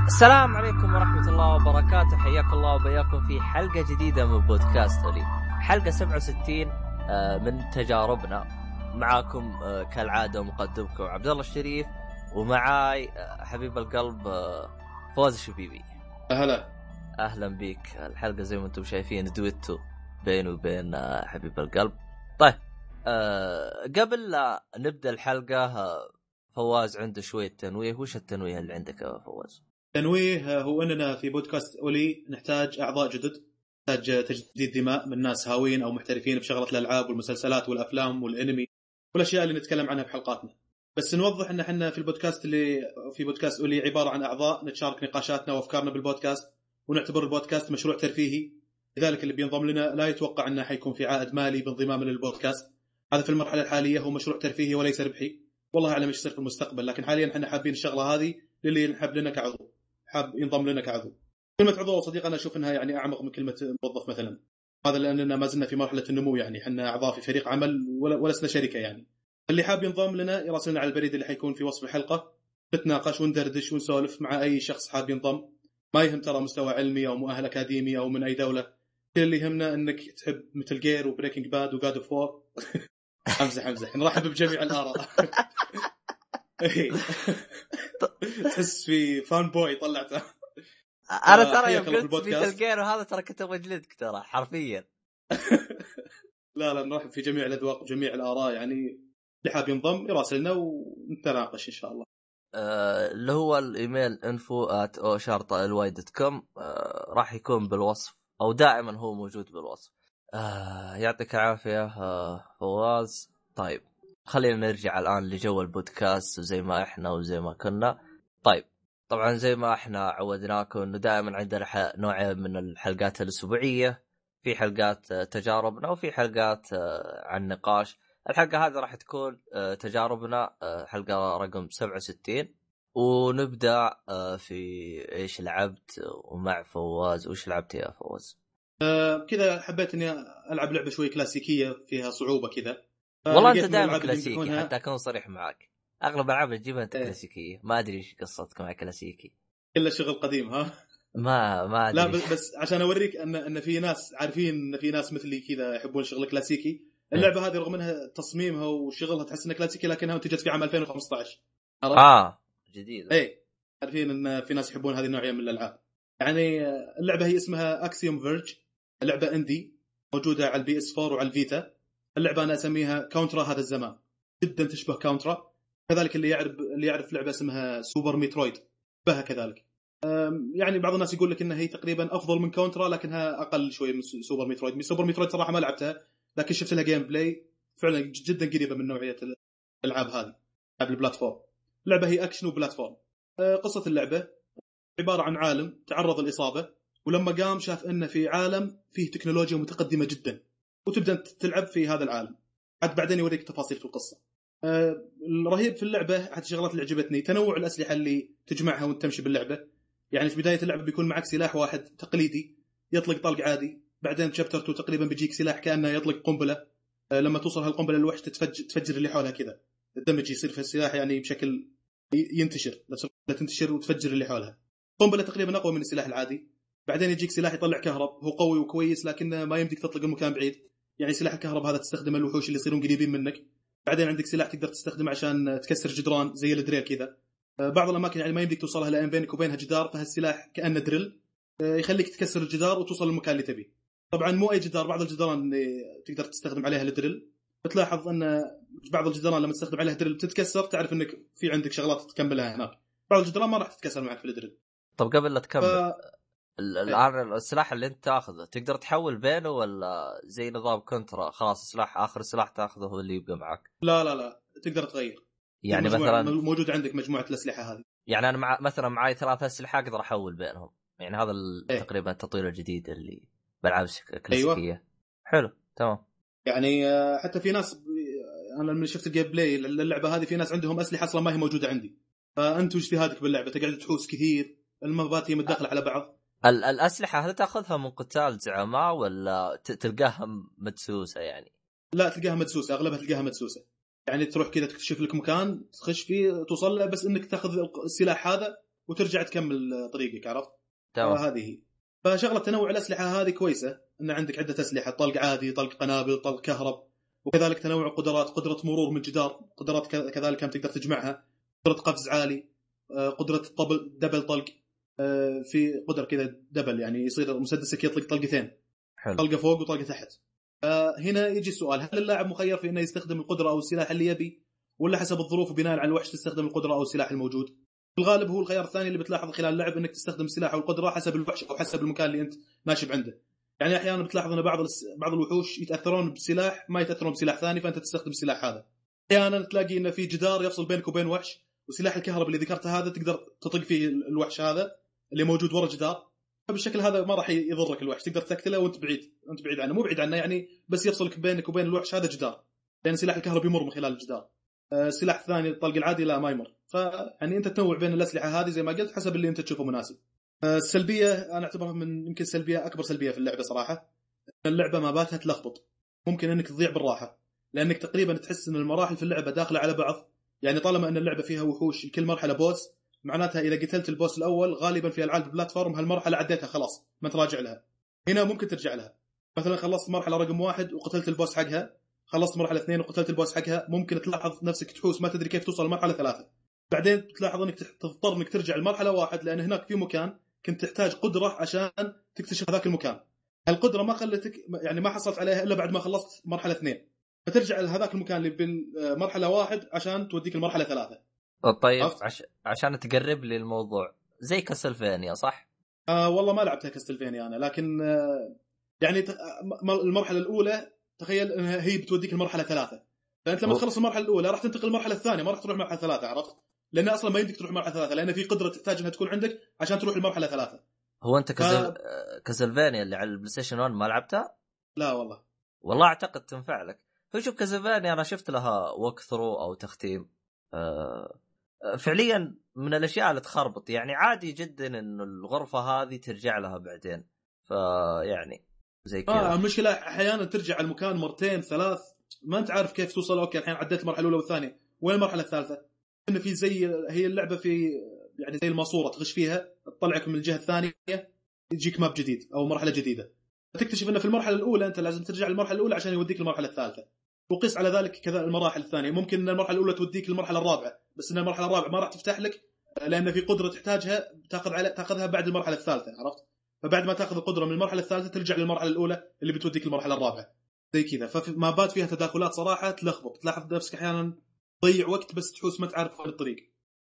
السلام عليكم ورحمة الله وبركاته. حياك الله وبياكم في حلقة جديدة من بودكاست أولي، حلقة 67 من تجاربنا. معاكم كالعادة مقدمكم عبد الله الشريف، ومعاي حبيب القلب فوز الشبيبي. أهلا بيك. الحلقة زي ما انتم شايفين دويتو بيني وبين حبيب القلب. طيب قبل لا نبدأ الحلقة فواز عنده شوية تنويه. وش التنويه اللي عندك يا فواز؟ تنويه هو أننا في بودكاست أولي نحتاج أعضاء جدد، نحتاج تجديد دماء من ناس هاوين أو محترفين بشغلة الألعاب والمسلسلات والأفلام والأنمي والأشياء اللي نتكلم عنها بحلقاتنا. بس نوضح أن احنا في البودكاست اللي في بودكاست أولي عبارة عن أعضاء نتشارك نقاشاتنا وأفكارنا بالبودكاست، ونعتبر البودكاست مشروع ترفيهي. لذلك اللي بينضم لنا لا يتوقع أنه حيكون في عائد مالي بانضمام للبودكاست. هذا في المرحلة الحالية هو مشروع ترفيهي وليس ربحي. والله أعلم إيش يصير في المستقبل، لكن حاليا احنا حابين الشغلة هذه للي نحب لنا كعضو، حاب ينضم لنا كعضو. كلمة عضو صديق أنا أشوف أنها يعني أعمق من كلمة موظف مثلا. هذا لأننا ما زلنا في مرحلة النمو، يعني حنا أعضاء في فريق عمل ولسنا شركة. يعني اللي حاب ينضم لنا يراسلنا على البريد اللي حيكون في وصف الحلقة، نتناقش وندردش ونسولف مع أي شخص حاب ينضم. ما يهم ترى مستوى علمي أو مؤهل أكاديمي أو من أي دولة، كل اللي يهمنا أنك تحب مثل جير وبريكنج باد وجاد اوف وور. أمزح نرحب بجميع الآراء. تحس في فان بوي طلعته. أنا ترى يوم قلت مثل جير وهذا ترى كنت بجلدك ترى حرفيا. لا نرحب في جميع الأذواق وجميع الآراء، يعني اللي حاب ينضم يراسلنا ونتناقش إن شاء الله. اللي هو الإيميل info@osharta.ly.com راح يكون بالوصف، أو دائما هو موجود بالوصف. يعطيك العافية فواز. طيب خلينا نرجع الآن لجو البودكاست وزي ما إحنا وزي ما كنا. طيب طبعا زي ما إحنا عودناكم إنه دائما عندنا نوع من الحلقات الأسبوعية، في حلقات تجاربنا وفي حلقات عن نقاش. الحلقة هذه راح تكون تجاربنا، حلقة رقم 67. ونبدأ في إيش لعبت ومع فواز. وش لعبت يا فواز؟ كذا حبيت إني ألعب لعبة شوي كلاسيكية فيها صعوبة كذا. والله أنت دائما كلاسيكي، حتى أكون صريح معك أغلب الألعاب اللي تجيبها أنت كلاسيكية. ما أدري إيش قصتك مع كلاسيكي، كله شغل قديم ها. ما أدري. لا بس عشان أوريك أن في ناس عارفين أن في ناس مثلي كذا يحبون شغل كلاسيكي. اللعبة هذه رغم أنها تصميمها وشغلها تحس أنها كلاسيكي، لكنها انتجت في عام 2015. جديد. عارفين أن في ناس يحبون هذه النوعية من الألعاب. يعني اللعبة هي اسمها أكسيوم فيرج، اللعبة اندي موجودة على البي اس 4 وعلى الفيتا. اللعبة أنا أسميها كاونترا هذا الزمان، جدا تشبه كاونترا. كذلك اللي يعرف لعبة اسمها سوبر ميترويد بها كذلك. يعني بعض الناس يقول لك إنها هي تقريبا أفضل من كاونترا، لكنها أقل شوي من سوبر ميترويد. سوبر ميترويد صراحة ما لعبتها، لكن شفت لها جيم بلاي فعلا جدا قريبة من نوعية الألعاب هذه، ألعاب البلاتفورم. اللعبة هي أكشن وبلاتفورم. قصة اللعبة عبارة عن عالم تعرض الإصابة، ولما قام شاف أن في عالم فيه تكنولوجيا متقدمة جدا، وتبدأ تلعب في هذا العالم. عاد بعدين يوريك تفاصيل في القصة. الرهيب في اللعبة حتى الشغلات اللي عجبتني تنوع الأسلحة اللي تجمعها وانت تمشي باللعبة. يعني في بداية اللعبة بيكون معك سلاح واحد تقليدي يطلق طلق عادي، بعدين شابتر 2 تقريبا بيجيك سلاح كأنه يطلق قنبلة. لما توصل هالقنبلة الوحش تفجر اللي حولها كذا، الدمج يصير في السلاح يعني بشكل ينتشر، لا تنتشر وتفجر اللي حولها. قنبلة تقريبا أقوى من السلاح العادي. بعدين يجيك سلاح يطلع كهرب، هو قوي وكويس لكنه ما يمديك تطلق المكان بعيد. يعني سلاح الكهرب هذا تستخدم الوحوش اللي يصيرون قريبين منك. بعدين عندك سلاح تقدر تستخدمه عشان تكسر جدران زي الدريل كذا. بعض الأماكن يعني ما يمديك توصلها لأن بينك وبينها جدار، فهالسلاح كأنه دريل يخليك تكسر الجدار وتوصل للمكان اللي تبي. طبعا مو أي جدار، بعض الجدران اللي تقدر تستخدم عليها الدريل بتلاحظ أن بعض الجدران لما تستخدم عليها دريل بتتكسر، تعرف أنك في عندك شغلات تكملها هناك. بعض الجدران ما راح تتكسر معك في الدريل. طب قبل لا تكمل الآن السلاح اللي انت تاخذه تقدر تحول بينه ولا زي نظام كونترا خلاص السلاح آخر سلاح تاخذه هو اللي يبقى معك؟ لا تقدر تغير. يعني مثلا موجود عندك مجموعة الأسلحة هذه. يعني أنا مثلا معي 3 أسلحة أقدر أحول بينهم. يعني هذا تقريبا التطوير الجديد اللي بلعب كلاسيكية. أيوة. حلو تمام. يعني حتى في ناس أنا لما شفت الجيم بلاي اللعبة هذه في ناس عندهم أسلحة أصلا ما هي موجودة عندي. فأنت وش في هذيك باللعبة تقعد تحوس كثير، المبات هي متداخلة على بعض. الأسلحة هل تأخذها من قتال زعماء ولا تلقاها مدسوسة؟ يعني لا تلقاها مدسوسة، أغلبها تلقاها مدسوسة. يعني تروح كذا تكتشف لك مكان تخش فيه توصل له، بس إنك تأخذ السلاح هذا وترجع تكمل طريقك، عرفت؟ تمام. هذه هي. فشغله تنوع الاسلحه هذه كويسه، ان عندك عده اسلحه، طلق عادي، طلق قنابل، طلق كهرب، وكذلك تنوع قدرات، قدره مرور من جدار، قدرات كذلك هم تقدر تجمعها، قدره قفز عالي، قدره دبل طلق، في قدره كذا دبل يعني يصير مسدسك يطلق طلقتين، حلو. طلقه فوق وطلقه تحت. هنا يجي السؤال، هل اللاعب مخير في انه يستخدم القدره او السلاح اللي يبي، ولا حسب الظروف وبناء على الوحش تستخدم القدره او السلاح الموجود؟ في الغالب هو الخيار الثاني اللي بتلاحظ خلال اللعب، انك تستخدم السلاح او القدره حسب الوحش او حسب المكان اللي انت ماشي عنده. يعني احيانا بتلاحظ ان بعض الوحوش يتاثرون بسلاح ما يتاثرون بسلاح ثاني، فانت تستخدم السلاح هذا. احيانا تلاقي ان في جدار يفصل بينك وبين وحش، وسلاح الكهرباء اللي ذكرته هذا تقدر تطق فيه الوحش هذا اللي موجود ورا جدار، فبالشكل هذا ما راح يضرك الوحش، تقدر تقتله وانت بعيد عنه، مو بعيد عنه يعني، بس يفصلك بينك وبين الوحش هذا جدار، لان سلاح الكهرباء يمر من خلال الجدار. السلاح الثاني الطلق العادي لا ما يمر. فيعني انت تنوع بين الاسلحه هذه زي ما قلت حسب اللي انت تشوفه مناسب. السلبيه انا اعتبرها من يمكن اكبر سلبيه في اللعبه صراحه، اللعبه ما باتها تلخبط، ممكن انك تضيع بالراحه، لانك تقريبا تحس ان المراحل في اللعبه داخله على بعض. يعني طالما ان اللعبه فيها وحوش كل مرحله بوس، معناتها اذا قتلت البوس الاول غالبا في العاب البلاتفورم هالمرحله عديتها خلاص ما تراجع لها. هنا ممكن ترجع لها، مثلا خلصت مرحله رقم 1 وقتلت البوس حقها، خلصت مرحله 2 وقتلت البوس حقها، ممكن تلاحظ نفسك تحوس ما تدري كيف توصل لمرحله 3، بعدين تلاحظ انك تضطر انك ترجع لمرحله 1 لان هناك في مكان كنت تحتاج قدره عشان تكتشف هذاك المكان. القدره ما خلتك يعني ما حصلت عليها الا بعد ما خلصت مرحله 2، فترجع لهذاك المكان اللي بالمرحله 1 عشان توديك المرحله 3. طيب عشان تقرب لي الموضوع زي كاسلفينيا صح؟ والله ما لعبتها كاستلفينيا انا، لكن يعني المرحله الاولى تخيل انها هي بتوديك المرحله 3، فانت لما تخلص المرحله الاولى راح تنتقل المرحله الثانيه، ما راح تروح مرحله 3، عرفت؟ لان اصلا ما يمديك تروح مرحله 3 لان في قدره تحتاج انها تكون عندك عشان تروح المرحله 3. هو انت كاسلفينيا اللي على البلاي ستيشن 1 ما لعبتها؟ لا والله اعتقد تنفع لك. فشوف كاسلفينيا انا شفت لها ووك ثرو او تختيم، فعليا من الاشياء اللي تخربط، يعني عادي جدا انه الغرفه هذه ترجع لها بعدين، فيعني زي كذا. المشكله احيانا ترجع المكان مرتين ثلاث ما انت عارف كيف توصل. اوكي الحين عديت المرحله الاولى والثانيه، وين المرحله الثالثه؟ انه في زي هي اللعبه في يعني زي الماسوره تغش فيها تطلعك من الجهه الثانيه يجيك ماب جديد او مرحله جديده، تكتشف انه في المرحله الاولى انت لازم ترجع للمرحله الاولى عشان يوديك المرحله الثالثه. وقيس على ذلك كذا المراحل الثانيه، ممكن ان المرحله الاولى توديك للمرحله الرابعه، بس ان المرحله الرابعه ما راح تفتح لك لان في قدره تحتاجها تاخذها بعد المرحله الثالثه، عرفت؟ فبعد ما تاخذ القدره من المرحله الثالثه ترجع للمرحله الاولى اللي بتوديك المرحله الرابعه زي كذا. فما بات فيها تداخلات صراحه تلخبط، تلاحظ نفسك احيانا تضيع وقت بس تحوس ما تعرف وين الطريق.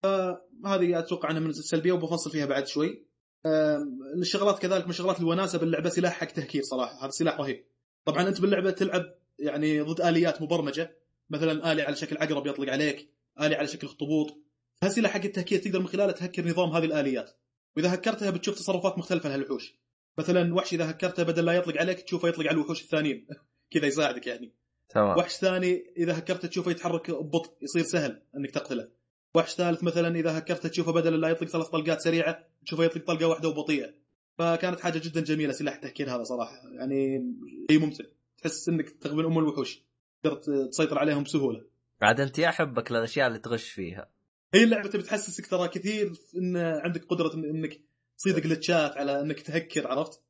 فهذه اتوقع انها من السلبيه وبفصل فيها بعد شوي. الشغلات كذلك من شغلات الوناسه باللعبه سلاح حق تهكير صراحه، هذا سلاح رهيب. طبعا انت باللعبه تلعب يعني ضد اليات مبرمجه، مثلا آلي على شكل عقرب يطلق عليك، آلي على شكل اخطبوط، هالسلاح حق التهكير تقدر من خلاله تهكر نظام هذه الآليات، واذا هكرتها بتشوف تصرفات مختلفه لهالوحوش. مثلا وحش اذا هكرته بدل لا يطلق عليك تشوفه يطلق على الوحوش الثانيين كذا يساعدك يعني. تمام. وحش ثاني اذا هكرته تشوفه يتحرك ببطء يصير سهل انك تقتله. وحش ثالث مثلا اذا هكرته تشوفه بدل لا يطلق 3 طلقات سريعه تشوفه يطلق طلقه واحده وبطيئه. فكانت حاجه جدا جميله سلاح التهكير هذا صراحه، يعني هي ممتع، تحس انك تغبن الوحوش تقدر تسيطر عليهم بسهوله. بعد انت يا حبك للاشياء اللي تغش فيها. هي اللعبه بتحسسك ترى كثير ان عندك قدره انك تصيد جلتشات على انك تهكر، عرفت؟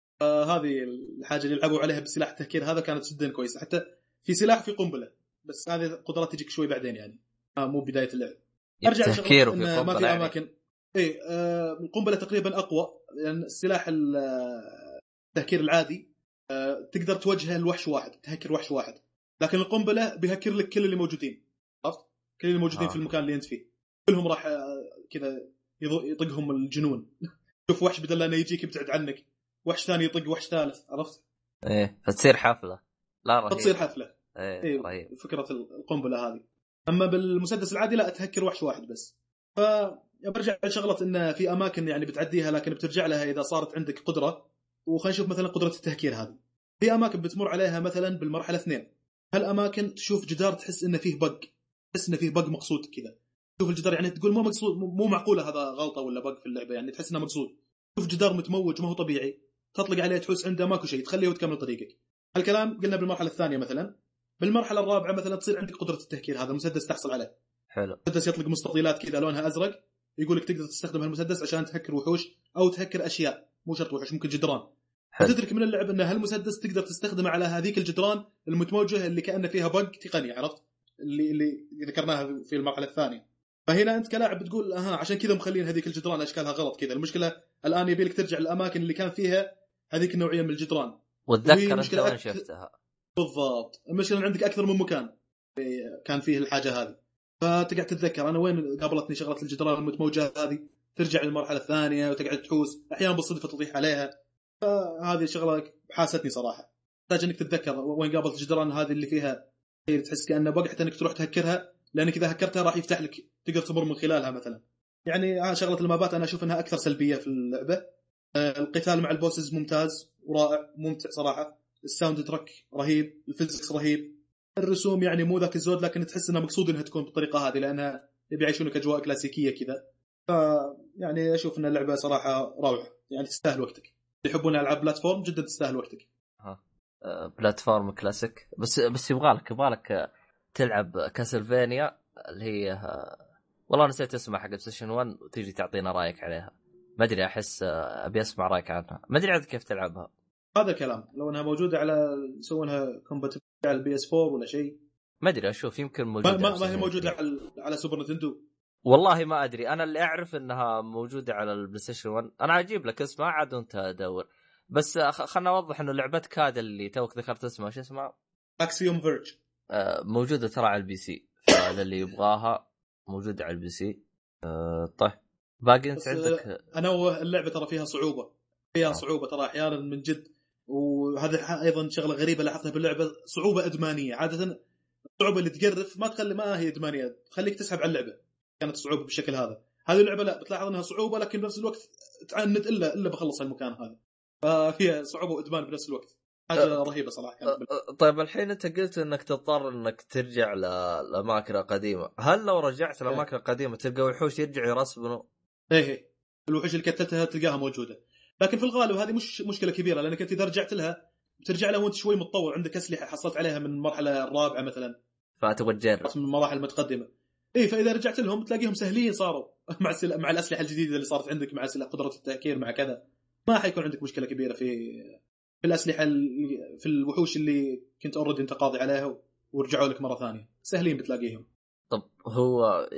هذه الحاجه اللي يلعبوا عليها بسلاح التهكير هذا كانت جدا كويسه. حتى في سلاح في قنبله، بس هذه قدرات تجيك شوي بعدين يعني مو بدايه اللعب. ارجع تهكير وفي ما في يعني. اماكن القنبله تقريبا اقوى، لان السلاح التهكير العادي تقدر توجهه الوحش واحد، تهكر وحش واحد، لكن القنبله بيهكر لك كل اللي موجودين، عرفت؟ كل اللي موجودين في المكان اللي انت فيه كلهم راح كذا يطقهم الجنون. شوف وحش بدل انه يجيك يبتعد عنك، وحش ثاني يطق وحش ثالث، عرفت؟ ايه فتصير حفله. لا رهيب. تصير حفله. ايه رهيب فكره القنبله هذه. اما بالمسدس العادي لا تهكر وحش واحد بس. برجع لشغله ان في اماكن يعني بتعديها لكن بترجع لها اذا صارت عندك قدره. وخلينا نشوف مثلا قدره التهكير هذه، في اماكن بتمر عليها مثلا بالمرحله 2، هالاماكن تشوف جدار تحس انه فيه بق، تحس انه فيه بق مقصود كذا. تشوف الجدار يعني تقول مو مقصود، مو معقوله هذا غلطه ولا بق في اللعبه، يعني تحس انه مقصود. تشوف جدار متموج ما هو طبيعي تطلق عليه تحس عنده ماكو شيء تخليه وتكمل طريقك. هالكلام قلنا بالمرحله الثانيه. مثلا بالمرحله الرابعه مثلا تصير عندك قدره التهكير، هذا المسدس تحصل عليه. حلو. مسدس يطلق مستطيلات كذا لونها ازرق، يقول لك تقدر تستخدم هالمسدس عشان تهكر وحوش او تهكر اشياء، مو شرط وحوش، ممكن جدران. فتدرك من اللعب ان هالمسدس تقدر تستخدمه على هذيك الجدران المتموجه اللي كأن فيها بق تقني، عرفت اللي ذكرناها في المرحله الثانيه. فهنا انت كلاعب بتقول عشان كذا مخلين هذيك الجدران اشكالها غلط كذا. المشكله الان يبي لك ترجع للاماكن اللي كان فيها هذيك النوعيه من الجدران، وتذكر انت وين شفتها بالضبط. المشكله عندك اكثر من مكان كان فيه الحاجه هذه، فتقعد تتذكر انا وين قابلتني شغله الجدران المتموجه هذه، ترجع للمرحله الثانيه وتقعد تحوس، احيانا بالصدفه تطيح عليها. فهذه شغله حاستني صراحه، تحتاج انك تتذكر وين قابلت الجدران هذه اللي فيها تحس كانه بقى حتى انك تروح تهكرها، لانك اذا هكرتها راح يفتح لك تقدر تمر من خلالها مثلا. يعني شغله المابات انا اشوف انها اكثر سلبيه في اللعبه. القتال مع البوسز ممتاز ورائع ممتع صراحه، الساوند تراك رهيب، الفيزكس رهيب، الرسوم يعني مو ذاك الزود لكن تحس انها مقصود انها تكون بالطريقه هذه لانها يبي يعيشونك اجواء كلاسيكيه كذا. ف يعني اشوف ان اللعبه صراحه روعه، يعني تستاهل وقتك. اللي يحبون العاب بلاتفورم جدا تستاهل وقتك. بلاتفورم كلاسيك، بس يبغالك تلعب كاسلفينيا اللي هي والله نسيت اسمها حق بلايستيشن 1 وتيجي تعطينا رايك عليها. ما ادري احس ابي اسمع رايك عنها، ما ادري عاد كيف تلعبها. هذا الكلام لو انها موجوده على يسوونها كومباتبل على البي اس 4 ولا شيء، ما ادري اشوف يمكن موجوده ما هي موجوده على سوبر نينتندو. والله ما ادري، انا اللي اعرف انها موجوده على البلايستيشن 1. انا اجيب لك اسمها عاد وانت ادور. بس خلنا اوضح انه لعبتك هذا اللي توك ذكرت اسمها شو اسمها، اكسيوم فيرج، موجوده ترى على البي سي، فهذا اللي يبغاها موجوده على البي سي. طيب باقي انت عندك. انا اللعبه ترى فيها صعوبه ترى احيانا من جد، وهذا ايضا شغله غريبه لاحظتها باللعبه، صعوبه ادمانيه. عاده الصعوبه اللي تقرف ما تخلي ما هي ادمانيه، تخليك تسحب على اللعبه. كانت صعوبه بالشكل هذا. هذه اللعبه لا، بتلاحظ انها صعوبه لكن بنفس الوقت تعند الا بخلص المكان هذا، ففيها صعوبه وادمان بنفس الوقت. حاجه رهيبه صراحه. طيب الحين انت قلت انك تضطر انك ترجع للاماكن القديمه، هل لو رجعت للاماكن القديمه تلقى وحوش يرجعوا يرسبنوا؟ ايه الوحوش اللي كتتها تلقاها موجوده، لكن في الغالب هذه مش مشكله كبيره لانك انت اذا رجعت لها بترجع لها وانت شوي متطور، عندك اسلحه حصلت عليها من المرحله الرابعه مثلا، فتبغى تجرب من المراحل المتقدمه. ايه فاذا رجعت لهم تلاقيهم سهلين صاروا مع الاسلحه الجديده اللي صارت عندك، مع قدره التهكير مع كذا، ما حيكون عندك مشكله كبيره في الاسلحه في الوحوش اللي كنت اوريدي انت قاضي عليها ورجعوا لك مره ثانيه، سهلين بتلاقيهم. طب هو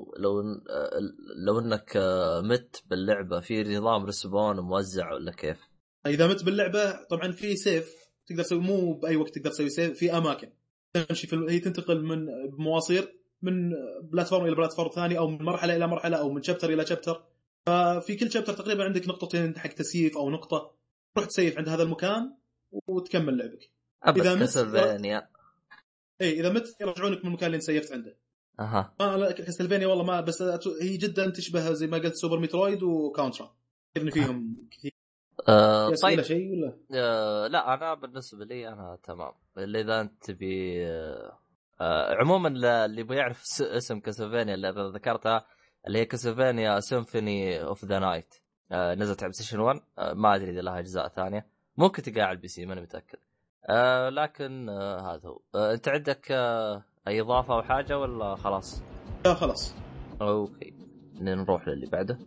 لو انك مت باللعبه في نظام رسبون موزع ولا كيف؟ اذا مت باللعبه طبعا في سيف تقدر تسوي، مو باي وقت تقدر تسوي سيف، في اماكن تمشي هي تنتقل من بمواصير من بلاتفورم الى بلاتفورم ثاني، او من مرحله الى مرحله، او من شابتر الى شابتر. ففي كل شابتر تقريبا عندك نقطتين حق تسييف او نقطه، تروح تسيف عند هذا المكان وتكمل لعبك. اذا مت اذا مت يرجعونك من المكان اللي انت سيفت عنده. كاسلفينيا والله ما، بس هي جدا تشبه زي ما قلت سوبر ميترويد وكاونترا، كذا فيهم كثير. طيب شيء ولا لا انا بالنسبه لي انا تمام. اللي اذا انت تبي عموما اللي بيعرف اسم كاسلفينيا اللي ذكرتها اللي هي كاسلفينيا سيمفوني اوف ذا نايت، نزلت على بلايستيشن 1. ما ادري اذا لها اجزاء ثانيه، ممكن تلقاها على البي سي ماني متاكد. لكن هذا هو. انت عندك اي اضافه او حاجه ولا خلاص؟ لا خلاص اوكي نروح للي بعده.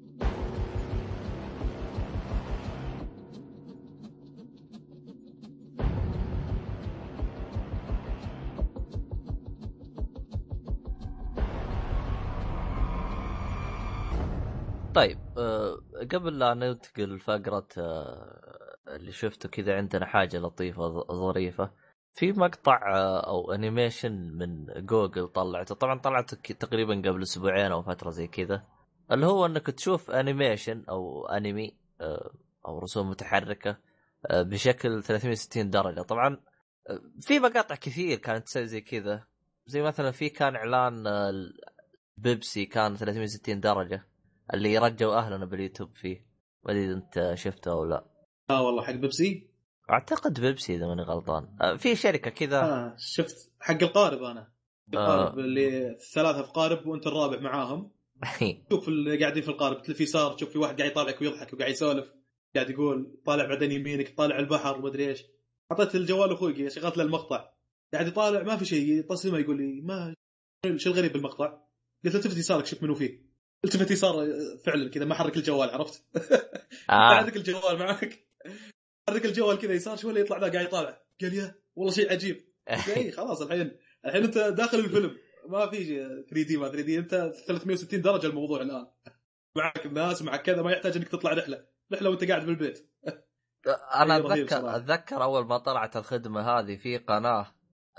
طيب قبل لا ننتقل فقرة اللي شفته كذا، عندنا حاجة لطيفة ظريفة في مقطع او انيميشن من جوجل طلعته. طبعا طلعته تقريبا قبل اسبوعين او فترة زي كذا، اللي هو انك تشوف انيميشن او انمي او رسوم متحركة بشكل 360 درجة. طبعا في مقاطع كثير كانت تسوي زي كذا، زي مثلا في كان اعلان بيبسي كان 360 درجة اللي يرجوا اهلنا باليوتيوب فيه، ما ادري انت شفته او لا. والله حق بيبسي اعتقد بيبسي اذا ماني غلطان. في شركه كذا شفت حق القارب، انا القارب اللي الثلاثه في قارب وانت الرابع معاهم. شوف اللي قاعدين في القارب في اليسار، تشوف في واحد قاعد يطالعك ويضحك وقاعد يسولف، قاعد يقول طالع بعدين يمينك طالع البحر وما ادري ايش. حطيت الجوال اخوي شغلت له المقطع، قاعد يطالع ما في شيء، يتصل يقول لي ما شو الغريب بالمقطع، قلت له تفتي يسارك شوف منو فيه. التفتي صار فعلا كذا، ما حرك الجوال، عرفت؟ حرك الجوال معك، حرك الجوال كذا يسار شوي يطلع ذا قاعد يطالع، قال يا والله شيء عجيب. اي خلاص الحين انت داخل الفيلم، ما في 3 دي ما 3 دي، انت 360 درجه الموضوع الان، معك الناس معك كذا، ما يحتاج انك تطلع رحله وانت قاعد في البيت. انا اتذكر اول ما طلعت الخدمه هذه في قناه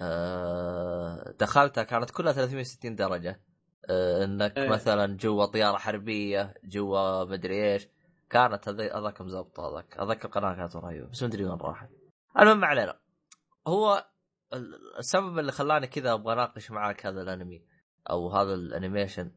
دخلتها كانت كلها 360 درجه، انك مثلا جوا طياره حربيه جوا مدري ايش، كانت هذاك مزبط، هذاك القناه كانت رهيبه بس ما ادري وين راحت. المهم ما علينا. هو السبب اللي خلاني كذا ابغى اناقش معاك هذا الانمي او هذا الانيميشن،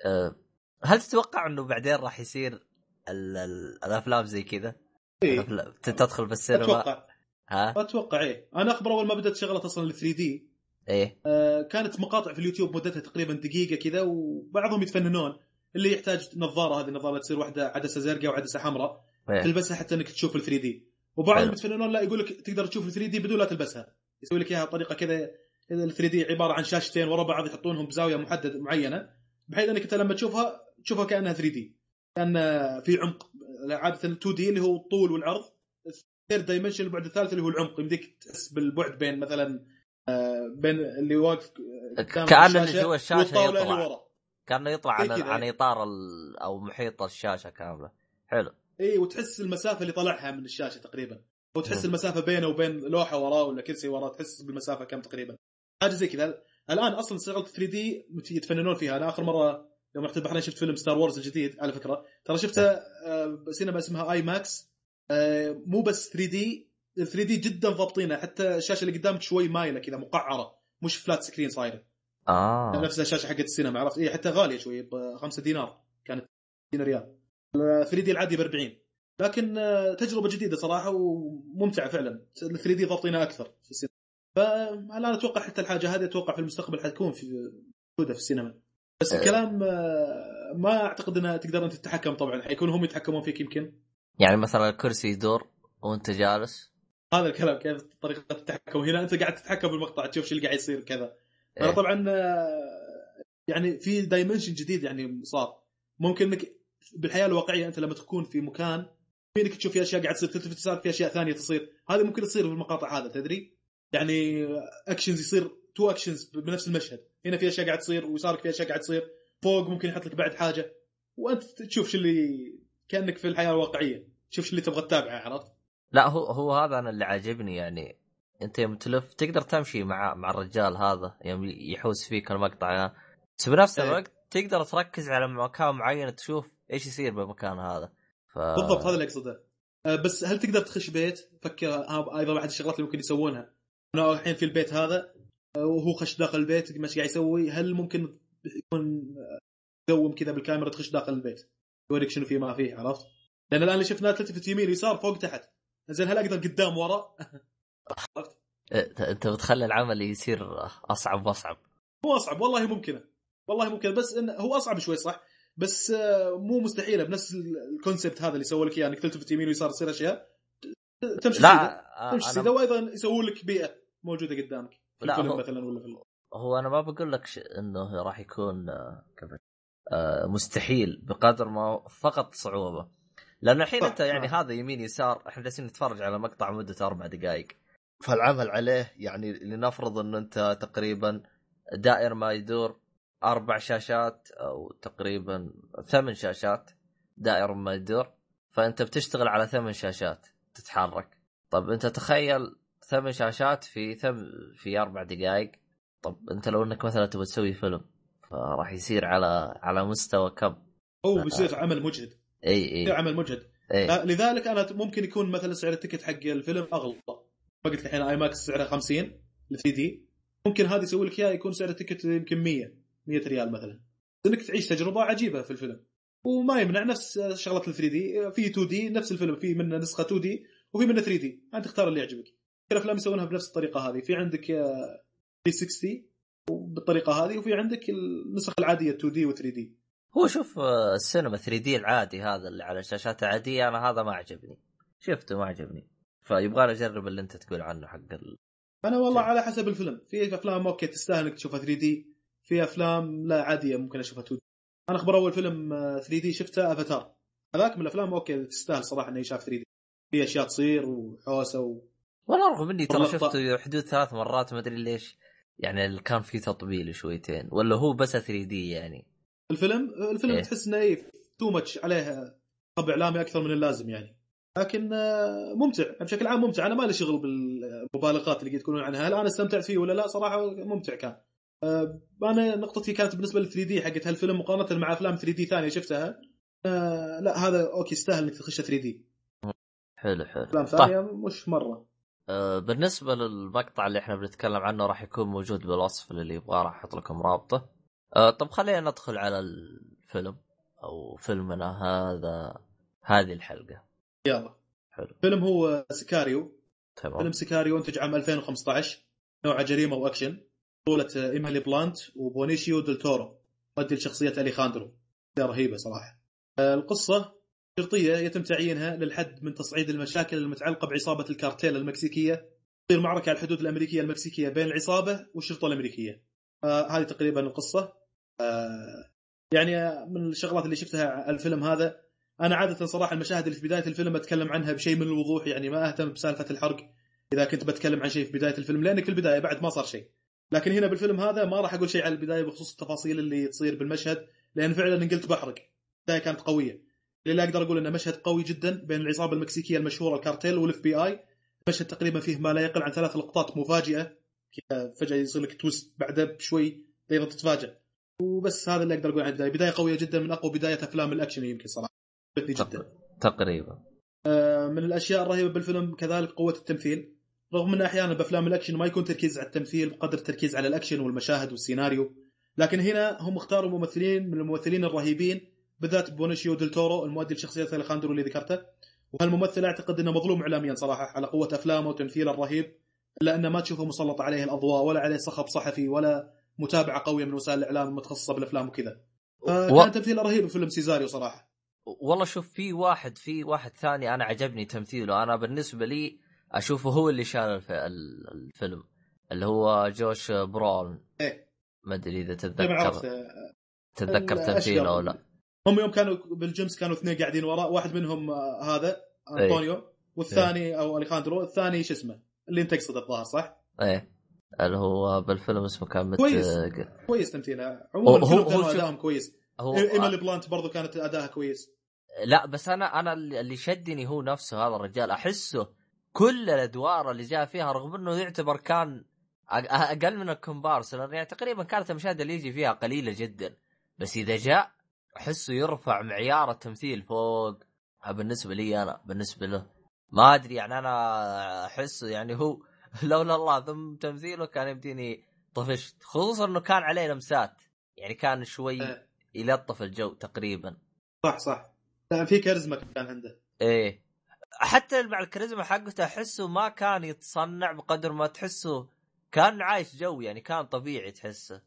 هل تتوقع انه بعدين راح يصير الافلام زي كذا؟ إيه؟ تدخل بالسينما؟ اتوقع ايه. انا اخبر اول ما بدات شغله اصلا ال 3 دي ايه كانت مقاطع في اليوتيوب مدتها تقريبا دقيقه كذا، وبعضهم يتفننون اللي يحتاج نظاره، هذه النظاره تصير واحده عدسه زرقاء وعدسه حمراء تلبسها حتى انك تشوف ال 3 دي، وبعضهم يتفننون لا يقول لك تقدر تشوف ال 3 دي بدون لا تلبسها، يسوي لك اياها بطريقه كذا. ال 3 دي عباره عن شاشتين ورا بعض يحطونهم بزاويه محدده معينه، بحيث انك انت لما تشوفها كانها 3 دي، كان في عمق. عاده ال 2 دي اللي هو الطول والعرض، الثيرد دايمنشن البعد الثالث اللي هو العمق، يمديك تحس بالبعد بين مثلا بين اللي واقف كأنه جوا الشاشة يطلع، كأنه يطلع عن إطار أو محيط الشاشة كاملة. حلو. إيه، وتحس المسافة اللي طلعها من الشاشة تقريبا، وتحس المسافة بينه وبين لوحة وراه ولا كرسي وراه، تحس بالمسافة كم تقريبا، حاجة زي كذا. الآن أصلا شغلة 3D يتفننون فيها. أنا آخر مرة يوم رحت البحرين شفت فيلم ستار وورز الجديد، على فكرة ترى شفته سينما اسمها آي ماكس. مو بس 3D، 3D جدا ضابطينه، حتى الشاشة اللي قدامك شوي مايلة كذا مقعرة، مش فلات سكرين صايرة. نفس الشاشة حقت السينما، عرفت؟ إيه، حتى غالية شوي ب5 دينار، كانت 2 ريال. 3D العادي ب40، لكن تجربة جديدة صراحة وممتعة فعلا. 3D ضابطينها أكثر في السينما، فالآن أتوقع حتى الحاجة هذه أتوقع في المستقبل حتكون موجودة في السينما. بس الكلام ما أعتقد أنها تقدر أنت تتحكم، طبعا حيكون هم يتحكمون فيك يمكن، يعني مثلا الكرسي يدور وأنت جالس. هذا الكلام كيف طريقة التحكم؟ هنا أنت قاعد تتحكم بالمقطع، تشوف شو اللي قاعد يصير كذا. أنا طبعا يعني في دايمنشن جديد يعني صار، ممكن انك بالحياه الواقعيه انت لما تكون في مكان فينك تشوف في اشياء قاعد تصير، تلتفت تسار في اشياء ثانيه تصير، هذه ممكن تصير في المقاطع هذا، تدري يعني اكشنز يصير 2 اكشنز بنفس المشهد، هنا في اشياء قاعد تصير ويسارك في اشياء قاعد تصير، فوق ممكن يحط لك بعد حاجه، وانت تشوف شو اللي كانك في الحياه الواقعيه، تشوف شو اللي تبغى تتابعه، عرفت؟ لا هو هذا انا اللي عاجبني، يعني انت يوم تلف تقدر تمشي مع الرجال هذا يوم يحوس فيك المقطع، بس بنفس الوقت تقدر تركز على مكان معين تشوف ايش يصير بالمكان هذا. بالضبط هذا اللي اقصده. بس هل تقدر تخش بيت؟ فكر ايضا واحد الشغلات اللي ممكن يسوونها، انه الحين في البيت هذا وهو خش داخل البيت مش قاعد يسوي، هل ممكن يكون دوم كذا بالكاميرا تخش داخل البيت يوريك شنو فيه ما فيه، عرفت؟ لان الان اللي شفناه تلتفت يمين يسار فوق تحت، زين هل اقدر قدام ورا؟ عرفت؟ انت بتخلي العمل يصير اصعب واصعب. مو اصعب والله، ممكنه والله ممكن، بس إنه هو اصعب شوي صح، بس مو مستحيله بنفس الكونسبت هذا اللي يسوي لك اياه، انك تلتفت يمين ويسار تصير اشياء تمشي سيده وايضا يسوون لك بيئه موجوده قدامك في الفيلم مثلا ولا في هو انا ما بقول لك انه راح يكون مستحيل، بقدر ما فقط صعوبه، لانه الحين انت يعني هذا يمين يسار، احنا جالسين نتفرج على مقطع مدته 4 دقائق، فالعمل عليه يعني لنفرض انه انت تقريبا دائر ما يدور 4 شاشات او تقريبا 8 شاشات دائر ما يدور، فانت بتشتغل على 8 شاشات تتحرك. طب انت تخيل 8 شاشات في 4 دقائق، طب انت لو انك مثلا تبغى تسوي فيلم فراح يصير على مستوى كم، هو بيصير عمل مجهد. اي عمل مجهد. لذلك انا ممكن يكون مثلا سعر التيكت حق الفيلم اغلى، فقلت الحين اي ماكس سعره 50 ل 3 دي، ممكن هذا يسوي لك اياه يكون سعر التيكت يمكن 100 ريال مثلا، انك تعيش تجربه عجيبه في الفيلم. وما يمنع نفس شغله ال 3 دي في 2 دي، نفس الفيلم في منه نسخه 2 دي وفي منه 3 دي، انت تختار اللي يعجبك. الافلام يسوونها بنفس الطريقه هذه، في عندك 360 وبالطريقه هذه، وفي عندك النسخ العاديه 2 دي و 3 دي. هو شوف السينما 3 دي العادي هذا اللي على الشاشات العاديه، انا هذا ما عجبني، شفته ما عجبني، فيبغى اجرب اللي انت تقول عنه حق انا والله على حسب الفيلم، في افلام اوكي تستاهل انك تشوفها 3 دي، في افلام لا عاديه ممكن اشوفها 2 دي. انا اخبر اول فيلم 3D شفته افاتار. هذاك من الافلام اوكي تستاهل صراحه انه يشاف 3D، في اشياء تصير وحوسه والله رغم اني ترى واللقطة. شفته حدود 3 مرات ما ادري ليش، يعني كان في تطبيل شويتين ولا هو بس 3D يعني. الفيلم إيه؟ تحس انه تو ماتش عليه طبع اعلامي اكثر من اللازم يعني، لكن ممتع بشكل عام. ممتع، انا ما لي شغل بالمبالغات اللي يقولون عنها، هل انا استمتعت فيه ولا لا؟ صراحه ممتع كان. انا نقطتي كانت بالنسبه لل 3D حقت هالفيلم مقارنه مع افلام 3D ثانيه شفتها. لا هذا اوكي يستاهل انك تخش 3D. حلو حلو. افلام طيب ثانيه مش مره. بالنسبه للمقطع اللي احنا بنتكلم عنه راح يكون موجود بالوصف اللي يبغاه، راح احط لكم رابطه. طب خلينا ندخل على الفيلم او فيلمنا هذه الحلقه. يلا. حلو. فيلم هو سيكاريو. تمام. فيلم سيكاريو انتج عام 2015، نوعه جريمه واكشن، بطولة إيميلي بلانت وبونيشيو ديل تورو، مؤدي لشخصية أليخاندرو. رهيبة صراحة. القصة شرطية يتم تعيينها للحد من تصعيد المشاكل المتعلقة بعصابة الكارتيل المكسيكية. تصير معركة على الحدود الأمريكية المكسيكية بين العصابة والشرطة الأمريكية. هذه تقريبا القصة. يعني من الشغلات اللي شفتها الفيلم هذا، أنا عادة صراحة المشاهد اللي في بداية الفيلم أتكلم عنها بشيء من الوضوح، يعني ما أهتم بسالفة الحرق إذا كنت بتكلم عن شيء في بداية الفيلم، لأنك في البداية بعد ما صار شيء. لكن هنا بالفيلم هذا ما راح أقول شيء على البداية بخصوص التفاصيل اللي تصير بالمشهد، لأن فعلا إن قلت بحرق. البداية كانت قوية، اللي أقدر أقول إنه مشهد قوي جدا بين العصابة المكسيكية المشهورة الكارتيل والإف بي آي. مشهد تقريبا فيه ما لا يقل عن 3 لقطات مفاجئة، فجأة يصير لك تويست بعده بشوي تقدر تتفاجأ. وبس هذا اللي أقدر أقول عن البداية. بداية قوية جدا، من أقوى بداية أفلام الأكشن يمكن صراحة جدا تقريبا. من الأشياء الرهيبة بالفيلم كذلك قوة التمثيل. رغم أن أحيانا بأفلام الأكشن ما يكون تركيز على التمثيل بقدر التركيز على الأكشن والمشاهد والسيناريو، لكن هنا هم اختاروا ممثلين من الممثلين الرهيبين، بالذات بونيشيو ديل تورو المؤدي لشخصية أليخاندرو اللي ذكرته. وهالممثل أعتقد أنه مظلوم إعلاميا صراحة على قوة أفلامه وتمثيله الرهيب، إلا أنه ما تشوفه مسلط عليه الأضواء ولا عليه صخب صحفي ولا متابعة قوية من وسائل الإعلام المتخصصة بالأفلام وكذا. كان تمثيله رهيب في فيلم سيزاريو صراحة. والله شوف، في واحد ثاني أنا عجبني تمثيله. أنا بالنسبة لي أشوفه هو اللي شال الفيلم، اللي هو جوش برون. إيه. ما أدري إذا تتذكر تمثيله ولا. هم يوم كانوا بالجيمس كانوا اثنين قاعدين وراء، واحد منهم هذا أنطونيو. إيه. والثاني إيه. أو أليخاندرو الثاني شو اسمه اللي انت تقصد الظاهر صح؟ إيه اللي هو بالفيلم اسمه كان كويس تمثيله عموما. هو أداءهم كويس. إيميلي بلانت برضو كانت أداءها كويس. لا بس أنا اللي شدني هو نفسه هذا الرجال. أحسه كل الأدوار اللي جاء فيها رغم أنه يعتبر كان أقل من الكومبارس، يعني تقريبا كانت المشاهد اللي يجي فيها قليلة جدا، بس إذا جاء أحسه يرفع معيار التمثيل فوق. بالنسبة لي أنا، بالنسبة له ما أدري يعني، أنا أحسه يعني هو لولا الله ثم تمثيله كان يمديني طفشت، خصوصا أنه كان عليه لمسات يعني كان شوي يلطف الجو تقريبا. صح في كاريزما كان عنده. إيه حتى مع الكاريزما حقته أحسه ما كان يتصنع بقدر ما تحسه كان عايش جو، يعني كان طبيعي تحسه.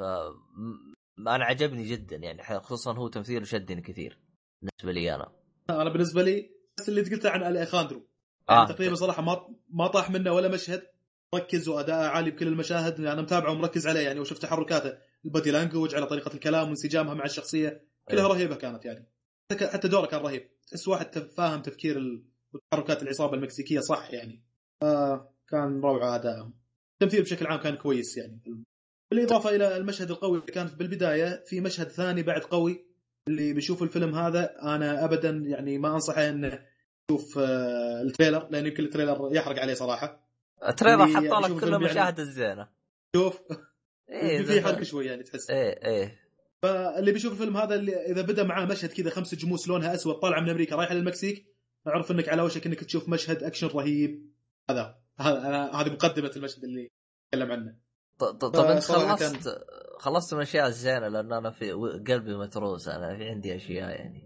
أنا عجبني جدا يعني، خصوصا هو تمثيله شدني كثير بالنسبة لي. أنا بالنسبة لي بس اللي قلته عن أليخاندرو يعني تقريبا صراحة ما طاح منه ولا مشهد، ركز وأداء عالي بكل المشاهد. أنا يعني متابعه ومركز عليه يعني، وشفت تحركاته البادي لانجوج على طريقة الكلام وانسجامها مع الشخصية كلها رهيبة كانت يعني. حتى دوره كان رهيب، تحس واحد فاهم تفكير وتحركات العصابة المكسيكية صح يعني. كان روعة أداءهم. التمثيل بشكل عام كان كويس يعني. بالإضافة إلى المشهد القوي اللي كان بالبداية، في مشهد ثاني بعد قوي. اللي بيشوف الفيلم هذا أنا أبدا يعني ما أنصحه إنه يشوف التريلر، لأن يمكن التريلر يحرق عليه صراحة. التريلر حط لك كل المشاهد يعني الزينة. شوف في حرق شوي يعني تحس. إيه فاللي بيشوف الفيلم هذا اللي إذا بدأ معاه مشهد كذا 5 جموس لونها أسود طالعة من أمريكا رايحة للمكسيك، أعرف إنك على وشك إنك تشوف مشهد أكشن رهيب. هذه مقدمة المشهد اللي أتكلم عنه. طب انت خلصت من الاشياء الزينه، لان انا في قلبي متروس، انا في عندي اشياء يعني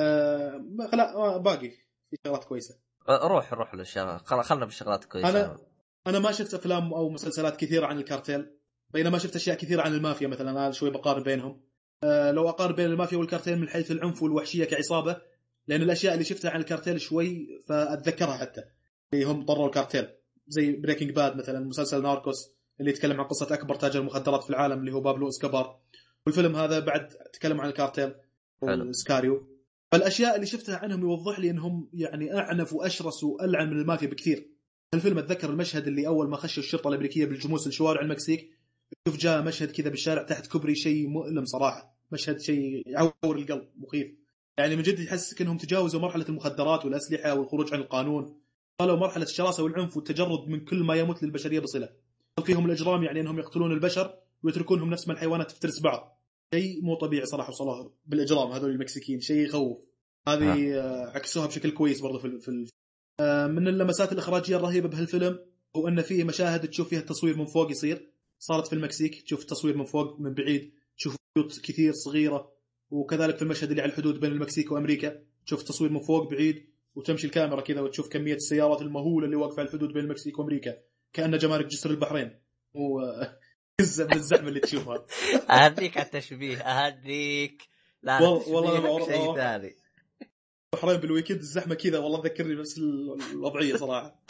لا باقي في شغلات كويسه. روح للشغلات، خلنا بالشغلات كويسه. انا ما شفت افلام او مسلسلات كثيره عن الكارتيل، بينما شفت اشياء كثيره عن المافيا مثلا. انا شوي بقارن بينهم. لو اقارن بين المافيا والكارتيل من حيث العنف والوحشيه كعصابه، لان الاشياء اللي شفتها عن الكارتيل شوي فاتذكرها حتى اللي هم ضروا الكارتيل، زي بريكنج باد مثلا، مسلسل ناركوس اللي يتكلم عن قصة أكبر تاجر مخدرات في العالم اللي هو بابلو إسكابار، والفيلم هذا بعد تكلم عن الكارتيل وسكاريو. فالاشياء اللي شفتها عنهم يوضح لي انهم يعني اعنف واشرس والعن من المافيا بكثير. الفيلم اتذكر المشهد اللي اول ما خشوا الشرطه الامريكيه بالجموس لشوارع المكسيك، شوف جاء مشهد كذا بالشارع تحت كوبري، شيء مؤلم صراحه، مشهد شيء يعور القلب، مخيف يعني من جد، يحسسك انهم تجاوزوا مرحله المخدرات والاسلحه والخروج عن القانون، قالوا مرحله الشراسه والعنف والتجرد من كل ما يمت للبشريه بصله. فيهم الاجرام يعني انهم يقتلون البشر ويتركونهم نفس ما الحيوانات تفترس بعض، شيء مو طبيعي صراحه. وصلوا بالاجرام هذول المكسيكيين، شيء يخوف. هذه عكسوها بشكل كويس برضه في من اللمسات الاخراجيه الرهيبه بهالفيلم هو ان فيه مشاهد تشوف فيها التصوير من فوق يصير، صارت في المكسيك تشوف التصوير من فوق من بعيد، تشوف بيوت كثير صغيره، وكذلك في المشهد اللي على الحدود بين المكسيك وامريكا تشوف التصوير من فوق بعيد، وتمشي الكاميرا كذا وتشوف كميه السيارات المهوله اللي واقفه على الحدود بين المكسيك وامريكا كأن جمارك جسر البحرين من الزحمه اللي تشوفها. اهديك على التشبيه، اهديك. لا والله شيء ثاني. البحرين بالويكند الزحمه كذا والله تذكرني نفس الوضعيه صراحه.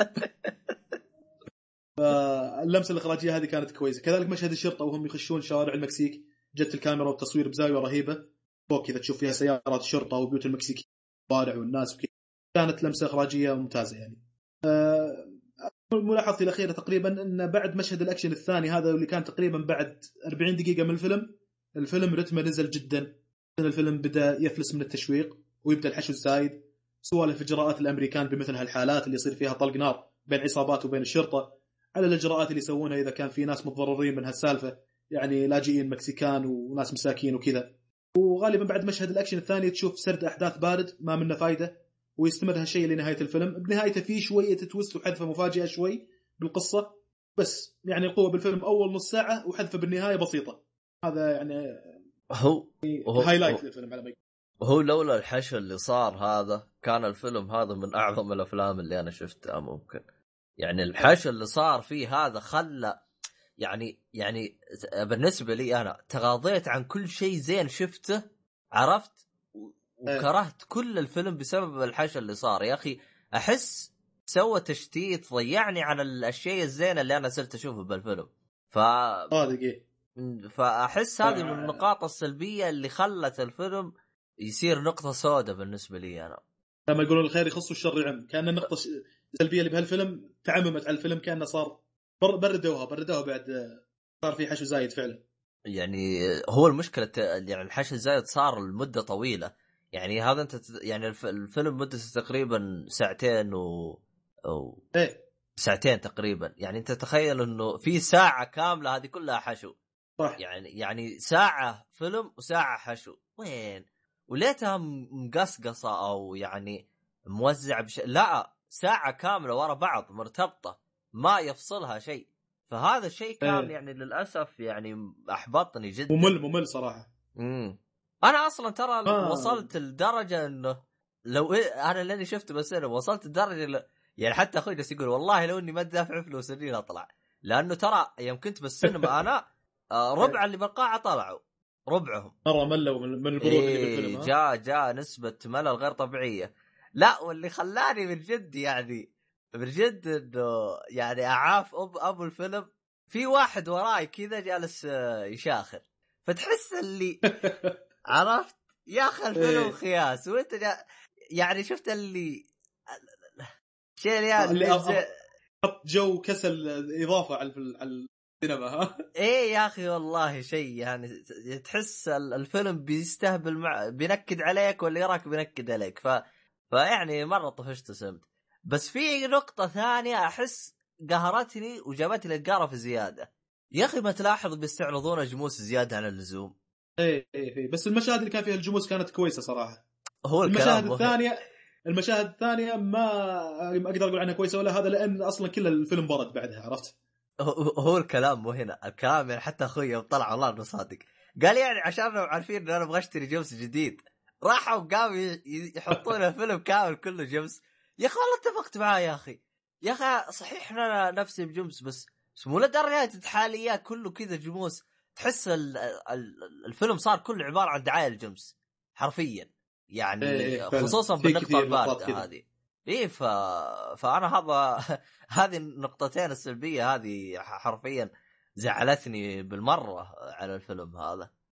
فاللمسه الاخراجيه هذه كانت كويسه. كذلك مشهد الشرطه وهم يخشون شوارع المكسيك، جت الكاميرا والتصوير بزاويه رهيبه فوق كذا تشوف فيها سيارات الشرطه وبيوت المكسيك الشوارع والناس وكذا، كانت لمسه اخراجيه ممتازه يعني. ملاحظتي الاخيره تقريبا ان بعد مشهد الاكشن الثاني هذا اللي كان تقريبا بعد 40 دقيقه من الفيلم رتمه نزل جدا. الفيلم بدا يفلس من التشويق ويبدا الحشو الزايد، سوالف اجراءات الامريكان بمثل هالحالات اللي يصير فيها طلق نار بين عصابات وبين الشرطه، على الاجراءات اللي يسوونها اذا كان في ناس متضررين من هالسالفه، يعني لاجئين مكسيكان وناس مساكين وكذا. وغالبا بعد مشهد الاكشن الثاني تشوف سرد احداث بارد ما منه فايده، ويستمر هالشيء لنهايه الفيلم. بنهايته فيه شويه تويست وحذفه مفاجئه شوي بالقصه، بس يعني القوه بالفيلم اول نص ساعه وحذفه بالنهايه بسيطه. هذا يعني هو هايلايت للفيلم على ما هو لولا الحشو اللي صار هذا كان الفيلم هذا من اعظم الافلام اللي انا شفتها ممكن. يعني الحشو اللي صار فيه هذا خلى يعني بالنسبه لي انا تغاضيت عن كل شيء زين شفته، عرفت، وكرهت كل الفيلم بسبب الحشو اللي صار. يا اخي احس سوى تشتيت ضيعني عن الاشياء الزينه اللي انا صرت اشوفها بالفيلم. فاحس هذه من النقاط السلبيه اللي خلت الفيلم يصير نقطه سوداء بالنسبه لي انا. لما يقولون الخير يخص الشر يعم، كان النقطه السلبيه اللي بهالفيلم تعممت على الفيلم، كانه صار بردوها بعد صار في حشو زايد فعلا. يعني هو المشكله يعني الحشو الزايد صار لمده طويله، يعني هذا انت يعني الفيلم مدته تقريبا ساعتين ايه ساعتين تقريبا. يعني انت تخيل انه في ساعه كامله هذه كلها حشو صح. يعني ساعه فيلم وساعه حشو، وين وليتها مقصقصه او يعني موزع لا، ساعه كامله ورا بعض مرتبطه ما يفصلها شيء. فهذا الشيء كان يعني للاسف يعني احبطني جدا، ممل صراحه. انا اصلا ترى وصلت لدرجه انه لو انا اللي شفته بس انا وصلت لدرجه يعني حتى اخوي جالس يقول والله لو اني ما دافع فلوس اني اطلع، لانه ترى يوم كنت بالسينما انا ربع اللي بالقاعه طلعوا، ربعهم مره ملوا من البرود اللي بالفيلم. جاء نسبه ملل غير طبيعيه. لا واللي خلاني من جد يعني من جد انه يعني اعاف ابو الفيلم، في واحد وراي كذا جالس يشاخر، فتحس اللي عرفت يا اخي الفيلم خياس وانت يعني شفت اللي شيء يعني اللي حط جو كسل اضافه على السينما. ها ايه يا اخي والله شيء يعني تحس الفيلم بيستهبل بينكد عليك واللي يراك بينكد عليك. فيعني مره طفشت سمت. بس في نقطه ثانيه احس قهرتني وجابت لي القرف زياده. يا اخي ما تلاحظ بيستعرضون جموس زياده عن اللزوم؟ ايه بس المشاهد اللي كان فيها الجموس كانت كويسه صراحه. هو المشاهد الثانيه ما اقدر اقول عنها كويسه ولا هذا، لان اصلا كل الفيلم برد بعدها، عرفت. هو الكلام مو هنا، الكلام يعني حتى اخوي طلع والله انه صادق، قال يعني عشان عارفين ان انا ابغى اشتري جمس جديد راحوا قاموا يحطون الفيلم كامل كله جمس. يا اخي والله اتفقت معاه يا اخي صحيح انا نفسي بجمس بس مو لدرجه الحاليات كله كذا جموس. تحس الفيلم صار كله عباره عن دعايه الجمس حرفيا يعني خصوصا بالنقطه البارده هذه. ايه فانا هذه النقطتين السلبيه هذه حرفيا زعلتني بالمره على الفيلم هذا.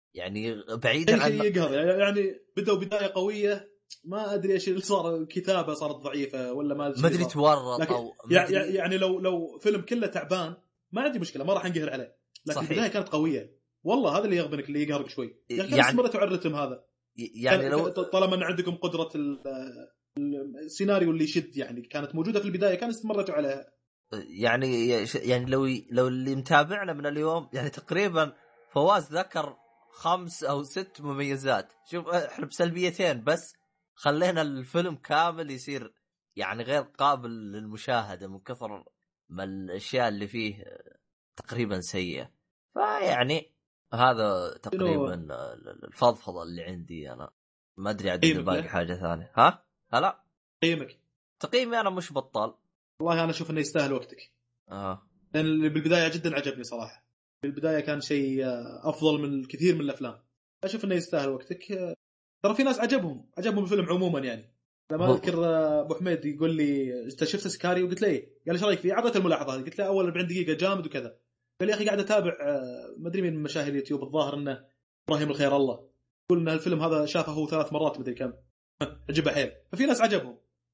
يعني بعيدا عن عن يقهر يعني بدأوا بداية قوية ما ادري ايش اللي صار الكتابه صارت ضعيفه ولا ما ادري تورط او يعني لو فيلم كله تعبان ما عندي مشكله ما راح انقهر عليه لكن صحيح. البدايه كانت قويه والله هذا اللي يغبنك اللي يقهرك شوي يعني كان استمرتوا على الرتم هذا يعني لو طالما ان عندكم قدره السيناريو اللي يشد يعني كانت موجوده في البدايه كان استمرتوا عليها يعني لو اللي متابعنا من اليوم يعني تقريبا فواز ذكر 5 أو 6 مميزات. شوف احنا بسلبيتين بس خلينا الفيلم كامل يصير يعني غير قابل للمشاهدة من كثر ما الاشياء اللي فيه تقريبا سيئة. فيعني هذا تقريبا الفضفضة اللي عندي انا. ما ادري عاد باقي حاجة ثانية. ها هلا تقييمي انا مش بطال والله انا اشوف انه يستاهل وقتك لان اللي بالبدايه جدا عجبني صراحه. بالبدايه كان شيء افضل من الكثير من الافلام. اشوف انه يستاهل وقتك. ترى في ناس عجبهم الفيلم عموما يعني. لما اذكر ابو حميد يقول لي انت شفت سكاري وقلت له قال لي ايش رايك فيه عطيت الملاحظه هذه قلت له اول 40 دقيقه جامد وكذا. قال لي يا اخي قاعد اتابع ما ادري من مشاهير اليوتيوب الظاهر انه ابراهيم الخير الله يقول ان الفيلم هذا شافه هو 3 مرات ما ادري كم عجبه حيل. ففي ناس عجبهم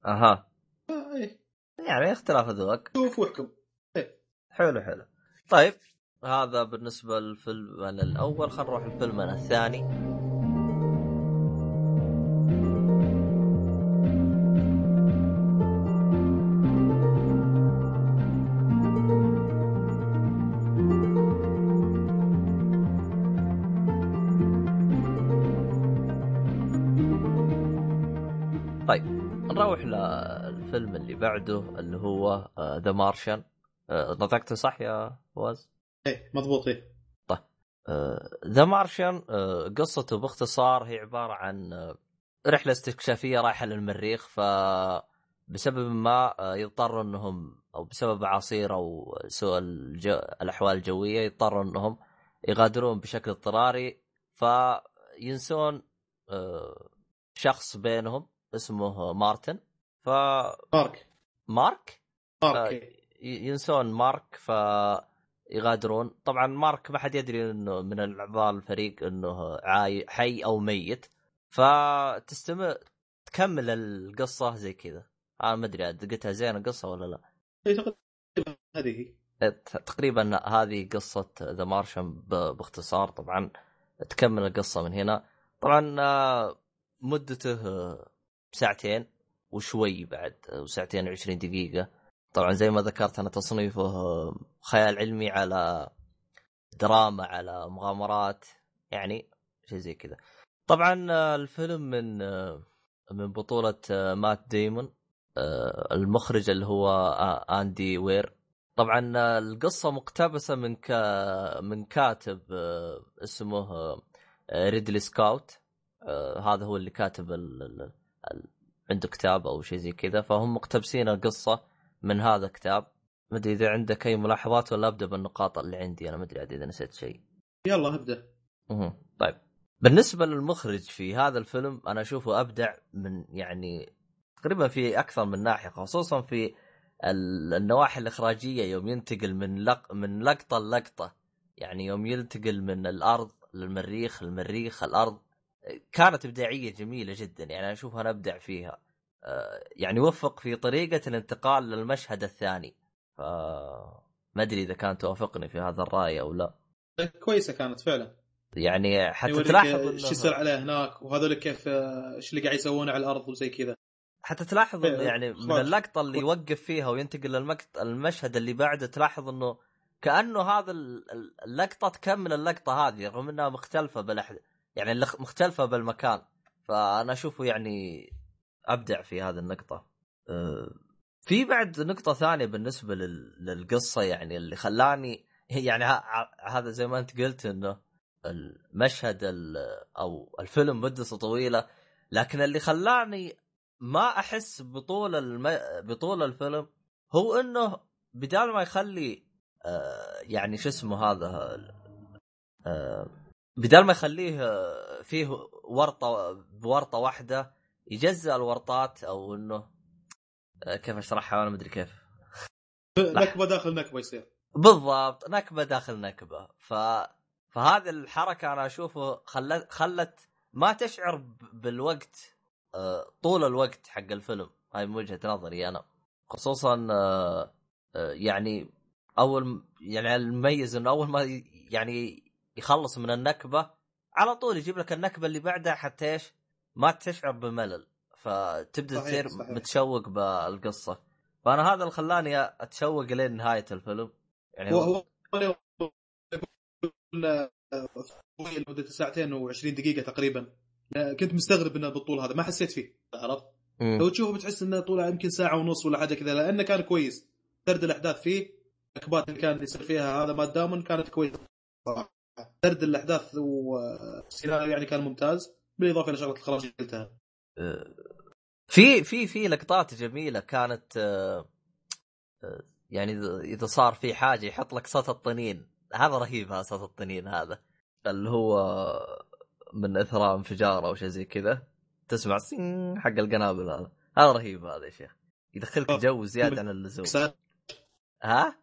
يعني اختلاف ذوق. شوف واحكم. حلو. طيب هذا بالنسبة للفيلم الأول. خلينا نروح الفيلم الثاني. طيب نروح للفيلم اللي بعده اللي هو ذا مارشن. نطقته صح يا فواز؟ ايه مضبوط. ايه طيب ذا مارشن قصته باختصار هي عبارة عن رحلة استكشافية رايحة للمريخ. فبسبب ما يضطروا انهم او بسبب عصير او سوء الاحوال الجوية يضطروا انهم يغادرون بشكل اضطراري. فينسون شخص بينهم اسمه مارتن. مارك ينسون مارك فيغادرون. طبعا مارك ما حد يدري انه من الاعضاء الفريق انه حي او ميت. تكمل القصة زي كذا. انا ما ادري دقتها زين القصة ولا لا. تقريبا هذه قصة ذا مارشن باختصار. طبعا تكمل القصة من هنا. طبعا مدته 2 وشوي بعد 2:20 دقيقة. طبعا زي ما ذكرت أنا تصنيفه خيال علمي على دراما على مغامرات يعني شيء زي كذا. طبعا الفيلم من بطولة مات ديمون. المخرج اللي هو أندي وير. طبعا القصة مقتبسة من كاتب اسمه ريدلي سكوت. هذا هو اللي كاتب عنده كتاب أو شيء زي كذا. فهم مقتبسين القصة من هذا الكتاب. ما أدري إذا عندك أي ملاحظات ولا أبدأ بالنقاط اللي عندي. أنا ما أدري إذا نسيت شيء. يلا أبدأ. طيب بالنسبة للمخرج في هذا الفيلم أنا أشوفه أبدع من يعني تقريبا في أكثر من ناحية خصوصا في النواحي الإخراجية. يوم ينتقل من لقطة لقطة يعني يوم ينتقل من الأرض للمريخ المريخ الأرض كانت إبداعية جميلة جدا. يعني أنا أشوفها نبدع فيها. يعني وفق في طريقة الانتقال للمشهد الثاني. ما أدري إذا كانت توافقني في هذا الرأي أو لا. كويسة كانت فعلا. يعني حتى تلاحظ إيش يصير عليه هناك وهذول كيف إيش اللي قاعد يسوونه على الأرض وزي كذا. حتى تلاحظ إنه يعني من اللقطة اللي يوقف فيها وينتقل المشهد اللي بعده تلاحظ إنه كأنه هذا اللقطة تكمل اللقطة هذه رغم إنها مختلفة يعني مختلفة بالمكان. فأنا أشوفه يعني أبدع في هذه النقطة. في بعد نقطة ثانية بالنسبة للقصة يعني اللي خلاني يعني هذا زي ما أنت قلت إنه المشهد أو الفيلم مدته طويلة لكن اللي خلاني ما أحس بطول الفيلم هو إنه بدال ما يخلي يعني شو اسمه هذا بدال ما يخليه فيه بورطة واحدة يجزأ الورطات أو إنه كيف أشرحها أنا مدري كيف. نكبة داخل نكبة يصير بالضبط نكبة داخل نكبة. فهذه الحركه انا اشوفه خلت ما تشعر بالوقت طول الوقت حق الفيلم. هاي من وجهه نظري انا، خصوصا يعني يعني المميز انه اول ما يعني يخلص من النكبه على طول يجيب لك النكبه اللي بعدها، حتى ايش ما تشعر بملل، فتبدا تصير متشوق بالقصه. فانا هذا اللي خلاني اتشوق لين نهايه الفيلم. يعني هو مدة 2 و20 دقيقة تقريبا، كنت مستغرب ان بالطول هذا ما حسيت فيه، عرفت؟ لو تشوفه بتحس انه طوله يمكن ساعة ونص ولا حاجة كذا، لانه كان كويس. سرد الاحداث فيه، الكبات اللي كان يصير فيها هذا ما دامن كانت كويسة صراحة. سرد الاحداث والسيناريو يعني كان ممتاز، بالاضافة الى شغلة الخراج اللي قلتها. في لقطات جميلة كانت، يعني اذا صار في حاجة يحط لك صوت الطنين، هذا رهيب. هذا صوت الطنين هذا اللي هو من اثراء انفجار او شيء زي كذا، تسمع سين حق القنابل، هذا رهيب. هذا يا شيخ يدخلك جو زيادة عن اللزوم. ها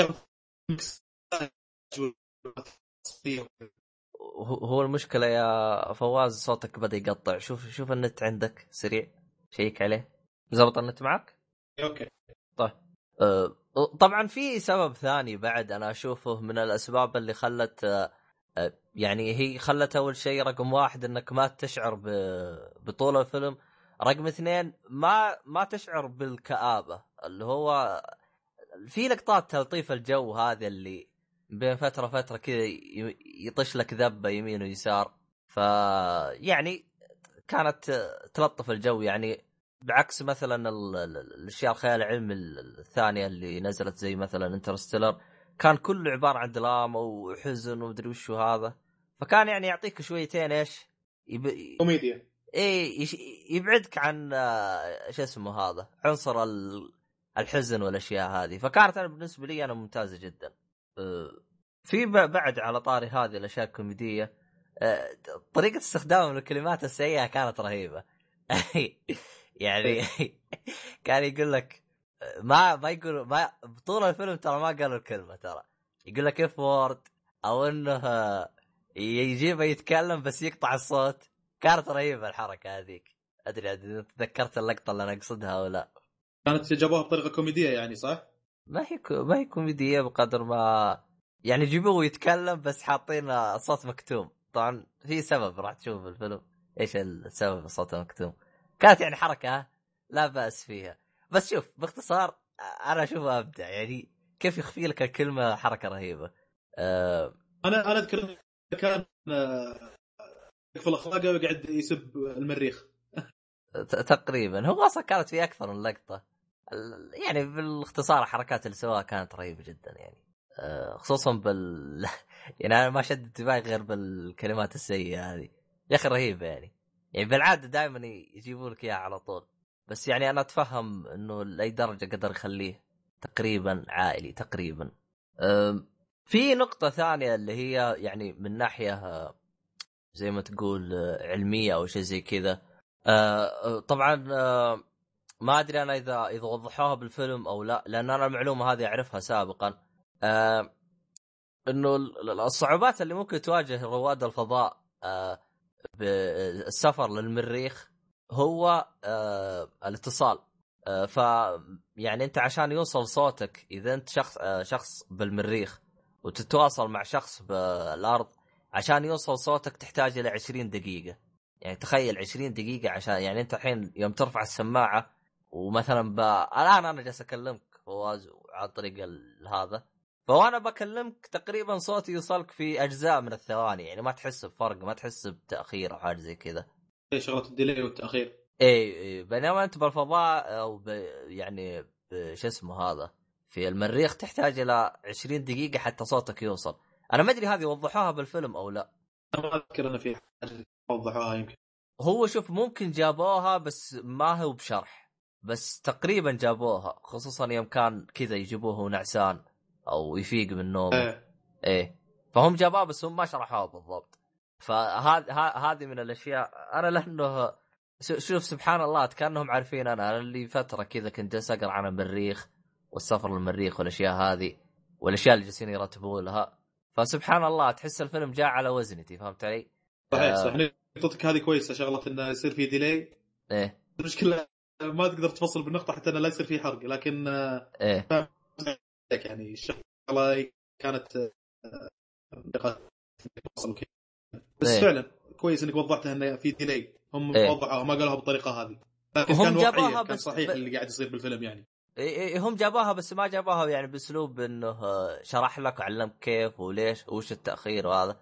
هو المشكلة يا فواز صوتك بدأ يقطع. شوف النت عندك سريع، شيك عليه. زبط النت معك؟ اوكي طيب. طبعا في سبب ثاني بعد انا اشوفه من الاسباب اللي خلت، يعني هي خلت اول شيء رقم 1 انك ما تشعر بطول الفيلم. رقم 2 ما تشعر بالكآبة، اللي هو في لقطات تلطيف الجو هذه اللي بين فترة كذا يطش لك ذبة يمين ويسار، يعني كانت تلطف الجو. يعني بعكس مثلا الاشياء الخيال العلمي الثانيه اللي نزلت زي مثلا انترستيلر، كان كله عباره عن دراما وحزن ومدري وش هذا، فكان يعني يعطيك شويتين ايش كوميديا، ايه يبعدك عن شو اسمه هذا عنصر الحزن والاشياء هذه. فكانت انا بالنسبه لي انا ممتازه جدا. في بعد على طاري هذه الاشياء الكوميديه، طريقة استخدام الكلمات السيئة كانت رهيبة. يعني كان يقول لك ما يقول ما بطول الفيلم ترى ما قالوا الكلمة، ترى يقول لك اف وورد او انه يجيبه يتكلم بس يقطع الصوت. كانت رهيبة الحركة هذيك. ادري اذا تذكرت اللقطة اللي انا اقصدها ولا. كانت جابوها بطريقة كوميدية يعني صح؟ ما هي كوميدية بقدر ما يعني يجيبوه يتكلم بس حاطين صوت مكتوم. طبعا في سبب راح تشوف الفيلم ايش السبب الصوت المكتوم. كانت يعني حركة لا بأس فيها. بس شوف باختصار انا اشوفها ابدع، يعني كيف يخفي لك الكلمة حركة رهيبة. انا اذكر كان في الاخلاق وقاعد يسب المريخ تقريبا هو اصلا كانت في اكثر من لقطة. يعني بالاختصار حركات اللي سواها كانت رهيبة جدا يعني. خصوصا يعني انا ما شد انتباهي غير بالكلمات السيئة هذه يا اخي رهيبة. يعني بالعادة دائما يجيبوا لك اياها على طول، بس يعني انا اتفهم انه لاي درجة قدر يخليه تقريبا عائلي تقريبا. في نقطة ثانية اللي هي يعني من ناحية زي ما تقول علمية او شيء زي كذا. طبعا ما ادري انا اذا وضحوها بالفيلم او لا، لان انا المعلومة هذه اعرفها سابقا. انه الصعوبات اللي ممكن تواجه رواد الفضاء بالسفر للمريخ هو الاتصال. ف يعني انت عشان يوصل صوتك، اذا انت شخص بالمريخ وتتواصل مع شخص بالارض، عشان يوصل صوتك تحتاج الى 20 دقيقة. يعني تخيل 20 دقيقة عشان يعني انت الحين يوم ترفع السماعة ومثلا الان انا جالس اكلمك فواز عن طريق هذا، فوانا بكلمك تقريبا صوتي يوصلك في اجزاء من الثواني، يعني ما تحس بفرق، ما تحس بتاخير او حاجه زي كذا. اي شغله الديلي والتاخير. اي بينما انت بالفضاء او يعني شو اسمه هذا في المريخ تحتاج الى 20 دقيقه حتى صوتك يوصل. انا ما ادري هذه وضحوها بالفيلم او لا. انا ما اذكر انا في حاجه وضحوها يمكن. هو شوف ممكن جابوها بس ما هو بشرح، بس تقريبا جابوها، خصوصا يوم كان كذا يجيبوه نعسان او يفيق من نومه. ايه فهم جابوها بس هم ما شرحوها بالضبط. فهذه من الاشياء انا لانه شوف سبحان الله كانهم عارفين. انا اللي فتره كذا كنت جالس اقرا عن المريخ والسفر للمريخ والاشياء هذه والاشياء اللي جالسين يرتبوا لها، فسبحان الله تحس الفيلم جاء على وزنتي، فهمت علي؟ صحيح صحيح. نقطتك هذه كويسه، شغله انه يصير في ديلي. ايه المشكله ما تقدر تفصل بالنقطه حتى انه لا يصير في حرق، لكن ايه يعني الشغله كانت بس إيه. فعلا كويس انك وضحتها انه في ديلي. هم إيه. وضحوها ما قالوها بالطريقه هذه، لكن هم كان جابوها واقعيه، كان بس صحيح اللي قاعد يصير بالفيلم يعني. هم جابوها بس ما جابوها يعني باسلوب انه شرح لك وعلمك كيف وليش وش التاخير وهذا.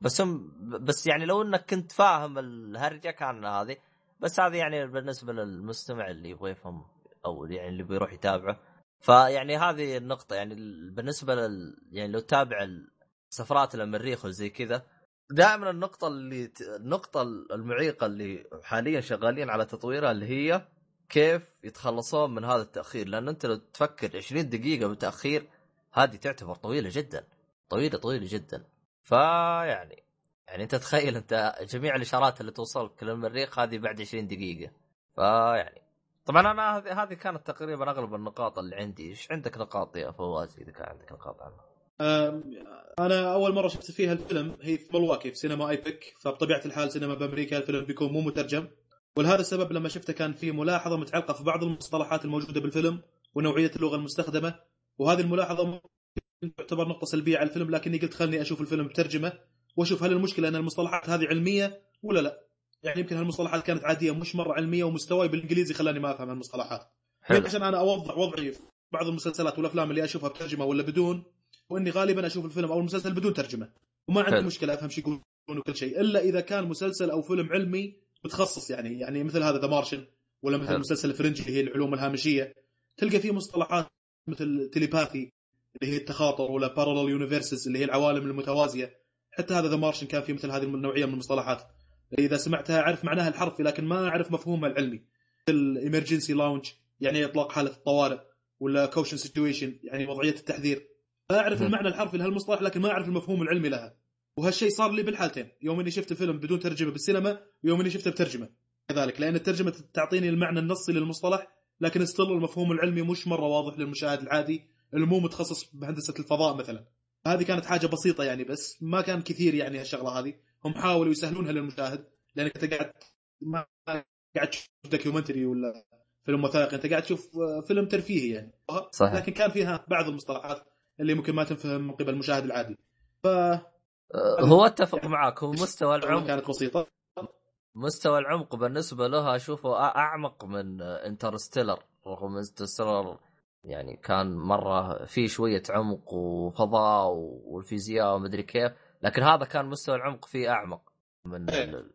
بس يعني لو انك كنت فاهم الهرجه كان هذه. بس هذه يعني بالنسبه للمستمع اللي يبغى يفهم او يعني اللي بيروح يتابعه. فيعني هذه النقطه يعني بالنسبه يعني لو تابع السفرات للمريخ وزي كذا، دائما النقطه المعيقه اللي حاليا شغالين على تطويرها اللي هي كيف يتخلصون من هذا التأخير. لأن أنت لو تفكر 20 دقيقة بتأخير هذه تعتبر طويلة جدا، طويلة جدا. فيعني أنت تخيل أنت جميع الإشارات اللي توصلك للمريخ هذه بعد 20 دقيقة. فيعني طبعا أنا هذه كانت تقريبا أغلب النقاط اللي عندي. إيش عندك نقاط يا فواز إذا كان عندك نقاط عنها؟ أنا أول مرة شفت فيها الفيلم هي في ملواكي في سينما آيبك، فبطبيعة الحال سينما بأمريكا الفيلم بيكون مو مترجم، ولهذا السبب لما شفته كان في ملاحظة متعلقة في بعض المصطلحات الموجودة بالفيلم ونوعية اللغة المستخدمة، وهذه الملاحظة ممكن تعتبر نقطة سلبية على الفيلم، لكني قلت خلني أشوف الفيلم بترجمة وأشوف هل المشكلة أن المصطلحات هذه علمية ولا لا. يعني يمكن هالمصطلحات كانت عادية مش مرة علمية، ومستواي بالإنجليزي خلاني ما أفهم المصطلحات. عشان أنا أوضح وضعي في بعض المسلسلات والأفلام اللي أشوفها بترجمة ولا بدون، وإني غالبا أشوف الفيلم أو المسلسل بدون ترجمة، وما عندي مشكلة أفهم شيء يقولون وكل شيء، إلا إذا كان مسلسل أو فيلم علمي متخصص يعني مثل هذا ذا مارشن، ولا مثل مسلسل فرنجي اللي هي العلوم الهامشية، تلقى فيه مصطلحات مثل تيليباثي اللي هي التخاطر، ولا بارالل يونيفرسز اللي هي العوالم المتوازية. حتى هذا ذا مارشن كان فيه مثل هذه النوعية من المصطلحات، إذا سمعتها أعرف معناها الحرفي لكن ما أعرف مفهومها العلمي. الإمرجنسي لاونج يعني إطلاق حالة الطوارئ، ولا كوشن سيتويشن يعني وضعية التحذير. أعرف المعنى الحرفي لهالمصطلح لكن ما أعرف المفهوم العلمي لها، وهالشيء صار لي بالحالتين، يوم إني شفت الفيلم بدون ترجمة بالسينما ويوم إني شفته بترجمة كذلك، لأن الترجمة تعطيني المعنى النصي للمصطلح لكن استل المفهوم العلمي مش مرة واضح للمشاهد العادي اللي مو متخصص بهندسة الفضاء مثلا. هذه كانت حاجة بسيطة يعني، بس ما كان كثير يعني هالشغلة هذه. هم حاولوا يسهلونها للمشاهد لأنك أنت قاعد تشوف دوكيومنتري ولا فيلم وثائقي، أنت قاعد تشوف فيلم ترفيهي يعني. صحيح. لكن كان فيها بعض المصطلحات اللي ممكن ما تنفهم من قبل المشاهد العادي. هو اتفق معك، هو مستوى العمق كانت بسيطة. مستوى العمق بالنسبة له أشوفه أعمق من انترستيلر، رغم انترستيلر يعني كان مرة فيه شوية عمق وفضاء والفيزياء ومدري كيف، لكن هذا كان مستوى العمق فيه أعمق من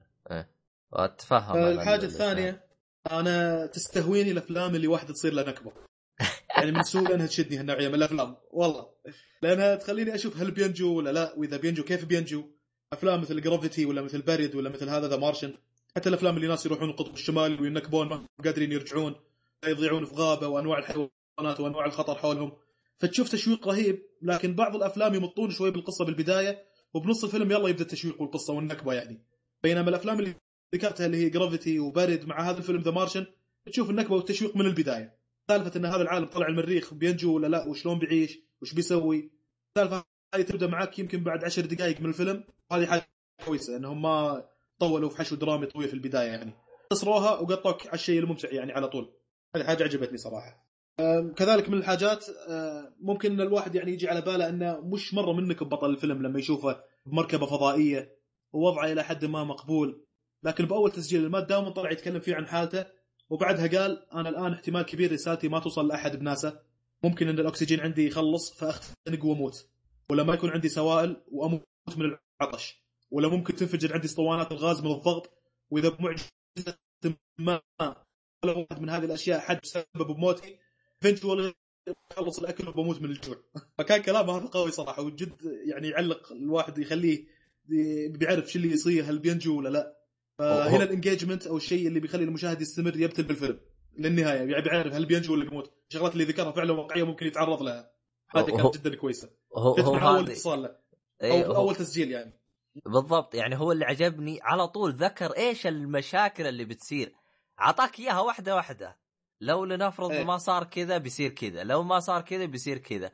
أتفهم. الحاجة الثانية، أنا تستهويني الأفلام اللي واحدة تصير لها نكبة. يعني من سوء أنها تشدني هالنوعية من الأفلام والله، لأنها تخليني أشوف هل بينجو ولا لا، وإذا بينجو كيف بينجو. أفلام مثل جرافيتي ولا مثل بارد ولا مثل هذا ذا مارشن، حتى الأفلام اللي ناس يروحون القطب الشمالي وينكبون ما قادرين يرجعون، يضيعون في غابة وأنواع الحيوانات وأنواع الخطر حولهم، فتشوف تشويق رهيب. لكن بعض الأفلام يمطون شوي بالقصة بالبداية، وبنص الفيلم يلا يبدأ التشويق والقصة والنكبة يعني. بينما الأفلام اللي ذكرتها اللي هي جرافيتي وبارد مع هذا الفيلم ذا مارشن، تشوف النكبة والتشويق من البداية. سالفة أن هذا العالم طلع المريخ بينجو ولا لا، وشلون بيعيش وش بيسوي، سالفة هاي تبدأ معك يمكن بعد 10 دقائق من الفيلم. وهذه حاجة كويسة أنهم ما طولوا في حشو درامي طويل في البداية، يعني قصروها وقطعوك على الشيء الممتع يعني على طول. هذه حاجة عجبتني صراحة. كذلك من الحاجات ممكن أن الواحد يعني يجي على باله أنه مش مرة منك ببطل الفيلم لما يشوفه بمركبة فضائية ووضعه إلى حد ما مقبول، لكن بأول تسجيل المات داوم طلع يتكلم فيه عن حالته، وبعدها قال أنا الآن احتمال كبير رسالتي ما توصل لأحد بناسا، ممكن أن الأكسجين عندي يخلص فأختنق وأموت، ولا ما يكون عندي سوائل وأموت من العطش، ولا ممكن تنفجر عندي اسطوانات الغاز من الضغط، وإذا بمعجزة ما ولا واحد من هذه الأشياء حد سبب بموتي eventually خلص الأكل وبموت من الجوع. فكان كلامه هذا قوي صراحة، وجد يعني يعلق الواحد يخليه بيعرف شو اللي يصير، هل بينجو ولا لا. فهنا الانجيجمنت او الشيء اللي بيخلي المشاهد يستمر يبتل بالفيلم للنهايه، يعني بيعرف هل بينجو ولا بيموت. الشغلات اللي ذكرها فعلا واقعيه ممكن يتعرض لها، هذه كانت جدا كويسه. هو اول اتصال له او اول تسجيل يعني بالضبط. يعني هو اللي عجبني على طول ذكر ايش المشاكل اللي بتصير، عطاك اياها واحده واحده. لو لنفرض ما صار كذا بيصير كذا، لو ما صار كذا بيصير كذا.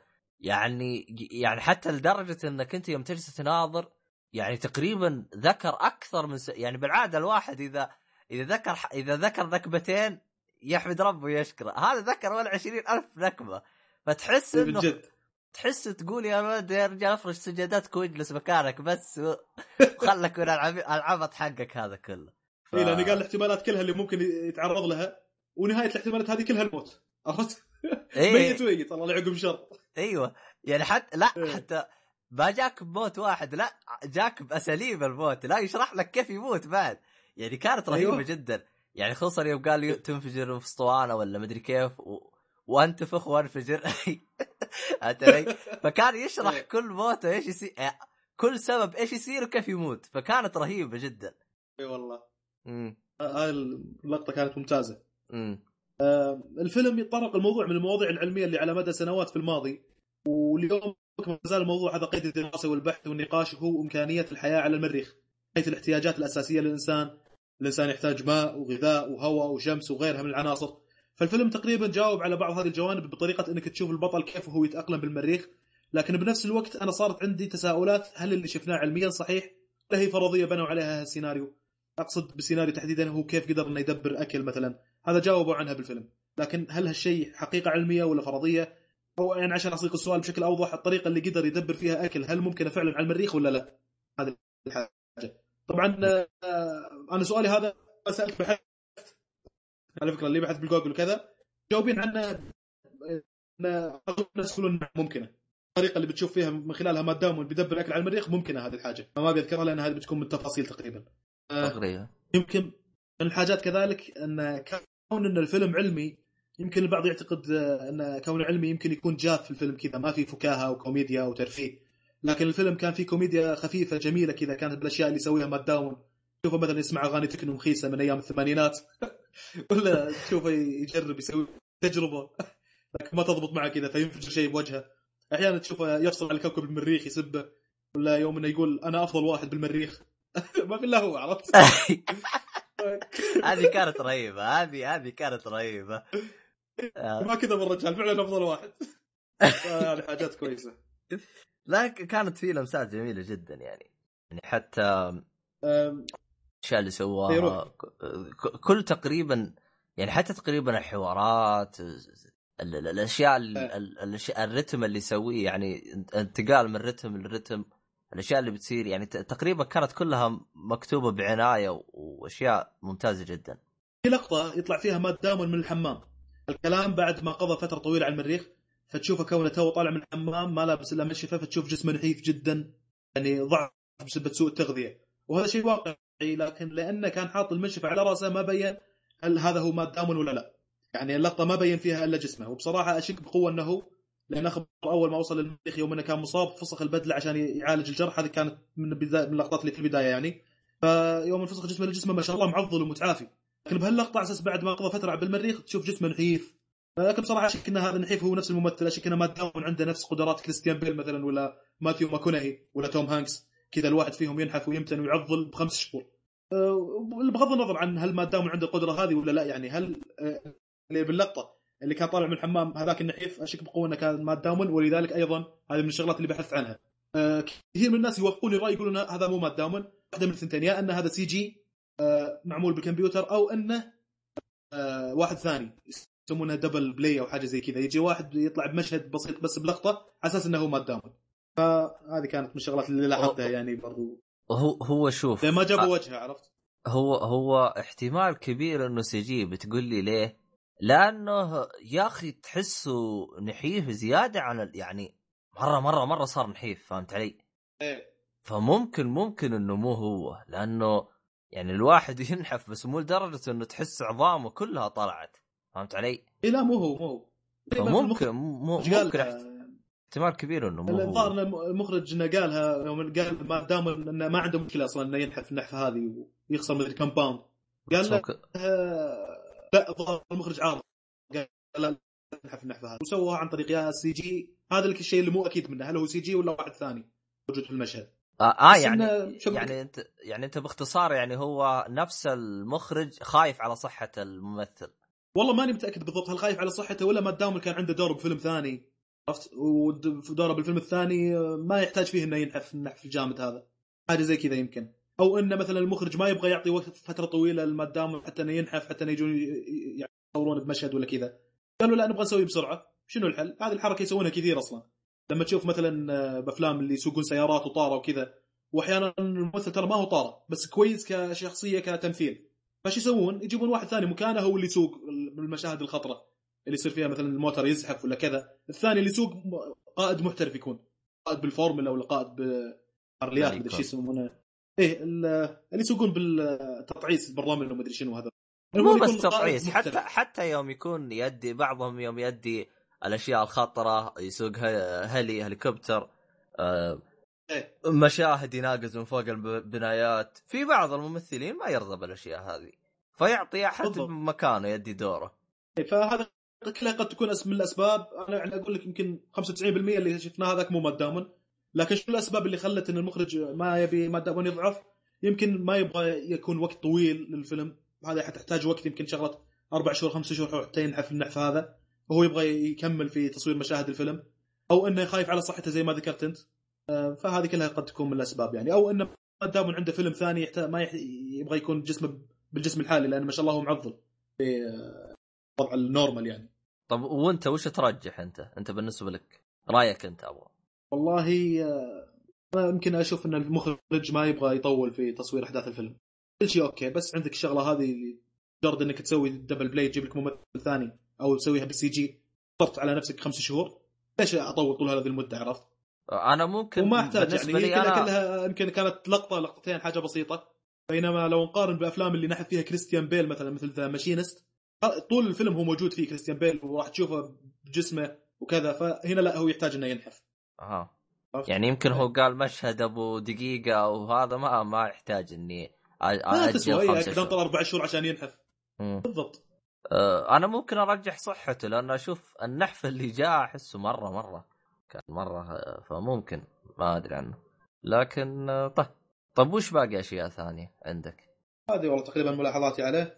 يعني حتى لدرجه انك انت يوم تجلس تناظر يعني تقريبا ذكر اكثر من يعني بالعاده الواحد اذا ذكر نكبتين يحمد ربه ويشكره، هذا ذكر ولا 20,000 نكبه. فتحس انه بجد تحس تقول يا ولد يا رجال افرش سجاداتك واجلس مكانك بس وخلك من العبط حقك هذا كله. اي لاني قال الاحتمالات كلها اللي ممكن يتعرض لها، ونهايه الاحتمالات هذه كلها الموت. عرفت؟ ميت الله لا يعقب شر. ايوه يعني حتى ما جاك بموت واحد، لا جاك باساليب الموت، لا يشرح لك كيف يموت بعد. يعني كانت رهيبه أيوة. جدا. يعني خصوصا يوم قال تنفجر في اسطوانه ولا مدري كيف وانتفخ وانفجر فكان يشرح كل موته ايش يصير، كل سبب ايش يصير وكيف يموت، فكانت رهيبه جدا. اي والله. هاي اللقطه كانت ممتازه. الفيلم يتطرق الموضوع من المواضيع العلميه اللي على مدى سنوات في الماضي، واليوم ما زال الموضوع هذا قيد الدراسه والبحث والنقاش، هو امكانيه الحياه على المريخ، حيث الاحتياجات الاساسيه للانسان يحتاج ماء وغذاء وهواء وشمس وغيرها من العناصر. فالفيلم تقريبا جاوب على بعض هذه الجوانب بطريقه انك تشوف البطل كيف هو يتاقلم بالمريخ، لكن بنفس الوقت انا صارت عندي تساؤلات، هل اللي شفناه علميا صحيح ولا هي فرضيه بنوا عليها السيناريو؟ اقصد بالسيناريو تحديدا هو كيف قدر انه يدبر اكل مثلا، هذا جاوبوا عنها بالفيلم، لكن هل هالشيء حقيقه علميه ولا فرضيه؟ او يعني عشان اصيغ السؤال بشكل اوضح، الطريقه اللي قدر يدبر فيها اكل هل ممكنه فعلا على المريخ ولا لا؟ هذه الحاجه. طبعا انا سؤالي هذا سالت بحث على فكره، اللي بحث بالجوجل وكذا جاوبين عنه الناس يقولون ممكنه، الطريقه اللي بتشوف فيها من خلالها ما دام بيدبر اكل على المريخ ممكنه هذه الحاجه، ما بيذكرها لان هذه بتكون من التفاصيل تقريبا. يمكن من الحاجات كذلك ان كون ان الفيلم علمي، يمكن البعض يعتقد ان كونه علمي يمكن يكون جاف في الفيلم كذا، ما في فكاهه وكوميديا وترفيه، لكن الفيلم كان فيه كوميديا خفيفه جميله كذا، كانت بالاشياء اللي يسويها مات داون. شوفه مثلا يسمع اغاني تكنو مخيسه من ايام الثمانينات ولا تشوفه يجرب يسوي تجربه لكن ما تضبط معه كذا فينفجر شيء بوجهه. احيانا تشوفه يفصل على كوكب المريخ يسبه، ولا يوم انه يقول انا افضل واحد بالمريخ ما في الا هو، عرفت؟ هذه كانت رهيبه، هذه كانت رهيبه. ما كذا الرجال فعلا افضل واحد. هذه حاجات كويسه، لكن كانت فيه لمسات جميله جدا يعني حتى الاشياء اللي سواها كل تقريبا، يعني حتى تقريبا الحوارات، الاشياء الرتم اللي يسويه، يعني انتقال من رتم لرتم، الاشياء اللي بتصير يعني تقريبا كانت كلها مكتوبه بعنايه واشياء ممتازه جدا. في لقطه يطلع فيها مات دامون من الحمام، الكلام بعد ما قضى فتره طويله على المريخ، فتشوفه كونه تو طالع من الحمام ما لابس الا منشفه، فتشوف جسمه نحيف جدا، يعني ضعف بسبب سوء التغذيه، وهذا شيء واقعي، لكن لانه كان حاط المنشفه على راسه ما بين هل هذا هو مات دامون ولا لا، يعني اللقطه ما بين فيها الا جسمه. وبصراحه اشك بقوه انه، لان اخبر اول ما وصل للمريخ يوم انه كان مصاب فسخ البدله عشان يعالج الجرح، هذه كانت من اللقطات اللي في البدايه يعني، فيوم انفسخ جسمه ما شاء الله معضل ومتعافي، لكن بهاللقطه على اساس بعد ما قضى فتره بالمريخ تشوف جسمه نحيف، لكن بصراحه اشك ان هذا النحيف هو نفس الممثل، اشك انه ما داون عنده نفس قدرات كريستيان بيل مثلا ولا ماثيو ماكونهي ولا توم هانكس، كذا الواحد فيهم ينحف ويمتن ويعضل ب5 شهور. بغض النظر عن هل ما داون عنده القدره هذه ولا لا، يعني هل اللي باللقطه اللي كان طالع من الحمام هذاك النحيف اشك بقوه انه كان مات داون، ولذلك ايضا هذه من الشغلات اللي بحثت عنها. كثير من الناس يوافقون الراي يقولون هذا مو مات داون، واحده من الثنتين، يا ان هذا سي جي معمول بالكمبيوتر، او انه واحد ثاني يسمونه دبل بلاي او حاجه زي كذا، يجي واحد يطلع بمشهد بسيط بس بلقطه على اساس انه هو مات داون. فهذه كانت من الشغلات اللي لاحظتها يعني برضو. هو شوف ما جابوا وجهه، عرفت؟ هو احتمال كبير انه سي جي. بتقول لي ليه؟ لانه يا اخي تحسه نحيف زياده عن يعني مره صار نحيف، فهمت علي؟ ايه فممكن انه مو هو، لانه يعني الواحد ينحف بس مو لدرجه انه تحس عظامه كلها طلعت، فهمت علي؟ إيه لا مو هو ممكن احتمال كبير انه مو هو. الظاهر المخرج انه قالها يوم قال ما دام انه ما عنده مشكله اصلا انه ينحف النحفه هذه ويخسر من الكومباوند، قال له لا الظاهر المخرج عارض، قال لا ينحف النحفه هذه، وسووها عن طريق يا سي جي. هذا الشيء اللي مو اكيد منه هل هو سي جي ولا واحد ثاني موجود في المشهد. يعني انت باختصار يعني هو نفس المخرج خايف على صحه الممثل. والله ماني متاكد بالضبط هل خايف على صحته ولا ما دام كان عنده دور بفيلم ثاني، عرفت. ودوره بالفيلم الثاني ما يحتاج فيه انه ينحف النحف الجامد هذا، حاجه زي كذا يمكن. او ان مثلا المخرج ما يبغى يعطي وقت فتره طويله لما دام حتى انه ينحف، حتى انه يجون يصورون بمشهد ولا كذا. قالوا لا نبغى نسوي بسرعه. شنو الحل؟ هذه الحركه يسوونها كثير اصلا. لما تشوف مثلا بافلام اللي يسوقون سيارات وطاره وكذا، واحيانا الممثل ترى ما هو طاره بس كويس كشخصيه كتمثيل، فايش يسوون؟ يجيبون واحد ثاني مكانه هو اللي يسوق بالمشاهد الخطره اللي يصير فيها مثلا الموتر يزحف ولا كذا. الثاني اللي يسوق قائد محترف، يكون قائد بالفورمولا ولا قائد بالعرليات مدري شو يسمونه، ايه اللي يسوقون بالتطعيس بالرمل وما ادري شنو هذا. مو بس تطعيس، حتى يوم يكون يدي بعضهم يوم يدي الاشياء الخطره، يسوق هليكوبتر، مشاهد يناقز من فوق البنايات. في بعض الممثلين ما يرضى بالاشياء هذه، فيعطي احد مكانه يدي دوره. فهذا كلها قد تكون من الاسباب. انا يعني اقول لك يمكن 95% اللي شفناه هذاك مو مادامن، لكن شو الاسباب اللي خلت ان المخرج ما يبي مادامن يضعف؟ يمكن ما يبغى يكون وقت طويل للفيلم هذا، حتحتاج وقت يمكن شغله 4 شهور 5 شهور حتى ينحف النحف هذا، وهو يبغى يكمل في تصوير مشاهد الفيلم، او انه خايف على صحته زي ما ذكرت انت. فهذه كلها قد تكون من الاسباب يعني. او انه مادامن عنده فيلم ثاني ما يبغى يكون جسمه بالجسم الحالي، لان ما شاء الله هو معضل في وضع النورمال يعني. طب وانت وش ترجح؟ انت بالنسبه لك رايك انت ابو؟ والله يمكن اشوف ان المخرج ما يبغى يطول في تصوير احداث الفيلم. كل شيء اوكي، بس عندك الشغله هذه مجرد انك تسوي دبل بلاي تجيب لك ممثل ثاني او تسويها بالسي جي، طرت على نفسك 5 شهور، ليش اطول طول هذه المده؟ عرفت. انا ممكن وما احتاج يعني لي أنا... كلها يمكن كانت لقطتين حاجه بسيطه. بينما لو نقارن بافلام اللي نحت فيها كريستيان بيل مثلا مثل ذا ماشينست، طول الفيلم هو موجود فيه كريستيان بيل وراح تشوفه بجسمه وكذا، فهنا لا هو يحتاج انه ينحف. يعني يمكن هو قال مشهد ابو دقيقه وهذا ما يحتاج اني اجل 5 شهور. ننطر 4 شهور عشان ينحف. بالضبط. انا ممكن ارجح صحته، لان اشوف النحف اللي جاء احسه مره كان مره، فممكن ما ادري عنه. لكن طب وش باقي اشياء ثانيه عندك؟ هذه والله تقريبا ملاحظاتي عليه.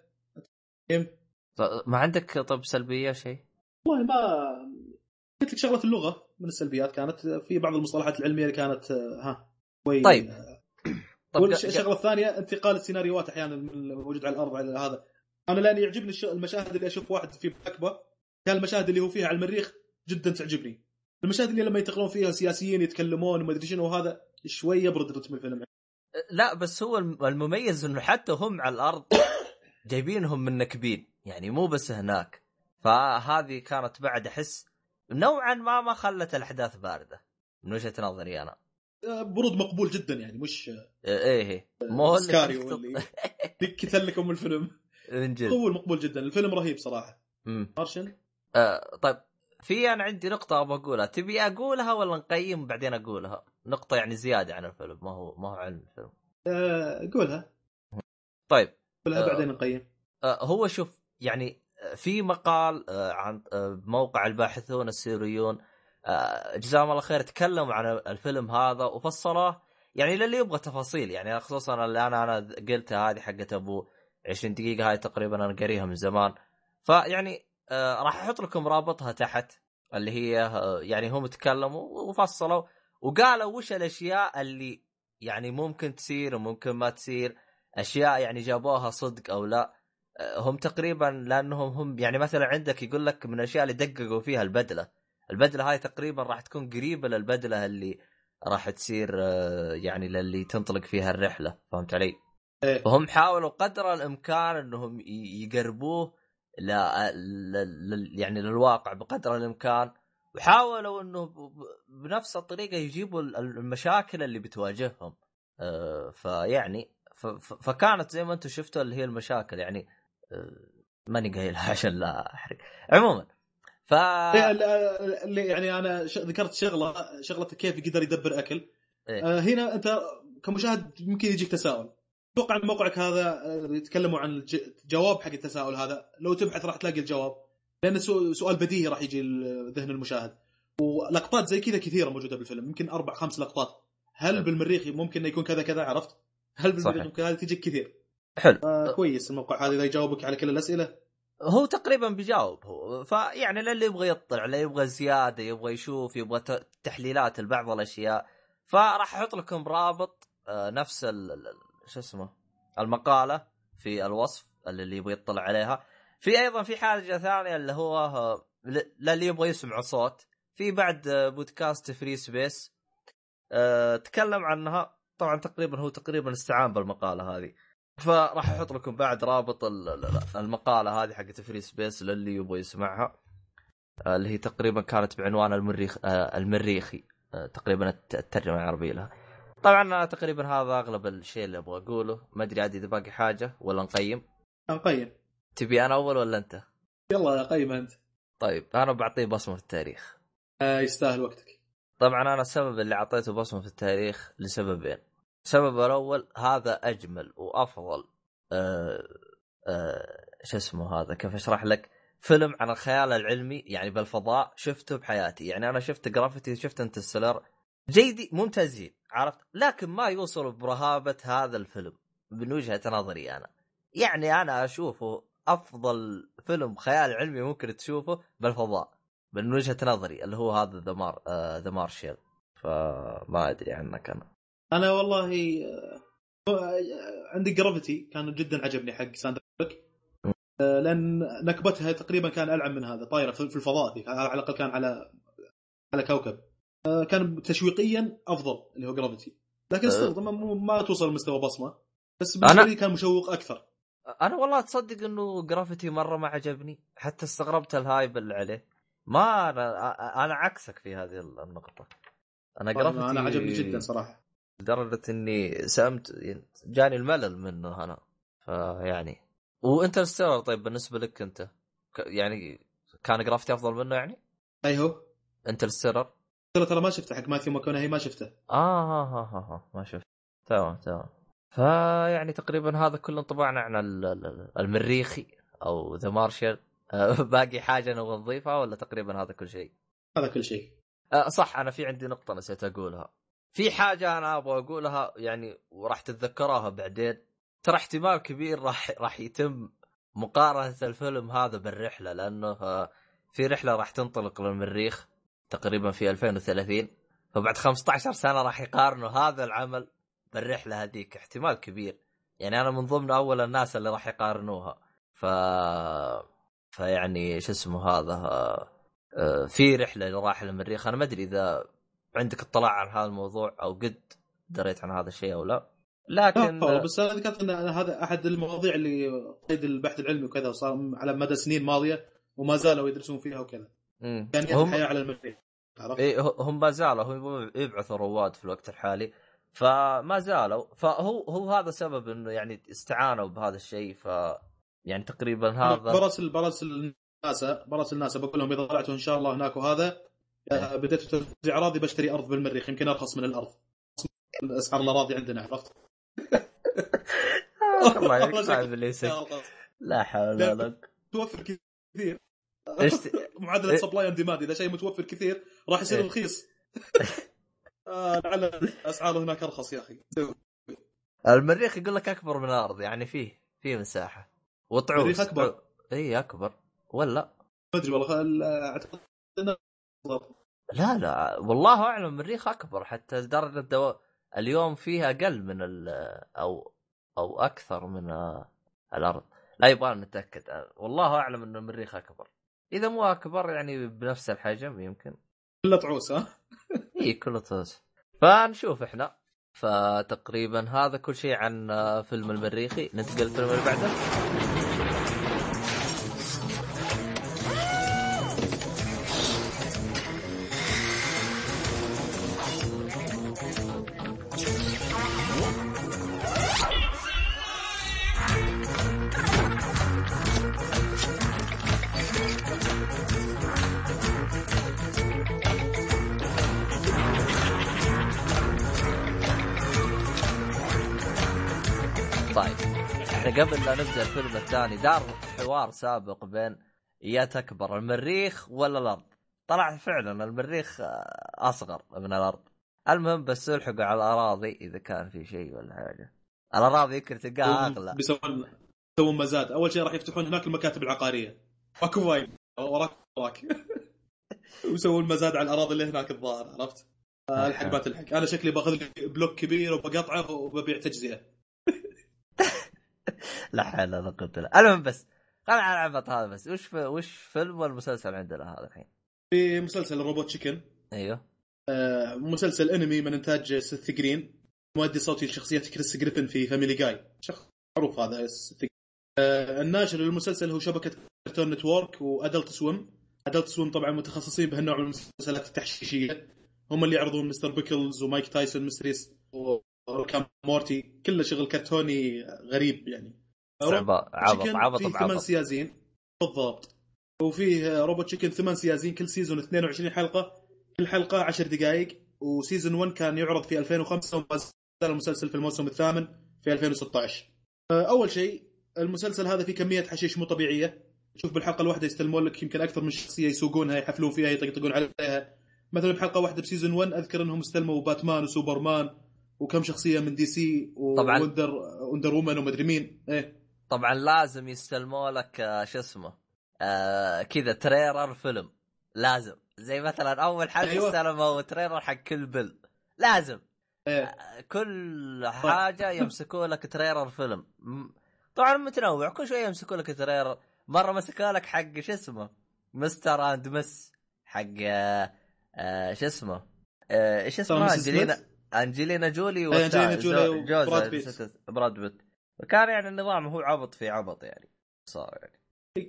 ما عندك طب سلبيه شيء؟ والله ما قلت لك شغله اللغه من السلبيات كانت في بعض المصطلحات العلميه اللي كانت طيب والشغله الثانيه انتقال السيناريوهات احيانا من الموجود على الارض على هذا. انا لاني يعجبني المشاهد اللي اشوف واحد في مكبه، كان المشاهد اللي هو فيها على المريخ جدا تعجبني. المشاهد اللي لما ينتقلون فيها سياسيين يتكلمون وما ادري شنو، هذا شويه يبرد رتم الفيلم. لا بس هو المميز انه حتى هم على الارض جايبينهم من نكبين، يعني مو بس هناك. فهذه كانت بعد احس نوعا ما خلت الاحداث بارده من وجهه نظري انا. برود مقبول جدا يعني، مش ايه مو سكاريو اللي يكتلكم الفيلم. قبول مقبول جدا. الفيلم رهيب صراحه. مارشن. طيب في انا عندي نقطه ابغى اقولها، تبي اقولها ولا نقيم بعدين اقولها؟ نقطه يعني زياده عن الفيلم، ما هو عن الفيلم. قولها. طيب قولها بعدين نقيم. هو شوف يعني في مقال عن موقع الباحثون السوريون، جزاهم الله خير، تكلموا عن الفيلم هذا وفصلوه يعني للي يبغى تفاصيل، يعني خصوصا اللي انا قلتها هذه حقت ابو 20 دقيقه، هاي تقريبا انا قاريها من زمان. فيعني راح احط لكم رابطها تحت، اللي هي يعني هم تكلموا وفصلوا وقالوا وش الاشياء اللي يعني ممكن تصير وممكن ما تصير، اشياء يعني جابوها صدق او لا. هم تقريبا لانهم هم يعني مثلا عندك يقول لك من الاشياء اللي دققوا فيها البدله هاي تقريبا راح تكون قريبه للبدله اللي راح تصير يعني للي تنطلق فيها الرحله، فهمت علي؟ فهم حاولوا قدر الامكان انهم يقربوه يعني للواقع بقدر الامكان، وحاولوا انه بنفس الطريقه يجيبوا المشاكل اللي بتواجههم. فيعني فكانت زي ما انتم شفتوا اللي هي المشاكل، يعني ماني قايلها عشان لا احرق. عموما اللي يعني انا ذكرت شغله كيف يقدر يدبر اكل. إيه؟ هنا انت كمشاهد ممكن يجيك تساؤل. اتوقع ان موقعك هذا يتكلموا عن الجواب حق التساؤل هذا، لو تبحث راح تلاقي الجواب، لان سؤال بديهي راح يجي لذهن المشاهد. ولقطات زي كذا كثيره موجوده بالفيلم، يمكن 4-5 لقطات. هل بالمريخ ممكن انه يكون كذا عرفت؟ هل بالمريخ ممكن هذه تجيك كثير. حلو. كويس الموقع هذا اذا يجاوبك على كل الاسئله هو تقريبا بيجاوب هو، فيعني للي يبغى يطلع، اللي يبغى زياده، يبغى يشوف، يبغى تحليلات لبعض الاشياء، فراح احط لكم رابط نفس شو اسمه المقاله في الوصف اللي يبغى يطلع عليها. في ايضا في حاجه ثانيه اللي هو للي يبغى يسمع صوت، في بعد بودكاست فري سبيس تكلم عنها، طبعا تقريبا هو تقريبا استعان بالمقاله هذه، فراح احط لكم بعد رابط المقاله هذه حقت فري سبيس للي يبغى يسمعها، اللي هي تقريبا كانت بعنوان المريخي تقريبا الترجمه العربيه لها. طبعا تقريبا هذا اغلب الشيء اللي ابغى اقوله، ما ادري عاد اذا باقي حاجه ولا نقيم. نقيم. تبي انا اول ولا انت؟ يلا قيم انت. طيب انا بعطيه بصمه في التاريخ. يستاهل وقتك. طبعا انا السبب اللي اعطيته بصمه في التاريخ لسببين. السبب الاول هذا اجمل وافضل شو اسمه هذا، كيف اشرح لك، فيلم عن الخيال العلمي يعني بالفضاء شفته بحياتي. يعني انا شفت جرافيتي، شفت انترستيلر، جيدي ممتازين عرفت، لكن ما يوصلوا برهابة هذا الفيلم من وجهة نظري انا. يعني انا اشوفه افضل فيلم خيال علمي ممكن تشوفه بالفضاء من وجهة نظري، اللي هو هذا ذا مارشال. فما ادري عنك انا والله عندي جرافيتي كان جدا عجبني حق ساندرك، لان نكبتها تقريبا كان العب من هذا، طايره في الفضاء ذيك، على الاقل كان على كوكب، كان تشويقيا افضل اللي هو جرافيتي، لكن ما توصل لمستوى بصمه، بس بالنسبه لي كان مشوق اكثر. انا والله تصدق انه جرافيتي مره ما عجبني، حتى استغربت الهايب اللي عليه. ما انا عكسك في هذه النقطه. انا جرافيتي انا عجبني جدا صراحه، لدرجه اني سأمت، جاني الملل منه انا. فيعني وانترستيلر، طيب بالنسبه لك انت يعني كان جرافيتي افضل منه يعني؟ اي هو انترستيلر ترى ما شفته حق ماثيو ماكونهي، ما شفته. ما شفت. تمام. فيعني تقريبا هذا كل انطباعنا عن المريخي او ذا مارشال. باقي حاجه نبغى نضيفها ولا تقريبا هذا كل شيء؟ هذا كل شيء. صح، انا في عندي نقطه نسيت اقولها. في حاجه انا ابغى اقولها يعني وراح تتذكرها بعدين. ترى احتمال كبير راح يتم مقارنه الفيلم هذا بالرحله، لانه في رحله راح تنطلق للمريخ تقريبا في 2030، فبعد 15 سنه راح يقارنوا هذا العمل بالرحله هذيك، احتمال كبير. يعني انا من ضمن اول الناس اللي راح يقارنوها. فيعني شو اسمه هذا، في رحله اللي راح للمريخ. انا ما ادري اذا عندك اطلاع عن هذا الموضوع او قد دريت عن هذا الشيء او لا، لكن بس انا ذكرت ان هذا احد المواضيع اللي قيد البحث العلمي وكذا، وصار على مدى سنين ماضيه وما زالوا يدرسون فيها وكذا. يعني الحياه على المريخ، هم ما زالوا هم يبعثوا رواد في الوقت الحالي، فما زالوا. فهو هذا سبب انه يعني استعانوا بهذا الشيء. ف يعني تقريبا هذا براسل الناس بقول لهم اذا طلعتوا ان شاء الله هناك وهذا بديت توزيع اراضي، بشتري ارض بالمريخ يمكن ارخص من الارض، اسعار الاراضي عندنا عرفت. الله يقطع بالليسك. لا حول ولا قوه. توفر كثير معادله سبلاي اند ديماند، اذا شيء متوفر كثير راح يصير رخيص. لعل اسعاره هناك ارخص يا اخي. المريخ يقول لك اكبر من الارض، يعني فيه مساحه وطعوس. المريخ اكبر؟ اي اكبر ولا ما ادري والله، اعتقد لا والله اعلم المريخ اكبر، حتى درجه اليوم فيها اقل من او اكثر من الارض. لا يبغى نتاكد، والله اعلم ان المريخ اكبر، اذا مو اكبر يعني بنفس الحجم يمكن. كله طعوس اي كله طعوس. فنشوف احنا. فتقريبا هذا كل شيء عن فيلم المريخي. ننتقل الفيلم اللي بعده. قبل لا نبدأ الفيلم الثاني دار حوار سابق بين يا تكبر المريخ ولا الأرض. طلع فعلا المريخ أصغر من الأرض. المهم بس يلحقوا على الأراضي إذا كان في شيء ولا حاجة. الأراضي يمكن تلقاها أغلى. يسوون مزاد. اول شيء راح يفتحون هناك المكاتب العقاريه ماكو وايد وراك ويسوون مزاد على الاراضي اللي هناك الظاهر. عرفت؟ الحق ما تلحق. انا شكلي باخذ لي بلوك كبير وبقطعه وببيع تجزئه. لا حول ولا قوه الا. المهم بس خلينا على العبط هذا بس. وش فيلم والمسلسل عندنا هذا الحين؟ في مسلسل روبوت تشيكن. ايوه. مسلسل انمي من انتاج سيث جرين، مؤدي صوتي لشخصيه كريس جريفن في فاميلي جاي، شخص معروف هذا سيث. الناشر للمسلسل هو شبكه كارتون نتورك وادلت سويم. ادلت سويم طبعا متخصصين بهالنوع من المسلسلات التحشيشيه، هم اللي يعرضون مستر بيكلز ومايك تايسون ميستريس وكام مورتي، كله شغل كرتوني غريب يعني. عبط في 8 سيازين بالضبط، وفيه روبوت تشيكن 8 سيازين، كل سيزون 22 حلقه، كل حلقه 10 دقائق. وسيزون 1 كان يعرض في 2005 وما زال المسلسل في الموسم الثامن في 2016. اول شيء المسلسل هذا فيه كميه حشيش مو طبيعيه. شوف بالحلقه الواحده يستلمون لك يمكن اكثر من شخصيه، يسوقونها يحفلون فيها يطقطقون عليها. مثلا بحلقه واحده بسيزون 1 اذكر انهم استلموا باتمان وسوبرمان وكم شخصيه من دي سي وندر وومن ومدري مين. ايه طبعا لازم يستلموا لك شو اسمه كذا تريلر فيلم، لازم زي مثلا اول حلقه أيوة. استلموا تريلر حق كل بل لازم. كل حاجه يمسكوا لك تريلر فيلم. طبعا متنوع، كل شويه يمسكوا لك تريلر. مره مسكوا لك حق شو اسمه مستر اند مس حق شو اسمه ايش اسمه انجلينا جولي براد بيت. كان يعني النظام هو عبط في عبط يعني صار يعني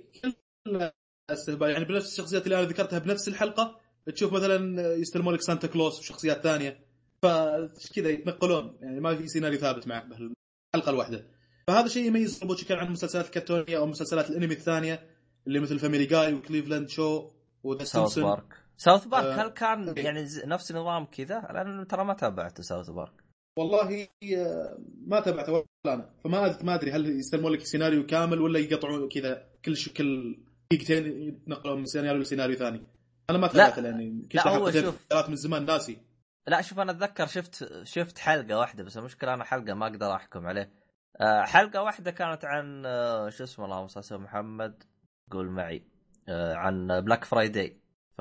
استهبال يعني بنفس الشخصيات اللي انا ذكرتها بنفس الحلقه. تشوف مثلا يستلمون لك سانتا كلوس وشخصيات ثانيه، فكذا يتنقلون يعني ما في سيناريو ثابت معك بالحلقه الواحده. فهذا شيء يميز روبوت تشيكن عن المسلسلات الكرتونيه او مسلسلات الانمي الثانيه اللي مثل فاميلي جاي وكليفلاند شو وذا سيمبسون. ساوث بارك هل كان يعني نفس النظام كذا؟ لأن ترى ما تابعته ساوث بارك والله، ما تابعته ولا أنا، فما أدري هل يستلمون لك سيناريو كامل ولا يقطعون كذا كل دقيقتين ينقلون من سيناريو لسيناريو ثاني. أنا ما تابعته لأني كنت حلقات من زمان ناسي. لا شوف أنا أتذكر شفت حلقة واحدة بس. المشكلة أنا حلقة ما أقدر أحكم عليه. حلقة واحدة كانت عن شو اسمه اللهم صل على محمد قول معي عن بلاك فرايداي.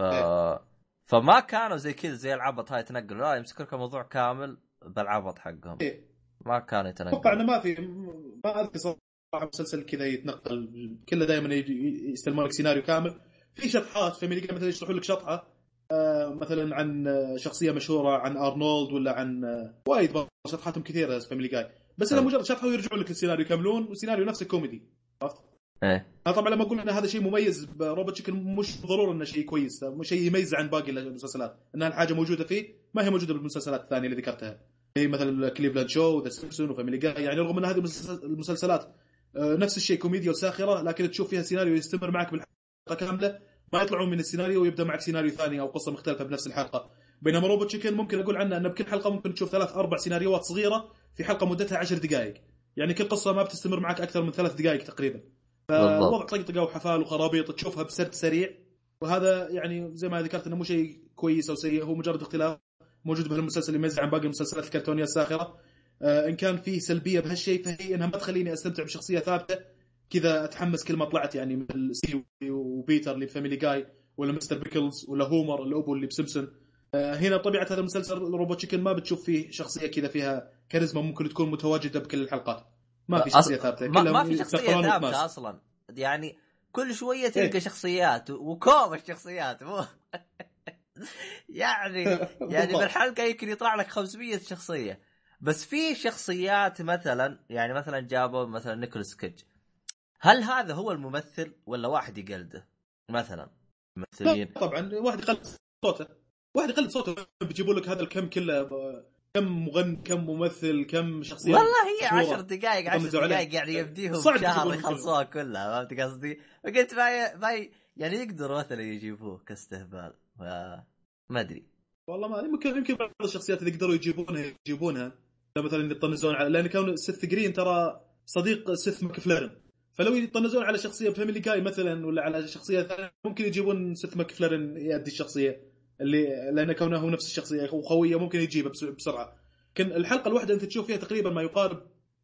فما كانوا زي كذا زي العبط هاي تنقل، لا يمسكوا لك الموضوع كامل بالعبط حقهم. ما كان يتنقل. اتوقع انه ما اذكر صراحه مسلسل كذا يتنقل كله، دائما يستلمون لك سيناريو كامل. في شطحات فاميلي جاي مثلا يشرحوا لك شطحه مثلا عن شخصيه مشهوره، عن ارنولد ولا عن وايد شطحاتهم كثيره فاميلي جاي، بس انه مجرد شطحه ويرجعون لك السيناريو يكملون، والسيناريو نفسه كوميدي. عرفت؟ ايه طبعا لما اقول ان هذا شيء مميز بروبوت تشيكن مش ضروري انه شيء كويس، مش شيء يميز عن باقي المسلسلات، ان الحاجه موجوده فيه ما هي موجوده بالمسلسلات الثانيه اللي ذكرتها، هي مثلا كليفلاند شو وذا سيمبسون وفاميلي جاي. يعني رغم ان هذه المسلسلات نفس الشيء كوميديا وساخره، لكن تشوف فيها سيناريو يستمر معك بالحلقه كامله، ما يطلعون من السيناريو ويبدا معك سيناريو ثاني او قصه مختلفه بنفس الحلقه. بينما روبوت تشيكن ممكن اقول عنه ان بكل حلقه ممكن تشوف 3-4 سيناريوهات صغيره في حلقه مدتها 10 دقائق، يعني كل قصه ما بتستمر معك اكثر من 3 دقائق تقريبا. فوضع طقطقه وحفال وخرابيط تشوفها بسرد سريع، وهذا يعني زي ما ذكرت انه مو شيء كويس او سيء، هو مجرد اختلاف موجود بهالمسلسل اللي يميز عن باقي المسلسلات الكرتونيه الساخره. ان كان فيه سلبيه بهالشيء فهي انها ما تخليني استمتع بشخصيه ثابته كذا اتحمس كل ما طلعت، يعني مثل سي وبيتر اللي بفاميلي جاي، ولا مستر بيكلز، ولا هومر الابو اللي بسمسون. هنا طبيعه هذا المسلسل روبوت تشيكن ما بتشوف فيه شخصيه كذا فيها كاريزما ممكن تكون متواجده بكل الحلقات، ما في شخصية ثابتة. ما في شخصية ثابتة أصلا، يعني كل شوية تلقى شخصيات وكوم الشخصيات مو يعني بالحلقة يمكن يطلع لك 500 شخصية، بس في شخصيات مثلا يعني مثلا جابوا مثلا نيكولاس كيدج، هل هذا هو الممثل ولا واحد يقلده مثلا ممثلين؟ طبعا واحد يقلد صوته بيجيبوا لك هذا الكم كله، كم مغني كم ممثل كم شخصية. والله هي 10 دقائق يعني يبديهم شهر يخلصوها كلها، فهمت قصدي؟ وقلت باي يعني يقدروا مثلا يجيبوه كاستهبال، ما ادري والله ما يمكن بعض الشخصيات اللي يقدروا يجيبونها مثلا يطنزون على، لان كون سيث جرين ترى صديق سيث ماكفلارن، فلو يطنزون على شخصيه بفاميلي جاي مثلا ولا على شخصيه ثانيه ممكن يجيبون سيث ماكفلارن يؤدي الشخصيه اللي، لان كونه هو نفس الشخصيه وخويه ممكن يجيبها بسرعه. كان الحلقه الواحده انت تشوف فيها تقريبا ما يقارب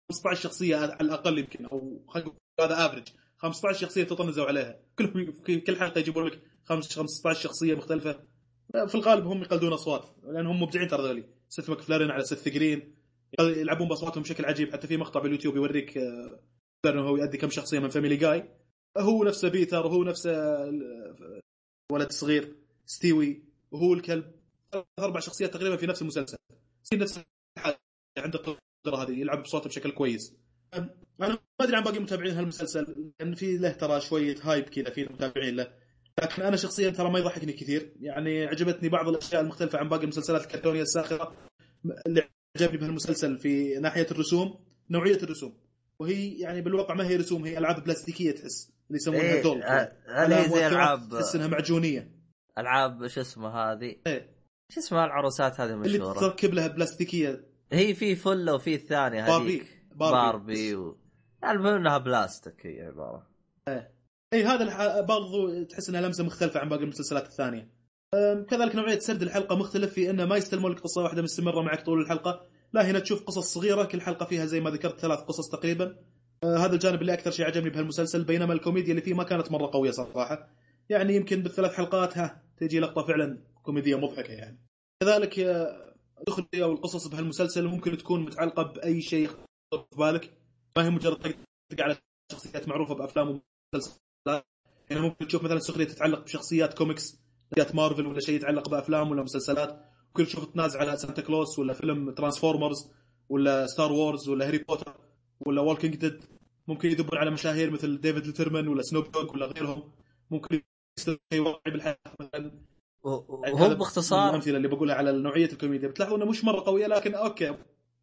15 شخصيه على الاقل يمكن، او خلينا نقول هذا افريج 15 شخصيه تطنزوا عليها، كل حلقه يجيبوا لك 15 شخصيه مختلفه. في الغالب هم يقلدون اصوات لان هم مبدعين ترى ذولي. سيث ماكفلارين على سيث جرين يلعبون باصواتهم بشكل عجيب. حتى في مقطع باليوتيوب يوريك انه هو يؤدي كم شخصيه من فاميلي جاي، هو نفسه بيتر وهو نفسه ولد صغير ستيوي وهو الكلب، 4 شخصيات تقريبا في نفس المسلسل، في نفس الحاجه. عنده القدره هذه يلعب بصوته بشكل كويس. انا ما ادري عن باقي متابعين هالمسلسل، لان في له ترى شويه هايب كذا في متابعين له، لكن انا شخصيا ترى ما يضحكني كثير. يعني عجبتني بعض الاشياء المختلفه عن باقي المسلسلات الكرتونيه الساخره. اللي عجبني بهالمسلسل في ناحيه الرسوم، نوعيه الرسوم، وهي يعني بالواقع ما هي رسوم، هي العاب بلاستيكيه تحس اللي يسمونها دول. هذه زي العاب تحس انها معجونيه. العاب شو اسمه هذه ايه شو اسمها العروسات هذه اللي مشهوره تركب لها بلاستيكيه. هي في فله وفي الثانيه هذيك باربي المهم انها بلاستيك هي عباره. اي هذا برضو تحس انها لمسه مختلفه عن باقي المسلسلات الثانيه. كذلك نوعيه سرد الحلقه مختلف في انه ما يستلمون لك قصه واحده مستمره معك طول الحلقه، لا هنا تشوف قصص صغيره كل حلقه فيها زي ما ذكرت 3 قصص تقريبا. هذا الجانب اللي اكثر شيء عجبني بهالمسلسل. بينما الكوميديا اللي فيه ما كانت مره قويه صراحه، يعني يمكن بالثلاث حلقات تجي لقطه فعلا كوميديا مضحكه يعني. كذلك دخل او القصص بهالمسلسل ممكن تكون متعلقه باي شيء في بالك، ما هي مجرد طق على شخصيات معروفه بافلام ومسلسلات. يعني ممكن تشوف مثلا سخريه تتعلق بشخصيات كوميكس شخصيات مارفل، ولا شيء يتعلق بافلام ولا مسلسلات. ممكن تشوف تنازع على سانتا كلوس ولا فيلم ترانسفورمرز ولا ستار وورز ولا هاري بوتر ولا والكينج ديد. ممكن يذبون على مشاهير مثل ديفيد ليترمان ولا سنوب دوغ ولا غيرهم. ممكن يستوي واقعي بالحياه مثلا. هو باختصار الامثله اللي بقولها على نوعيه الكوميديا بتلاحظوا انه مش مره قويه، لكن اوكي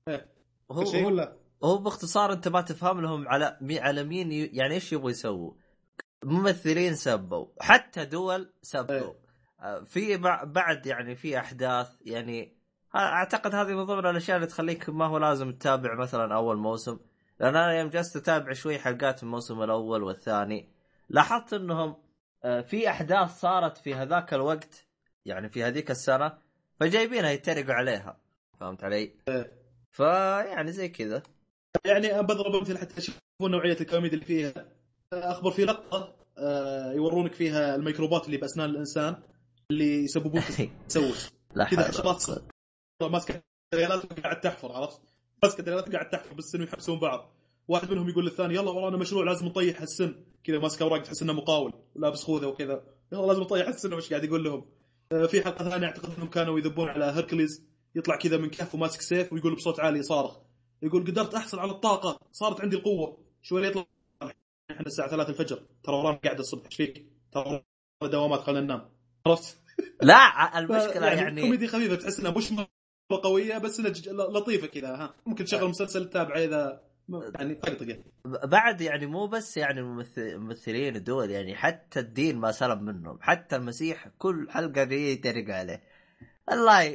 هو باختصار انت ما تفهم لهم على مين يعني ايش يبغوا يسووا. ممثلين سبوا، حتى دول سبوا. في بعد يعني في احداث، يعني اعتقد هذه من ضمن الاشياء اللي تخليك ما هو لازم تتابع مثلا اول موسم. لان انا يوم جلست اتابع شوي حلقات الموسم الاول والثاني لاحظت انهم في احداث صارت في هذاك الوقت، يعني في هذيك السنه، فجايبينها يتريقوا عليها. فهمت علي؟ فيعني زي كذا. يعني بضرب مثل حتى تشوفون نوعيه الكوميديا اللي فيها. اخبر في لقطه يورونك فيها الميكروبات اللي باسنان الانسان اللي يسببون تسوس كذا، حشرات ماسكه ديالات قاعد تحفر، عرفت؟ ماسكه ديالات قاعد تحفر بالسن ويحبسون بعض. واحد منهم يقول للثاني يلا ورانا مشروع لازم نطيح السن، كذا ماسك اوراق تحس انه مقاول ولابس خوذه وكذا، يلا لازم نطيح السن. وش قاعد يقول لهم؟ في حلقه ثانيه اعتقد انهم كانوا يذبون على هيركليز، يطلع كذا من كهف وماسك سيف ويقول بصوت عالي صارخ، يقول قدرت احصل على الطاقه، صارت عندي القوه. شوي يطلع احنا الساعه 3 الفجر، ترى ورانا قاعده الصبح، ايش فيك؟ ترى دوامات خلينا ننام، عرفت؟ لا المشكله يعني كوميدي خفيفه تحس انها مش قويه بس انها لطيفه كذا. ممكن تشغل مسلسل تتابعه اذا يعني طقطقه. بعد يعني مو بس يعني الممثلين الدول، يعني حتى الدين ما سلم منهم. حتى المسيح كل حلقه يتريق عليه الله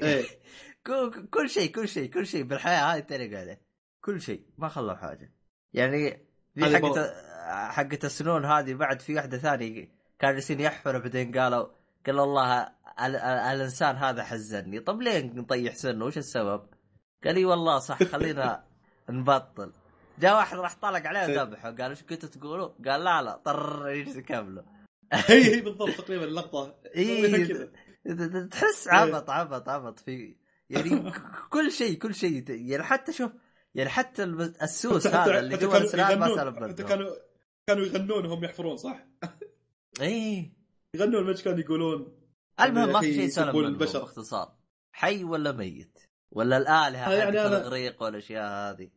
كل شيء بالحياه هاي يتريق عليه، كل شيء ما خلوا حاجه. يعني في حقة السنون هذه بعد في واحدة ثانية كان يصير يحفر، بعدين قال الله الإنسان هذا حزني. طب ليه نطيح سنه؟ وش السبب؟ قال لي والله صح خلينا نبطل. جاء واحد راح طلق عليه ذبحه، قال ايش كنتوا تقولوا؟ قال لا طر يكملوا. هي بالضبط تقريبا اللقطة تحس عبط في يعني كل شيء يعني حتى شوف يعني حتى السوس هذا اللي جوا السنان ما سلم منه. كانوا يغنون وهم يحفرون صح؟ يغنون مش كانوا يقولون. المهم ما في شيء سلم منه باختصار، حي ولا ميت ولا الآلهة يعني الإغريق والأشياء هذه.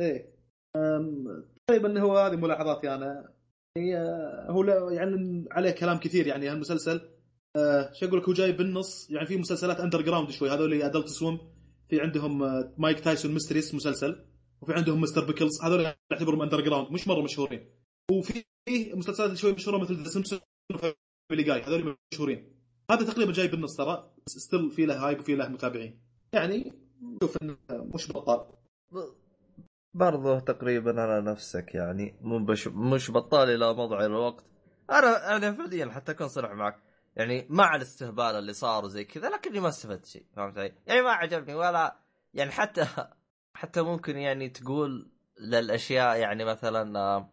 طيب انه هو هذه ملاحظاتي انا. هو يعني عليه كلام كثير يعني هالمسلسل. شو اقول لك، هو جاي بالنص يعني في مسلسلات اندر جراوند شوي، هذول اللي ادلت سوم، في عندهم مايك تايسون ميستريس مسلسل، وفي عندهم مستر بيكلز، هذول نعتبرهم اندر جراوند مش مره مشهورين. وفي مسلسلات شوي مشهوره مثل ذا سيمبسون وفاميلي جاي، هذول مشهورين. هذا تقريبا جاي بالنص ترى، بس ستيل في له هايب وفي له متابعين. يعني شوف انه مش بطال برضه تقريبا على نفسك، يعني مش بطال الى مضع الوقت. انا فعليا حتى اكون صريح معك، يعني مع الاستهبال اللي صار وزي كذا، لكني ما استفدت شيء. فهمت علي؟ يعني ما عجبني ولا يعني حتى ممكن يعني تقول للاشياء يعني مثلا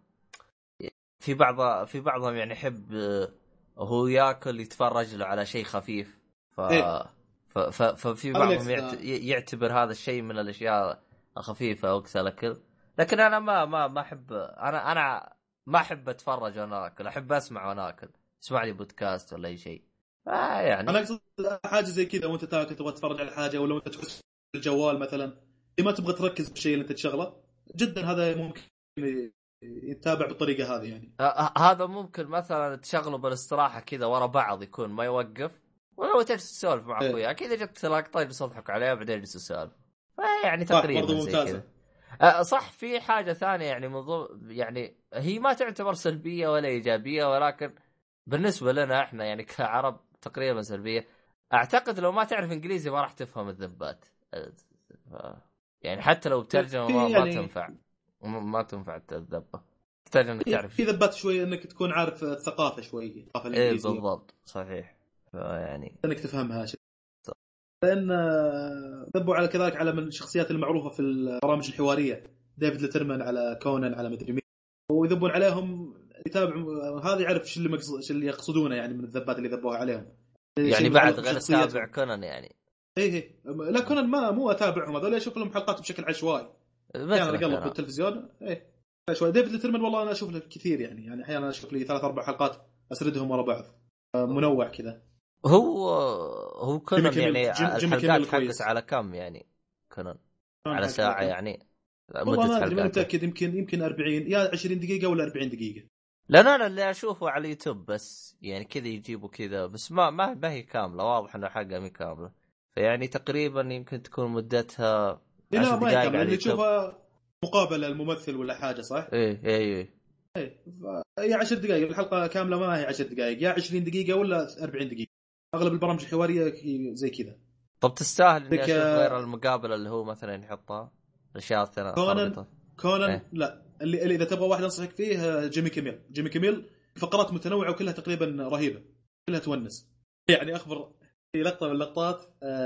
في بعضهم يعني يحب هو ياكل يتفرج له على شيء خفيف إيه. ففي هذا بعضهم الإكسترا. يعتبر هذا الشيء من الاشياء الخفيفه وقت الاكل. لكن انا ما احب، انا ما احب اتفرج وانا اكل، احب اسمع وانا اكل، اسمع لي بودكاست ولا اي شيء انا يعني. اقصد حاجه زي كذا وانت تاكل تبغى تتفرج على حاجه، ولا انت تحس الجوال مثلا ما تبغى تركز بالشيء اللي انت تشغله، جدا هذا ممكن يتابع بالطريقه هذه يعني. هذا ممكن مثلا تشغله بالاستراحه كذا ورا بعض، يكون ما يوقف، ولو تجلس تسولف مع إيه. اخويا كذا جت لقطه يجلس يضحك عليها بعدين يجلس يسولف، يعني صح، برضو تقريبا زي ممتازه. كذا. صح. في حاجه ثانيه يعني يعني هي ما تعتبر سلبيه ولا ايجابيه، ولكن بالنسبه لنا احنا يعني كعرب تقريبا سلبيه. اعتقد لو ما تعرف انجليزي ما راح تفهم الذبات. يعني حتى لو ترجمه في ما يعني تنفع، ما تنفع الذبه، تحتاج انك تعرف في ذبات شوي انك تكون عارف الثقافه شوي، الثقافه ايه الانجليزيه، بالضبط صحيح. يعني انك تفهمها شيء. لان ذبوا على كذلك على من الشخصيات المعروفه في البرامج الحواريه، ديفيد ليترمان، على كونان، على مدري مين، ويذبون عليهم. يتابع هذا يعرف ايش اللي يقصدونه يعني من الذبات اللي ذبوها عليهم، يعني شيء بعد متعلق غير تابع بشخصيتهم. كونان يعني. ايه لا كونان ما مو اتابعهم، هذول اشوف لهم حلقات بشكل عشوائي، احيانا مثلك اقلب انا. بالتلفزيون. ايه شوي. ديفيد ليترمان والله انا اشوف له كثير يعني احيانا اشوف لي 3-4 حلقات اسردهم ورا بعض، منوع كذا. هو جيمي كونان كيميل يعني جيمي الحلقات كيميل حقت كويس. على كم يعني كونان؟ كونان على حق على ساعة كم؟ يعني والله مدة ما ادري، ماني حلقاته؟ متاكد، يمكن 40 يا 20 دقيقه ولا 40 دقيقه. لان انا اللي اشوفه على اليوتيوب بس يعني كذا يجيبوا كذا بس ما هي كاملة، واضح انه حلقة مي كاملة، فيعني تقريبا يمكن تكون مدتها لا 10 ما هي دقائق كامله، على اللي اليوتيوب. تشوفها مقابله الممثل ولا حاجه، صح؟ ايه ايه ايه. ايه هي 10 دقائق الحلقه كامله، ما هي 10 دقائق، يا 20 دقيقه ولا 40 دقيقه. اغلب البرامج الحواريه زي كذا. طب تستاهل اني لك اشوف غير المقابلة اللي هو مثلا يحطها الاشياء الثانية كونان. خربطة؟ كونان ايه لا، اللي اذا تبغى واحد انصحك فيه جيمي كيميل. جيمي كيميل فقرات متنوعه وكلها تقريبا رهيبه، كلها تونس. يعني اخبر في لقطه من اللقطات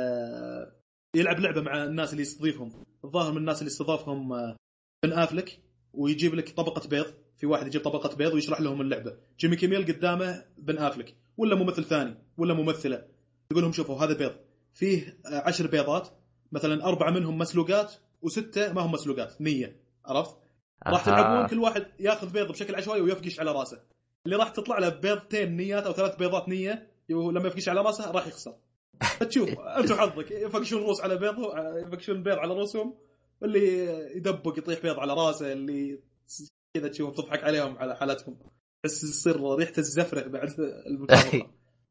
يلعب لعبه مع الناس اللي يستضيفهم، الظاهر من الناس اللي استضافهم بن افلك، ويجيب لك طبقه بيض، في واحد يجيب طبقه بيض ويشرح لهم اللعبه. جيمي كيميل قدامه بن افلك ولا ممثل ثاني ولا ممثله، يقول لهم شوفوا هذا بيض فيه 10 بيضات، مثلا 4 منهم مسلوقات و6 ما هم مسلوقات نيه، عرفت؟ راح تلعبون كل واحد ياخذ بيض بشكل عشوائي ويفقش على راسه، اللي راح تطلع له بيضتين نيات او 3 بيضات نيه لما يفقش على راسه راح يخسر. فتشوف انت حظك، يفقشون روس على بيض، يفقشون بيض على رؤوسهم، واللي يدبق يطيح بيض على راسه، اللي كذا تشوف تضحك عليهم على حالتهم، بس يصير ريحه الزفره بعد المسابقه.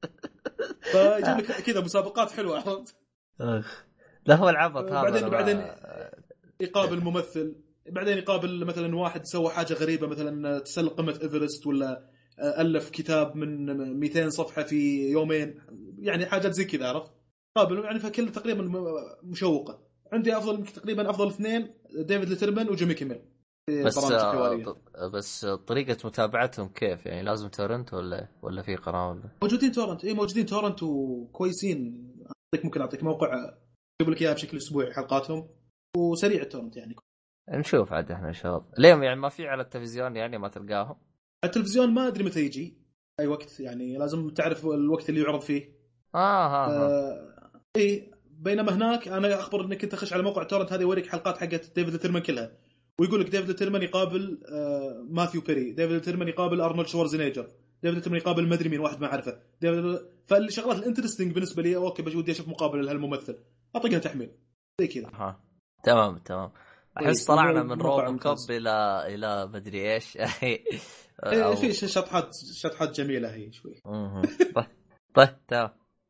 فيجيب لك كذا مسابقات حلوه، عرفت؟ لا هو العبط هذا بعدين أنا يقابل ممثل، بعدين يقابل مثلا واحد سوى حاجه غريبه، مثلا تسلق قمه ايفرست، ولا الف كتاب من 200 صفحه في يومين، يعني حاجات زي كذا، عرفت؟ قابل يعني فكل تقريبا مشوقه. عندي افضل تقريبا افضل اثنين ديفيد ليترمان وجيمي كيميل في بس برامج الحواريه. بس طريقة متابعتهم كيف يعني؟ لازم تورنت ولا في قناة ولا؟ موجودين تورنت، اي موجودين تورنت وكويسين. ممكن اعطيك موقع اجيب لك اياها بشكل اسبوعي حلقاتهم، وسريع التورنت يعني. نشوف عاد احنا ان شاء الله. اليوم يعني ما في على التلفزيون يعني ما تلقاهم؟ التلفزيون ما ادري متى يجي، اي وقت يعني، لازم تعرف الوقت اللي يعرض فيه. ها. اي بينما هناك انا اخبر انك انت تخش على موقع تورنت هذا يوريك حلقات حقت ديفيد ليترمان كلها، ويقول لك ديفيد ليترمان يقابل ماثيو بيري، ديفيد ليترمان يقابل ارنولد شوارزنيجر، ديفيد ليترمان يقابل مدري مين واحد ما اعرفه، فالشغلات الانترستنج بالنسبه لي اوكي بدي اشوف مقابله لهالممثل اطقها تحميل زي كذا. تمام. احس طلعنا من موقع روبو كوب ممتاز. الى مدري ايش. في شطحات جميله هي شوي. طيب تمام.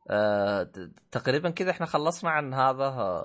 تقريبا كذا احنا خلصنا عن هذا.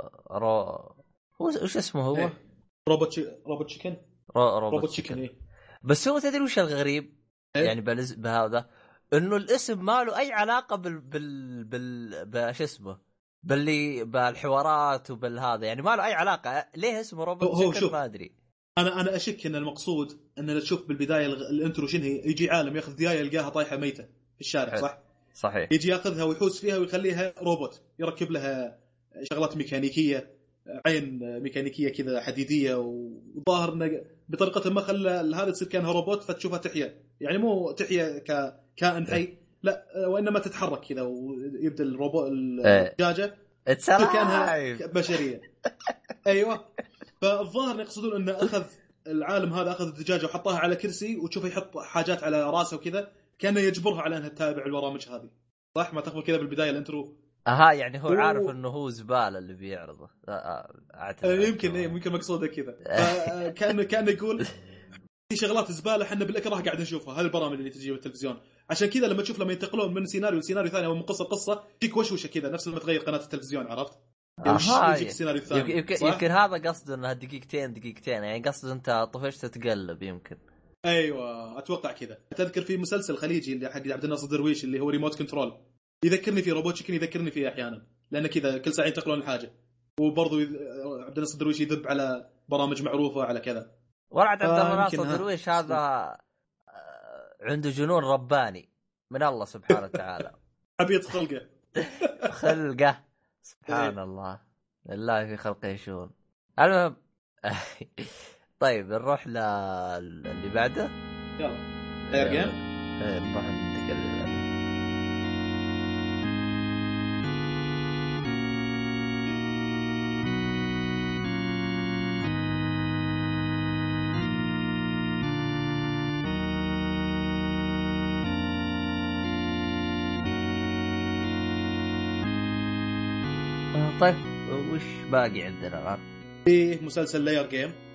وش اسمه هو؟ إيه. روبوت تشيكن. روبوت تشيكن. إيه. بس هو تدري وش الغريب؟ إيه؟ يعني بهذا انه الاسم ما له اي علاقه بش اسمه بالحوارات وبالهذا، يعني ما له اي علاقه. ليه اسمه روبوت تشيكن ما ادري. انا اشك ان المقصود ان تشوف بالبدايه الانترو شنو هي، يجي عالم ياخذ ديايه يلقاها طايحه ميته في الشارع، صح؟ صحيح. يجي ياخذها ويحوس فيها ويخليها روبوت، يركب لها شغلات ميكانيكيه، عين ميكانيكيه كذا حديديه، وظاهر انه بطريقه ما خلى هذا تصير كانها روبوت فتشوفها تحيا، يعني مو تحيا ككائن حي لا، وانما تتحرك كذا ويبدا الروبوت الدجاجه تصير كانها بشريه. ايوه، فالظاهر يقصدون انه اخذ العالم هذا، اخذ الدجاجه وحطها على كرسي وتشوفه يحط حاجات على راسه وكذا، كانه يجبرها على انها تتابع البرامج هذه. صح ما تخبر كذا بالبدايه الانترو؟ يعني هو عارف انه هو زباله اللي بيعرضه. يمكن مقصوده كذا. كان يقول في شغلات زباله احنا بالاكراه قاعد نشوفها، هذه البرامج اللي تجي بالتلفزيون. عشان كذا لما تشوف لما ينتقلون من سيناريو لسيناريو ثاني او من قصه لقصه تجيك وشوشه كذا، نفس لما تغير قناه التلفزيون، عرفت؟ يجيك السيناريو الثاني. يمكن هذا قصده انها دقيقتين يعني قصد انت طفشت تقلب يمكن. ايوه اتوقع كذا. تذكر في مسلسل خليجي اللي حق عبد الناصر درويش اللي هو ريموت كنترول، يذكرني في روبوت تشيكن، يذكرني فيه احيانا، لان كذا كل ساعه ينتقلون الحاجه، وبرضه عبد الناصر درويش يذب على برامج معروفه على كذا. ورعد عبد الناصر درويش هذا عنده جنون رباني من الله سبحانه وتعالى. عبيط خلقه سبحان الله، الله في خلقه يشون. المهم طيب نروح للي بعده. يلا غير جيم. نروح نتكلم. طيب وش باقي عندنا الآن؟ في مسلسل لاير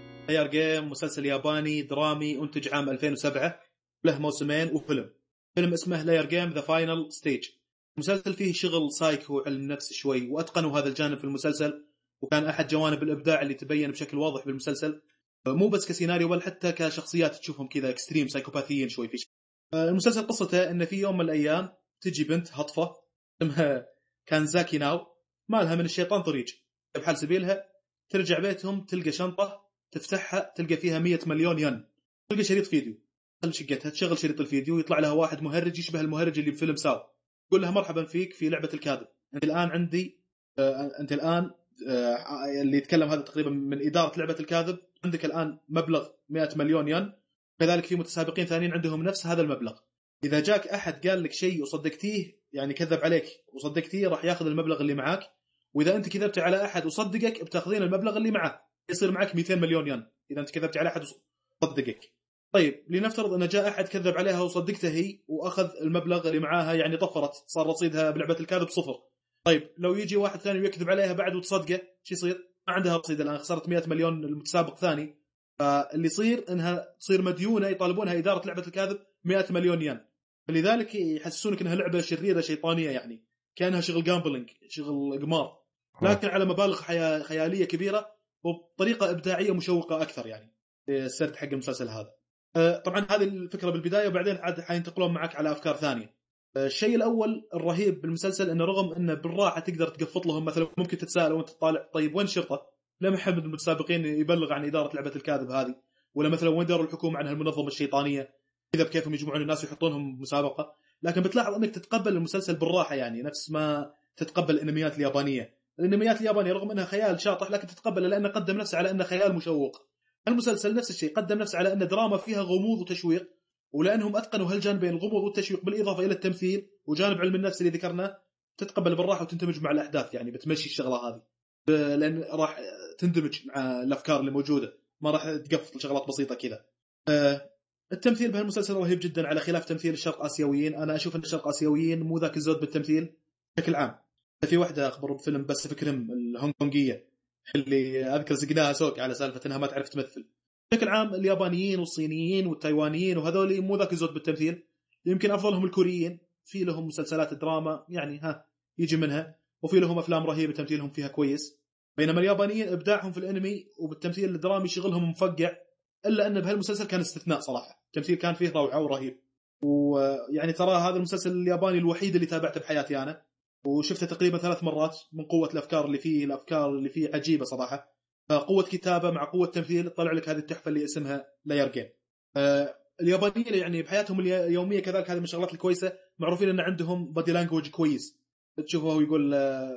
جيم مسلسل ياباني درامي أنتج عام 2007، له موسمين وفيلم اسمه لاير جيم ذا فاينل ستيج. المسلسل فيه شغل سايكو علم نفس شوي، وأتقنوا هذا الجانب في المسلسل، وكان أحد جوانب الإبداع اللي تبين بشكل واضح بالمسلسل، مو بس كسيناريو بل حتى كشخصيات تشوفهم كذا اكستريم سايكوباثيين شوي. في المسلسل قصته أن في يوم من الأيام تجي بنت هطفة اسمها كانزاكي ناو، مالها من الشيطان طريق بحال سبيلها، ترجع بيتهم تلقى شنطة تفتحها تلقى فيها 100 مليون ين، تلقى شريط فيديو، تخلي شقتها تشغل شريط الفيديو، يطلع لها واحد مهرج يشبه المهرج اللي بفيلم ساو، يقول لها مرحبا فيك في لعبة الكاذب، أنت الآن عندي أنت الآن اللي يتكلم هذا تقريبا من إدارة لعبة الكاذب، عندك الآن مبلغ 100 مليون ين، كذلك في متسابقين ثانيين عندهم نفس هذا المبلغ، إذا جاك أحد قال لك شيء وصدقتيه يعني كذب عليك وصدقتيه راح ياخذ المبلغ اللي معاك، وإذا أنت كذبت على أحد وصدقك بتاخذين المبلغ اللي معه، يصير معك 200 مليون ين إذا أنت كذبت على أحد وصدقك. طيب لنفترض أن جاء أحد كذب عليها وصدقته هي وأخذ المبلغ اللي معاها، يعني طفرت صار رصيدها بلعبة الكاذب 0. طيب لو يجي واحد ثاني ويكذب عليها بعد وتصدقه شو يصير؟ ما عندها رصيد الآن، خسرت 100 مليون المتسابق ثاني، فاللي يصير أنها تصير مديونة، يطالبونها إدارة لعبة الكاذب 100 مليون ين، فلذلك يحسسونك أنها لعبة شريرة شيطانية، يعني كأنها شغل جامبلينج شغل قمار، لكن على مبالغ خيالية كبيرة وبطريقة إبداعية مشوقة أكثر، يعني السرد حق المسلسل هذا. طبعا هذه الفكرة بالبداية، وبعدين عاد حينتقلون معك على أفكار ثانية. الشيء الأول الرهيب بالمسلسل أنه رغم أنه بالراحة تقدر تقفط لهم، مثلا ممكن تتساءل وانت تطالع طيب وين الشرطة؟ لما حد من المتسابقين يبلغ عن إدارة لعبة الكاذب هذه؟ ولا مثلا وين دار الحكومة عن هالمنظمة الشيطانية إذا بكيفهم يجمعون الناس ويحطونهم مسابقة؟ لكن بتلاحظ أنك تتقبل المسلسل بالراحة، يعني نفس ما تتقبل الأنميات اليابانية. الأنميات اليابانية رغم أنها خيال شاطح لكن تتقبله لأنه قدم نفسه على أنه خيال مشوق. المسلسل نفس الشيء، قدم نفسه على أنه دراما فيها غموض وتشويق، ولأنهم أتقنوا هالجانبين الغموض والتشويق بالإضافة إلى التمثيل وجانب علم النفس اللي ذكرناه، تتقبل بالراحة وتندمج مع الأحداث، يعني بتمشي الشغلة هذه لأن راح تندمج مع الأفكار اللي موجودة، ما راح تقفل شغلات بسيطة كذا. التمثيل بهالمسلسل رهيب جدا على خلاف تمثيل الشرق آسيويين. أنا أشوف أن الشرق آسيويين مو ذاك الزود بالتمثيل بشكل عام. في واحدة أخبر بفيلم باسيفيك ريم الهونغ كونغية اللي أذكر سقناها سوق على سالفة أنها ما تعرف تمثل. بشكل عام اليابانيين والصينيين والتايوانيين وهذولي مو ذاك الزود بالتمثيل، يمكن أفضلهم الكوريين، في لهم مسلسلات دراما يعني يجي منها، وفي لهم أفلام رهيبة تمثيلهم فيها كويس، بينما اليابانيين إبداعهم في الأنمي وبالتمثيل الدرامي شغلهم مفقع، إلا أن بهالمسلسل كان استثناء صراحة، التمثيل كان فيه روعة ورهيب. ويعني ترى هذا المسلسل الياباني الوحيد اللي تابعته بحياتي أنا، وشفته تقريبا 3 مرات من قوة الأفكار اللي فيه عجيبة صراحة. قوة كتابة مع قوة تمثيل طلع لك هذه التحفة اللي اسمها لاير جيم. اليابانيين يعني بحياتهم اليومية كذلك هذه من الشغلات الكويسة، معروفين أن عندهم بادي لانجوج كويس، تشوفه يقول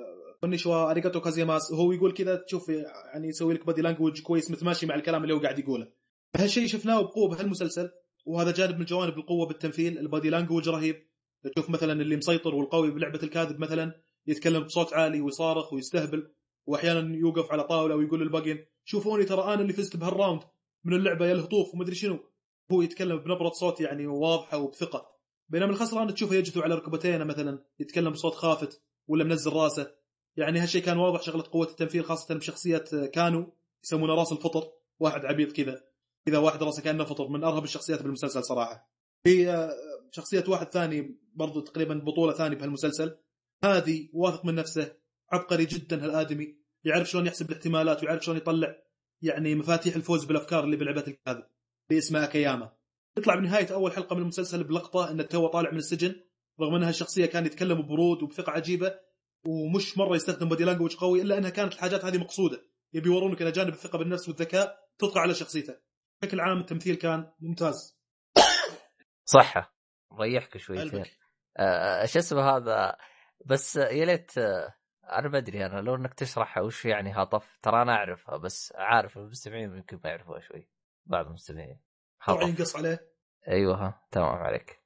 كونيشوا اريغاتو كازيماس، هو يقول كذا تشوف يعني يسوي لك بادي لانجوج كويس متماشي مع الكلام اللي هو قاعد يقوله. هالشيء شفناه بقوه بهالمسلسل، وهذا جانب من جوانب القوه بالتمثيل. البادي لانجوج رهيب، تشوف مثلا اللي مسيطر والقوي بلعبه الكاذب مثلا يتكلم بصوت عالي ويصارخ ويستهبل، واحيانا يوقف على طاوله ويقول للباقين شوفوني ترى انا اللي فزت بهالراوند من اللعبه يا الهطوف ومدري شنو. هو يتكلم بنبره صوت يعني واضحه وبثقه، بينما الخسران تشوفه يجثو على ركبتينه مثلا، يتكلم بصوت خافت ولا منزل راسه. يعني هالشيء كان واضح شغله قوه التمثيل، خاصه بشخصيه كانو يسمونه راس الفطر، واحد عبيط كذا واحد راسه كانه فطر، من ارهب الشخصيات بالمسلسل صراحه. في شخصيه واحد ثاني برضو تقريبا بطوله ثانيه بهالمسلسل، هادي واثق من نفسه، عبقري جدا هالادمي، يعرف شلون يحسب الاحتمالات ويعرف شلون يطلع يعني مفاتيح الفوز بالافكار اللي بلعبه الكاذب اللي اسمها اكياما. يطلع بنهايه اول حلقه من المسلسل بلقطه انه تو طالع من السجن، رغم انها الشخصيه كان يتكلم ببرود وبثقه عجيبه ومش مره يستخدم بودي لانجوج قوي، الا انها كانت الحاجات هذه مقصوده، يبي يورونك ان جانب الثقه بالنفس والذكاء تطغى على شخصيته. بشكل عام التمثيل كان ممتاز. صحه ريحك شويتين. قلبك. ايش اسمه هذا؟ بس يا ليت انا ما ادري، انا لو انك تشرحها وش يعني هطف، ترى انا اعرفها بس عارف المستمعين يمكن ما يعرفوها شوي، بعض المستمعين طبعا ينقص عليه. ايوه ها تمام عليك.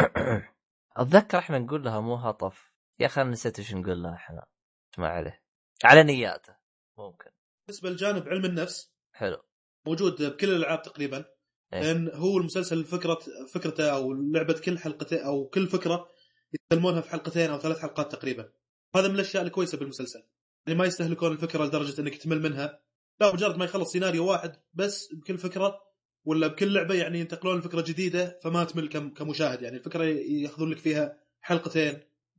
اتذكر احنا نقول لها مو هطف يا اخي، انا نسيت ايش نقول لها احنا، اسمع عليه على نياته ممكن. بالنسبه لجانب علم النفس حلو موجود بكل الالعاب تقريبا، لان هو المسلسل فكرته او لعبه كل حلقتين او كل فكره يتكلمونها في حلقتين او 3 حلقات تقريبا. هذا من الاشياء الكويسه بالمسلسل، يعني ما يستهلكون الفكره لدرجه انك تمل منها، لا مجرد ما يخلص سيناريو واحد بس بكل فكره ولا بكل لعبه يعني ينتقلون لفكره جديده، فما تمل كمشاهد. يعني الفكره ياخذون لك فيها حلقتين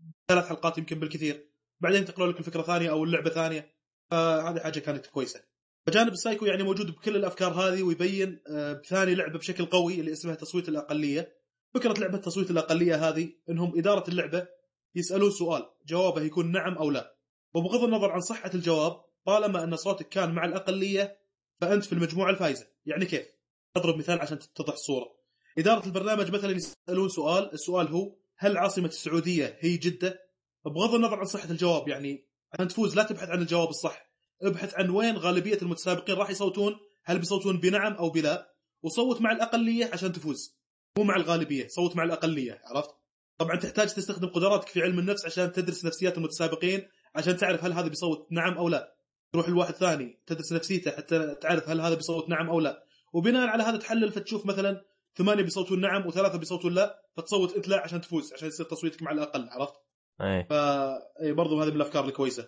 3 حلقات يمكن بالكثير، بعدين ينتقلون لك الفكره ثانيه او اللعبه ثانيه. فهذه حاجه كانت كويسه. فجانب السايكو يعني موجود بكل الافكار هذه، ويبين بثاني لعبه بشكل قوي اللي اسمها تصويت الاقليه. فكره لعبه تصويت الاقليه هذه انهم اداره اللعبه يسالون سؤال جوابه يكون نعم او لا، وبغض النظر عن صحه الجواب طالما ان صوتك كان مع الاقليه فانت في المجموعه الفائزه. يعني كيف؟ اضرب مثال عشان تتضح الصوره. اداره البرنامج مثلا يسالون السؤال هو هل عاصمه السعوديه هي جده؟ بغض النظر عن صحه الجواب، يعني عشان تفوز لا تبحث عن الجواب الصح، ابحث عن وين غالبيه المتسابقين راح يصوتون، هل بيصوتون بنعم او بلا، وصوت مع الاقليه عشان تفوز، مو مع الغالبيه، صوت مع الاقليه. عرفت؟ طبعا تحتاج تستخدم قدراتك في علم النفس عشان تدرس نفسيات المتسابقين عشان تعرف هل هذا بيصوت نعم او لا، تروح لواحد ثاني تدرس نفسيته حتى تعرف هل هذا بيصوت نعم او لا، وبناء على هذا تحلل فتشوف مثلا 8 بيصوتون نعم و3 بيصوتون لا، فتصوت انت لا عشان تفوز، عشان يصير تصويتك مع الاقل. عرفت؟ اي برضو هذه من الافكار الكويسه.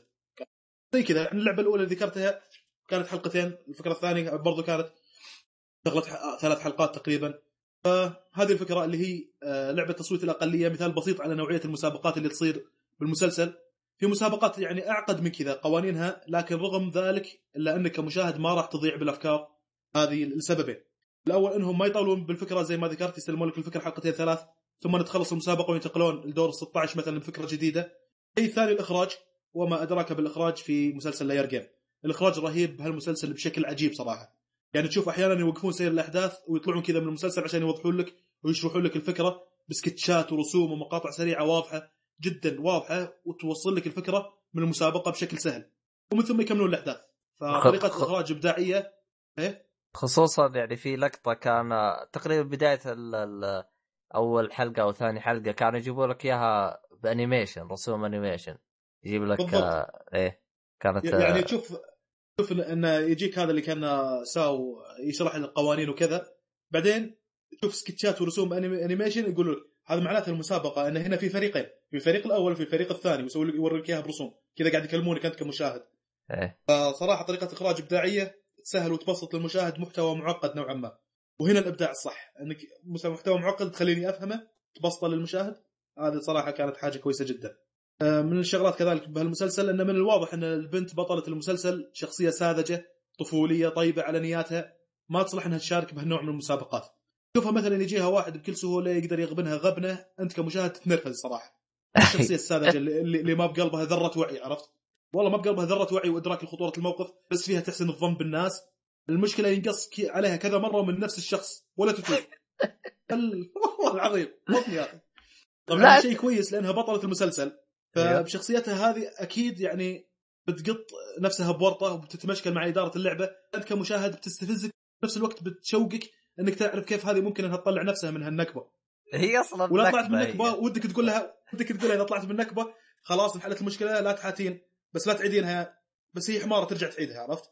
زي كذا يعني اللعبه الاولى اللي ذكرتها كانت حلقتين، الفكره الثانيه برضو كانت شغلت 3 حلقات تقريبا. فهذه الفكره اللي هي لعبه تصويت الاقليه مثال بسيط على نوعيه المسابقات اللي تصير بالمسلسل. في مسابقات يعني اعقد من كذا قوانينها، لكن رغم ذلك الا انك كمشاهد ما راح تضيع بالافكار هذه لسببين. الاول انهم ما يطولون بالفكره زي ما ذكرت، يسلمون لك الفكره حلقتين 3 ثم تخلص المسابقه وينتقلون لدور 16 مثلا بفكره جديده. الشيء الثاني الاخراج، وما ادراك بالاخراج في مسلسل لاير جيم. الاخراج رهيب بهالمسلسل بشكل عجيب صراحه، يعني تشوف احيانا يوقفون سير الاحداث ويطلعون كذا من المسلسل عشان يوضحون لك ويشرحون لك الفكره بسكتشات ورسوم ومقاطع سريعه واضحه جدا واضحه، وتوصل لك الفكره من المسابقه بشكل سهل، ومن ثم يكملون الاحداث. فطريقه الاخراج ابداعيه. ايه خصوصا يعني في لقطه كان تقريبا بدايه اول حلقه او ثاني حلقه كانوا يجيبوا لك اياها بانيميشن، رسوم انيميشن يجيب لك ايه كانت يعني تشوف انه يجيك هذا اللي كان ساو يشرح القوانين وكذا، بعدين تشوف سكتشات ورسوم انيميشن يقولوا هذا معناته المسابقه ان هنا في فريقين، في الفريق الاول وفي الفريق الثاني، ويسوي لك يوريك اياها برسوم كذا قاعد يكلمونك انت كمشاهد. ايه صراحه طريقه اخراج ابداعيه تسهل وتبسط للمشاهد محتوى معقد نوعا ما، وهنا الابداع الصح انك محتوى معقد تخليني افهمه تبسطه للمشاهد. هذه صراحه كانت حاجه كويسه جدا. من الشغلات كذلك بهالمسلسل ان من الواضح ان البنت بطلة المسلسل شخصيه ساذجه طفوليه طيبه على نياتها، ما تصلح انها تشارك بهالنوع من المسابقات. شوفها مثلا يجيها واحد بكل سهوله يقدر يغبنها غبنه، انت كمشاهد تتنرفز صراحه. الشخصيه الساذجه اللي ما بقلبها ذره وعي، عرفت؟ والله ما بقلبها ذره وعي وادراك لخطوره الموقف، بس فيها تحسن الظن بالناس. المشكله ينقص عليها كذا مره من نفس الشخص ولا تتوب. والله العظيم مطني يا اخي. طبعا شيء كويس لانها بطلة المسلسل، فبشخصيتها هذه اكيد يعني بتقط نفسها بورطه وبتتمشكل مع اداره اللعبه. انت كمشاهد بتستفزك بنفس الوقت بتشوقك انك تعرف كيف هذه ممكن انها تطلع نفسها من هالنكبه. هي اصلا ولا طلعت من النكبه ودك تقول لها اذا طلعت من النكبه خلاص انحلت المشكله لا تحاتين بس لا تعيدينها، بس هي حماره ترجع تعيدها. عرفت؟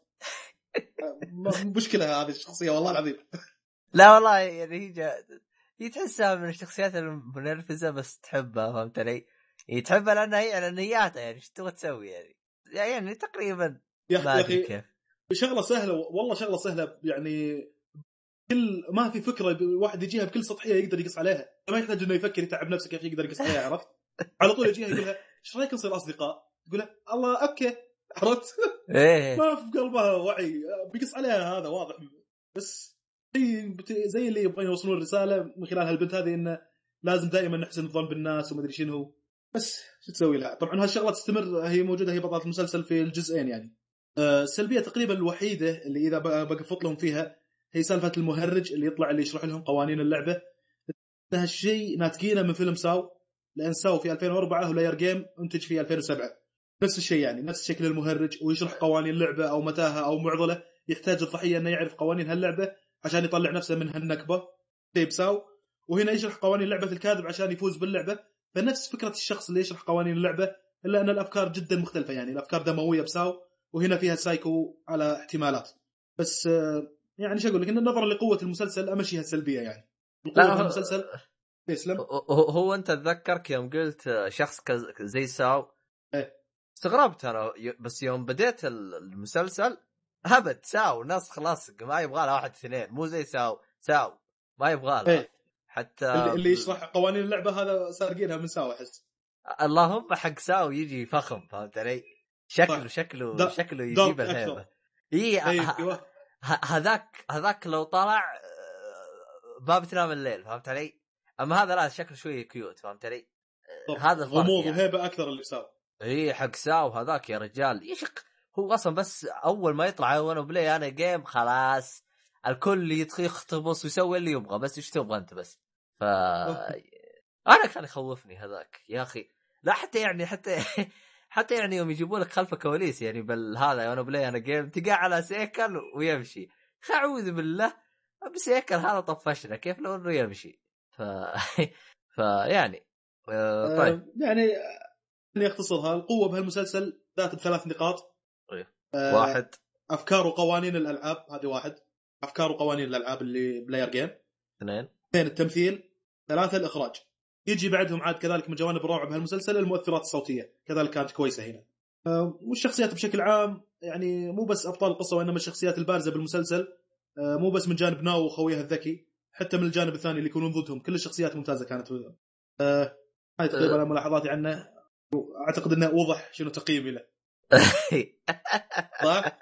مشكله هذه الشخصيه والله العظيم. لا والله يعني هي تحسها من الشخصيات المنرفزه بس تحبها، فهمت علي؟ هي تحبها لانها هي على نياتها، يعني ايش تبغى تسوي يعني تقريبا. يا اخي شغله سهله والله، شغله سهله يعني. كل ما في فكره واحد يجيها بكل سطحيه يقدر يقص عليها، ما يحتاج انه يفكر يتعب نفسه كيف يقدر يقص عليها. عرفت؟ على طول يجيها يقولها ايش رايك نصير اصدقاء؟ تقولها الله اوكي. عرفت؟ ما في قلبها وعي بيقص عليها، هذا واضح. بس زي اللي يبغون يوصلون الرساله من خلال هالبنت هذه انه لازم دائما نحسن الظن بالناس وما ادري شنو. بس شو تسوي لها؟ طبعا هالشغله تستمر، هي موجوده، هي بطلة المسلسل في الجزئين يعني. السلبيه تقريبا الوحيده اللي اذا بقفط لهم فيها هي سالفه المهرج اللي يطلع اللي يشرح لهم قوانين اللعبه. هالشيء ناتجينه من فيلم ساو، لان ساو في 2004 ولاير جيم انتج في 2007. نفس الشيء يعني، نفس شكل المهرج ويشرح قوانين اللعبه او متاهه او معضله يحتاج الضحيه انه يعرف قوانين هاللعبه عشان يطلع نفسه من هالنكبه. تيب ساو وهنا يشرح قوانين لعبه الكاذب عشان يفوز باللعبه. فنفس فكره الشخص اللي يشرح قوانين اللعبه، الا ان الافكار جدا مختلفه يعني. الافكار دمويه بساو وهنا فيها سايكو على احتمالات. بس يعني شو اقول لك، ان نظرا لقوه المسلسل امشيها السلبيه يعني. القوه المسلسل يسلم. هو انت تذكرك يوم قلت شخص زي ساو استغربت انا، بس يوم بديت المسلسل هبت ساو ناس خلاص ما يبغى لها 1 2، مو زي ساو ما يبغى لها حتى اللي يشرح قوانين اللعبه هذا سارقينها من ساو احس. اللهم حق ساو يجي فخم، فهمت علي؟ شكله يجيب الهيبه. هذاك لو طلع باب تنام الليل، فهمت علي؟ اما هذا لا، شكله شويه كيوت، فهمت علي؟ هذا غموض يعني. وهيبه اكثر اللي ساو. حق ساو هذاك يا رجال يشق. هو اصلا بس اول ما يطلع وانا بلاي انا جيم خلاص الكل يخطبص ويسوي اللي يبغى، بس ايش تبغى انت بس. انا كان يخوفني هذاك يا اخي. لا حتى يعني يوم يجيبوا لك خلف كواليس يعني بالهذا وانا بلاي انا جيم تقع على سيكل ويمشي، اعوذ بالله بسيكل هذا طفشنا كيف لو انه يمشي. يعني طيب يعني يختصرها القوه بهالمسلسل ذات ب3 نقاط. 1 افكار وقوانين الالعاب، هذه 1 افكار وقوانين الالعاب اللي بلاير جيم. 2 التمثيل. 3 الاخراج. يجي بعدهم عاد كذلك من جوانب الروعه بهالمسلسل المؤثرات الصوتيه كذلك كانت كويسه هنا. والشخصيات بشكل عام يعني مو بس ابطال القصه وانما الشخصيات البارزه بالمسلسل، مو بس من جانب ناو وخويها الذكي، حتى من الجانب الثاني اللي يكونون ضدهم كل الشخصيات ممتازه كانت. هاي تقريبا ملاحظاتي عنه. اعتقد انه اوضح شنو تقييمي له. صح.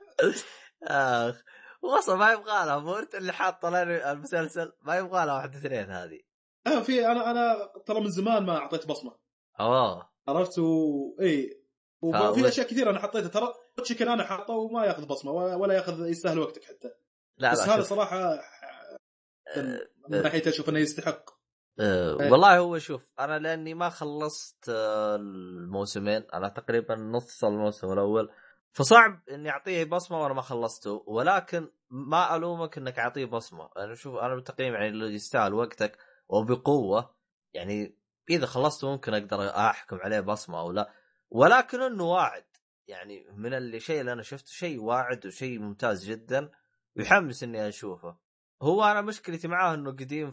وصل ما يبغى لها مورت اللي حاطه لنا المسلسل، ما يبغى لها 1 2 هذه. في انا ترى من زمان ما اعطيت بصمه. عرفت وفي اشياء كثيره انا حطيتها ترى تشيكن انا حاطه وما ياخذ بصمه ولا ياخذ يستاهل وقتك حتى. لا بس هذا صراحه من ناحيه اشوف انه يستحق. والله هو شوف انا لاني ما خلصت الموسمين، انا تقريبا نص الموسم الاول، فصعب اني اعطيه بصمه وانا ما خلصته. ولكن ما الومك انك اعطيه بصمه. انا شوف انا بالتقييم يعني اللي يستاهل وقتك وبقوه يعني. اذا خلصته ممكن اقدر احكم عليه بصمه او لا، ولكن انه واعد يعني من الشيء اللي انا شفته شيء واعد وشيء ممتاز جدا ويحمس اني اشوفه. هو انا مشكلتي معاه انه قديم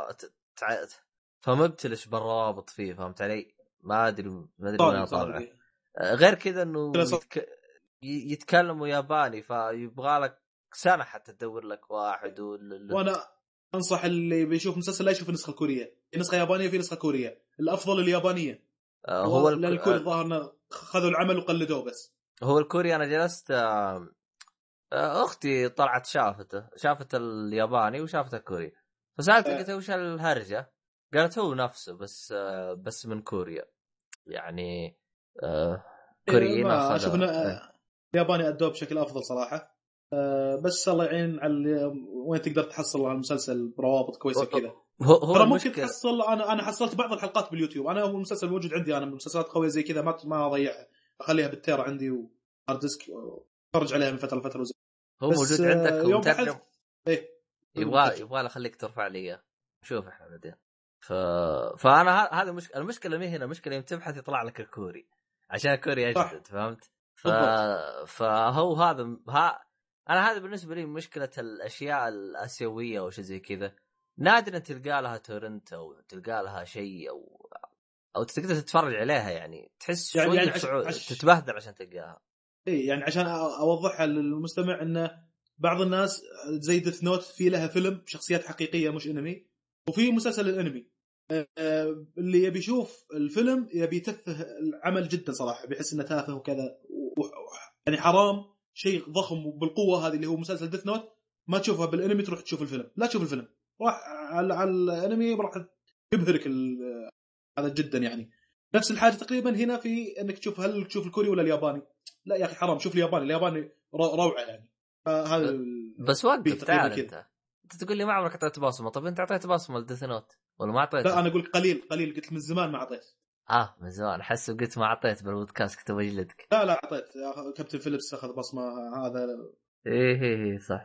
فمبتلش بالروابط فيه، فهمت علي؟ ما ادري وين اطالعه. غير كذا انه يتكلموا ياباني فيبغى لك سنه حتى تدور لك واحد وانا انصح اللي بيشوف مسلسل لا يشوف النسخه الكوريه، في نسخه يابانيه وفي نسخه كوريه. الافضل اليابانيه. هو الكوري ظاهر خذوا العمل وقلدوه. بس هو الكوري انا جلست اختي طلعت شافت الياباني وشافت الكوري، فسالت قلت وش الهرجه؟ قالت هو نفسه بس من كوريا يعني. كوريين اشوف الياباني ادوه بشكل افضل صراحه. بس الله يعين على وين تقدر تحصل على المسلسل بروابط كويسه كذا. ترى ممكن تحصل. انا حصلت بعض الحلقات باليوتيوب. انا هو المسلسل موجود عندي، انا المسلسلات قويه زي كذا ما اضيعها، اخليها بالتيرا عندي هارد ديسك اتفرج عليها من فتره لفتره هو موجود عندك ومترجم؟ ايه يبغى اخليك ترفع لي اياه شوف احنا بعدين. فانا هذا المشكله مي هنا، المشكله يوم تبحث يطلع لك الكوري عشان الكوري اجدد، فهمت؟ فهو انا هذا بالنسبه لي مشكله الاشياء الاسيويه او شيء زي كذا، نادرا تلقى لها تورنت او تلقى لها شيء او تقدر تتفرج عليها، يعني تحس شويه تتبهدل عشان تلقاها. اي يعني عشان اوضحها للمستمع ان بعض الناس زي ديث نوت في لها فيلم شخصيات حقيقيه مش انمي، وفي مسلسل الانمي اللي يبي يشوف الفيلم يبي يتفه العمل جدا صراحه، بيحس انه تافه وكذا يعني حرام شيء ضخم بالقوه هذه اللي هو مسلسل ديث نوت ما تشوفها بالانمي تروح تشوف الفيلم. لا تشوف الفيلم، راح على الانمي راح يبهرك هذا جدا. يعني نفس الحاجه تقريبا هنا في انك تشوف هل تشوف الكوري ولا الياباني. لا يا اخي حرام، شوف الياباني روعه يعني. هذا بس وقف تعال انت تقول لي ما عمرك اعطيت بصمه. طب انت اعطيت بصمه لديث نوت ولا ما اعطيت؟ لا انا اقول قليل قلت من زمان ما اعطيت. من زمان احس قلت ما اعطيت بالبودكاست كنت بجلدك. لا اعطيت. كابتن فيليبس اخذ بصمه هذا. ايه صح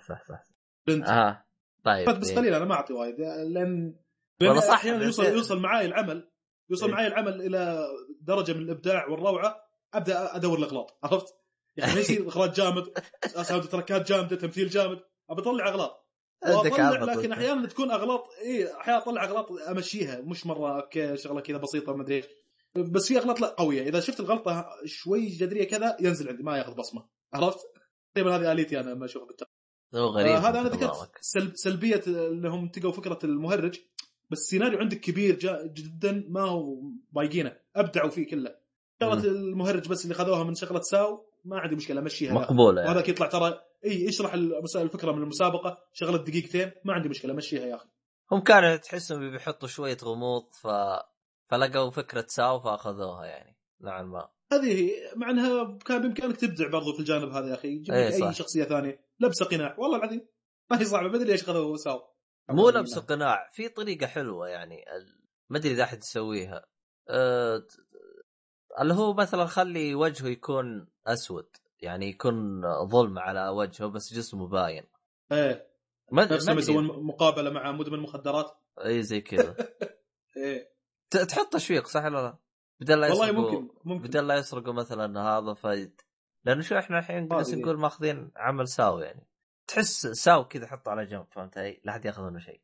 طيب بس قليل انا ما اعطي وايد لان والله صح احيانا يوصل معي العمل معي العمل الى درجه من الابداع والروعه ابدا ادور الاغلاط. عرفت يعني ما يصير اخراج جامد اساوند تركات جامده تمثيل جامد ابى اطلع اغلاط لكن احيانا تكون اغلاط احيانا اطلع اغلاط امشيها مش مره اوكي شغله كذا بسيطه ما ادري بس في اغلاط لا قويه اذا شفت الغلطه شوي جذريه كذا ينزل عندي ما ياخذ بصمه. عرفت تقريبا هذه آليتي انا ما اشوفها غريب. هذا انا ذكرت سلبيه انهم تقوا فكره المهرج، بس السيناريو عندك كبير جدا ما هو بايقينه ابدعوا فيه كله. شغله المهرج بس اللي خذوها من شغله ساو ما عندي مشكله امشيها مقبوله يعني. وهذا يطلع ترى يشرح الفكره من المسابقه شغله دقيقتين ما عندي مشكله امشيها يا اخي. هم كانوا تحسهم بيحطوا شويه غموض فلقوا فكره ساو فاخذوها يعني نوعا ما. هذه مع انها كان بامكانك تبدع برضو في الجانب هذا يا اخي. جيب لك اي شخصيه ثانيه لبسه قناع والله العظيم ما هي صعبه. ما ادري ليش خذوه ساو. مو لبسه قناع في طريقه حلوه يعني ما ادري اذا احد يسويها اللي هو مثلا خلي وجهه يكون اسود يعني يكون ظلم على وجهه بس جسمه باين. نفس ما يسوون مقابله مع مدمن مخدرات اي زي كذا. تحط تشويق صح ولا لا؟ بدل لا والله ممكن بدل لا يسرقوا مثلا هذا لانه شو احنا الحين جالسين نقول ماخذين عمل ساو يعني تحس ساو كذا حطه على جنب فهمت اي لا حد ياخذ منه شيء.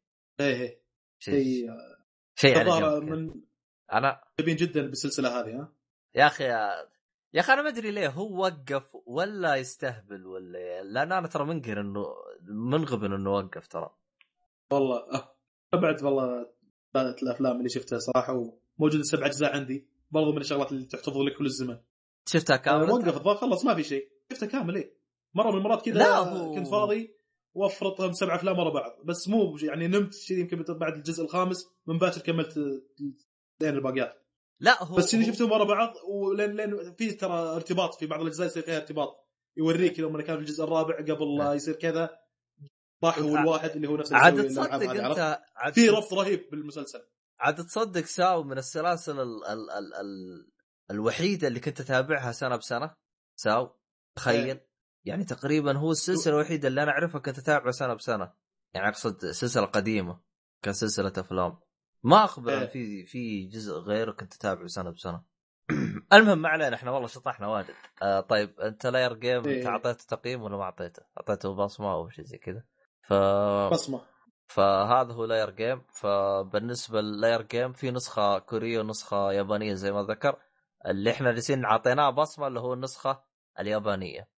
شيء على جنب من انا تبين جدا بالسلسله هذه. يا اخي انا ما ادري ليه هو وقف ولا يستهبل ولا لان انا ترى منقهر انه منغب انه وقف ترى والله. ابعد والله الافلام اللي شفتها صراحه وموجوده 7 أجزاء عندي برضو من الشغلات اللي تحتفظ لك كل الزمن. شفتها كامله وقف خلص ما في شيء. شفتها كامل مره من المرات كذا كنت فاضي وافرطهم 7 أفلام ورا بعض بس مو يعني نمت شيء يمكن بعد الجزء الخامس من باكر كملت لين الباقيات. لا هو بس اللي شفتهم ورا بعض ولين في ترى ارتباط في بعض الاجزاء يصير فيها ارتباط يوريك لما كان في الجزء الرابع قبل لا يصير كذا راح هو الواحد اللي هو نفس عاد تصدق انت في رفض رهيب بالمسلسل. عاد تصدق ساو من السلاسل الوحيده اللي كنت اتابعها سنه بسنه. ساو تخيل يعني تقريبا هو السلسله الوحيده اللي انا اعرفها كنت اتابعها سنه بسنه يعني اقصد سلسله قديمه كسلسله افلام ما اخبر في جزء غيره كنت اتابعه سنه بسنه. المهم ما علينا احنا والله شطحنا واجد. طيب انت لاير جيم انت اعطيته تقييم ولا ما اعطيته؟ اعطيته بصمه او شيء زي كذا بصمه. فهذا هو لاير جيم. فبالنسبه للاير جيم في نسخه كوريه ونسخه يابانيه زي ما ذكر. اللي احنا جالسين عطيناه بصمه اللي هو النسخه اليابانيه.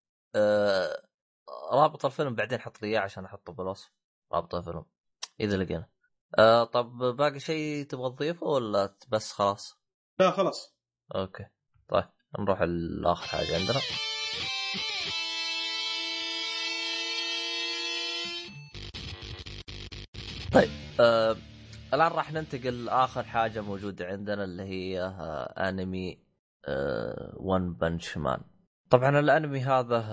رابط الفيلم بعدين حط لي اياه عشان احطه بالوصف رابط الفيلم اذا لقينا. طب باقي شيء تبغى تضيفه ولا بس خلاص؟ لا خلاص اوكي طيب نروح لاخر حاجه عندنا. طيب الان راح ننتقل لاخر حاجه موجوده عندنا اللي هي انمي ون بنش مان. طبعا الانمي هذا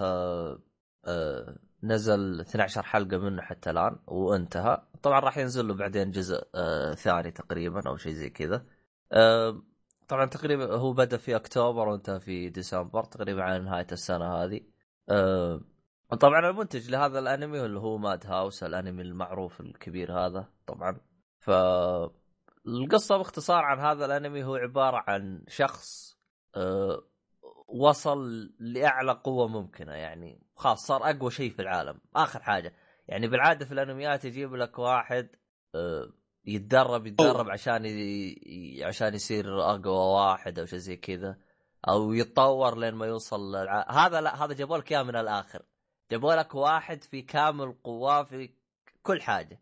نزل 12 حلقه منه حتى الان وانتهى. طبعا راح ينزل له بعدين جزء ثاني تقريبا او شيء زي كذا. طبعا تقريبا هو بدأ في اكتوبر وانتهى في ديسمبر تقريبا على نهاية السنة هذه. أه طبعا المنتج لهذا الانمي اللي هو ماد هاوس، الانمي المعروف الكبير هذا طبعا. فالقصة باختصار عن هذا الانمي هو عبارة عن شخص وصل لأعلى قوة ممكنة، يعني خلاص صار أقوى شيء في العالم آخر حاجة. يعني بالعادة في الأنميات يجيب لك واحد يتدرب عشان يصير أقوى واحد أو شيء زي كذا، أو يتطور لين ما يوصل هذا لا، هذا جابوا لك إياه من الآخر، جابوا لك واحد في كامل قواه في كل حاجة.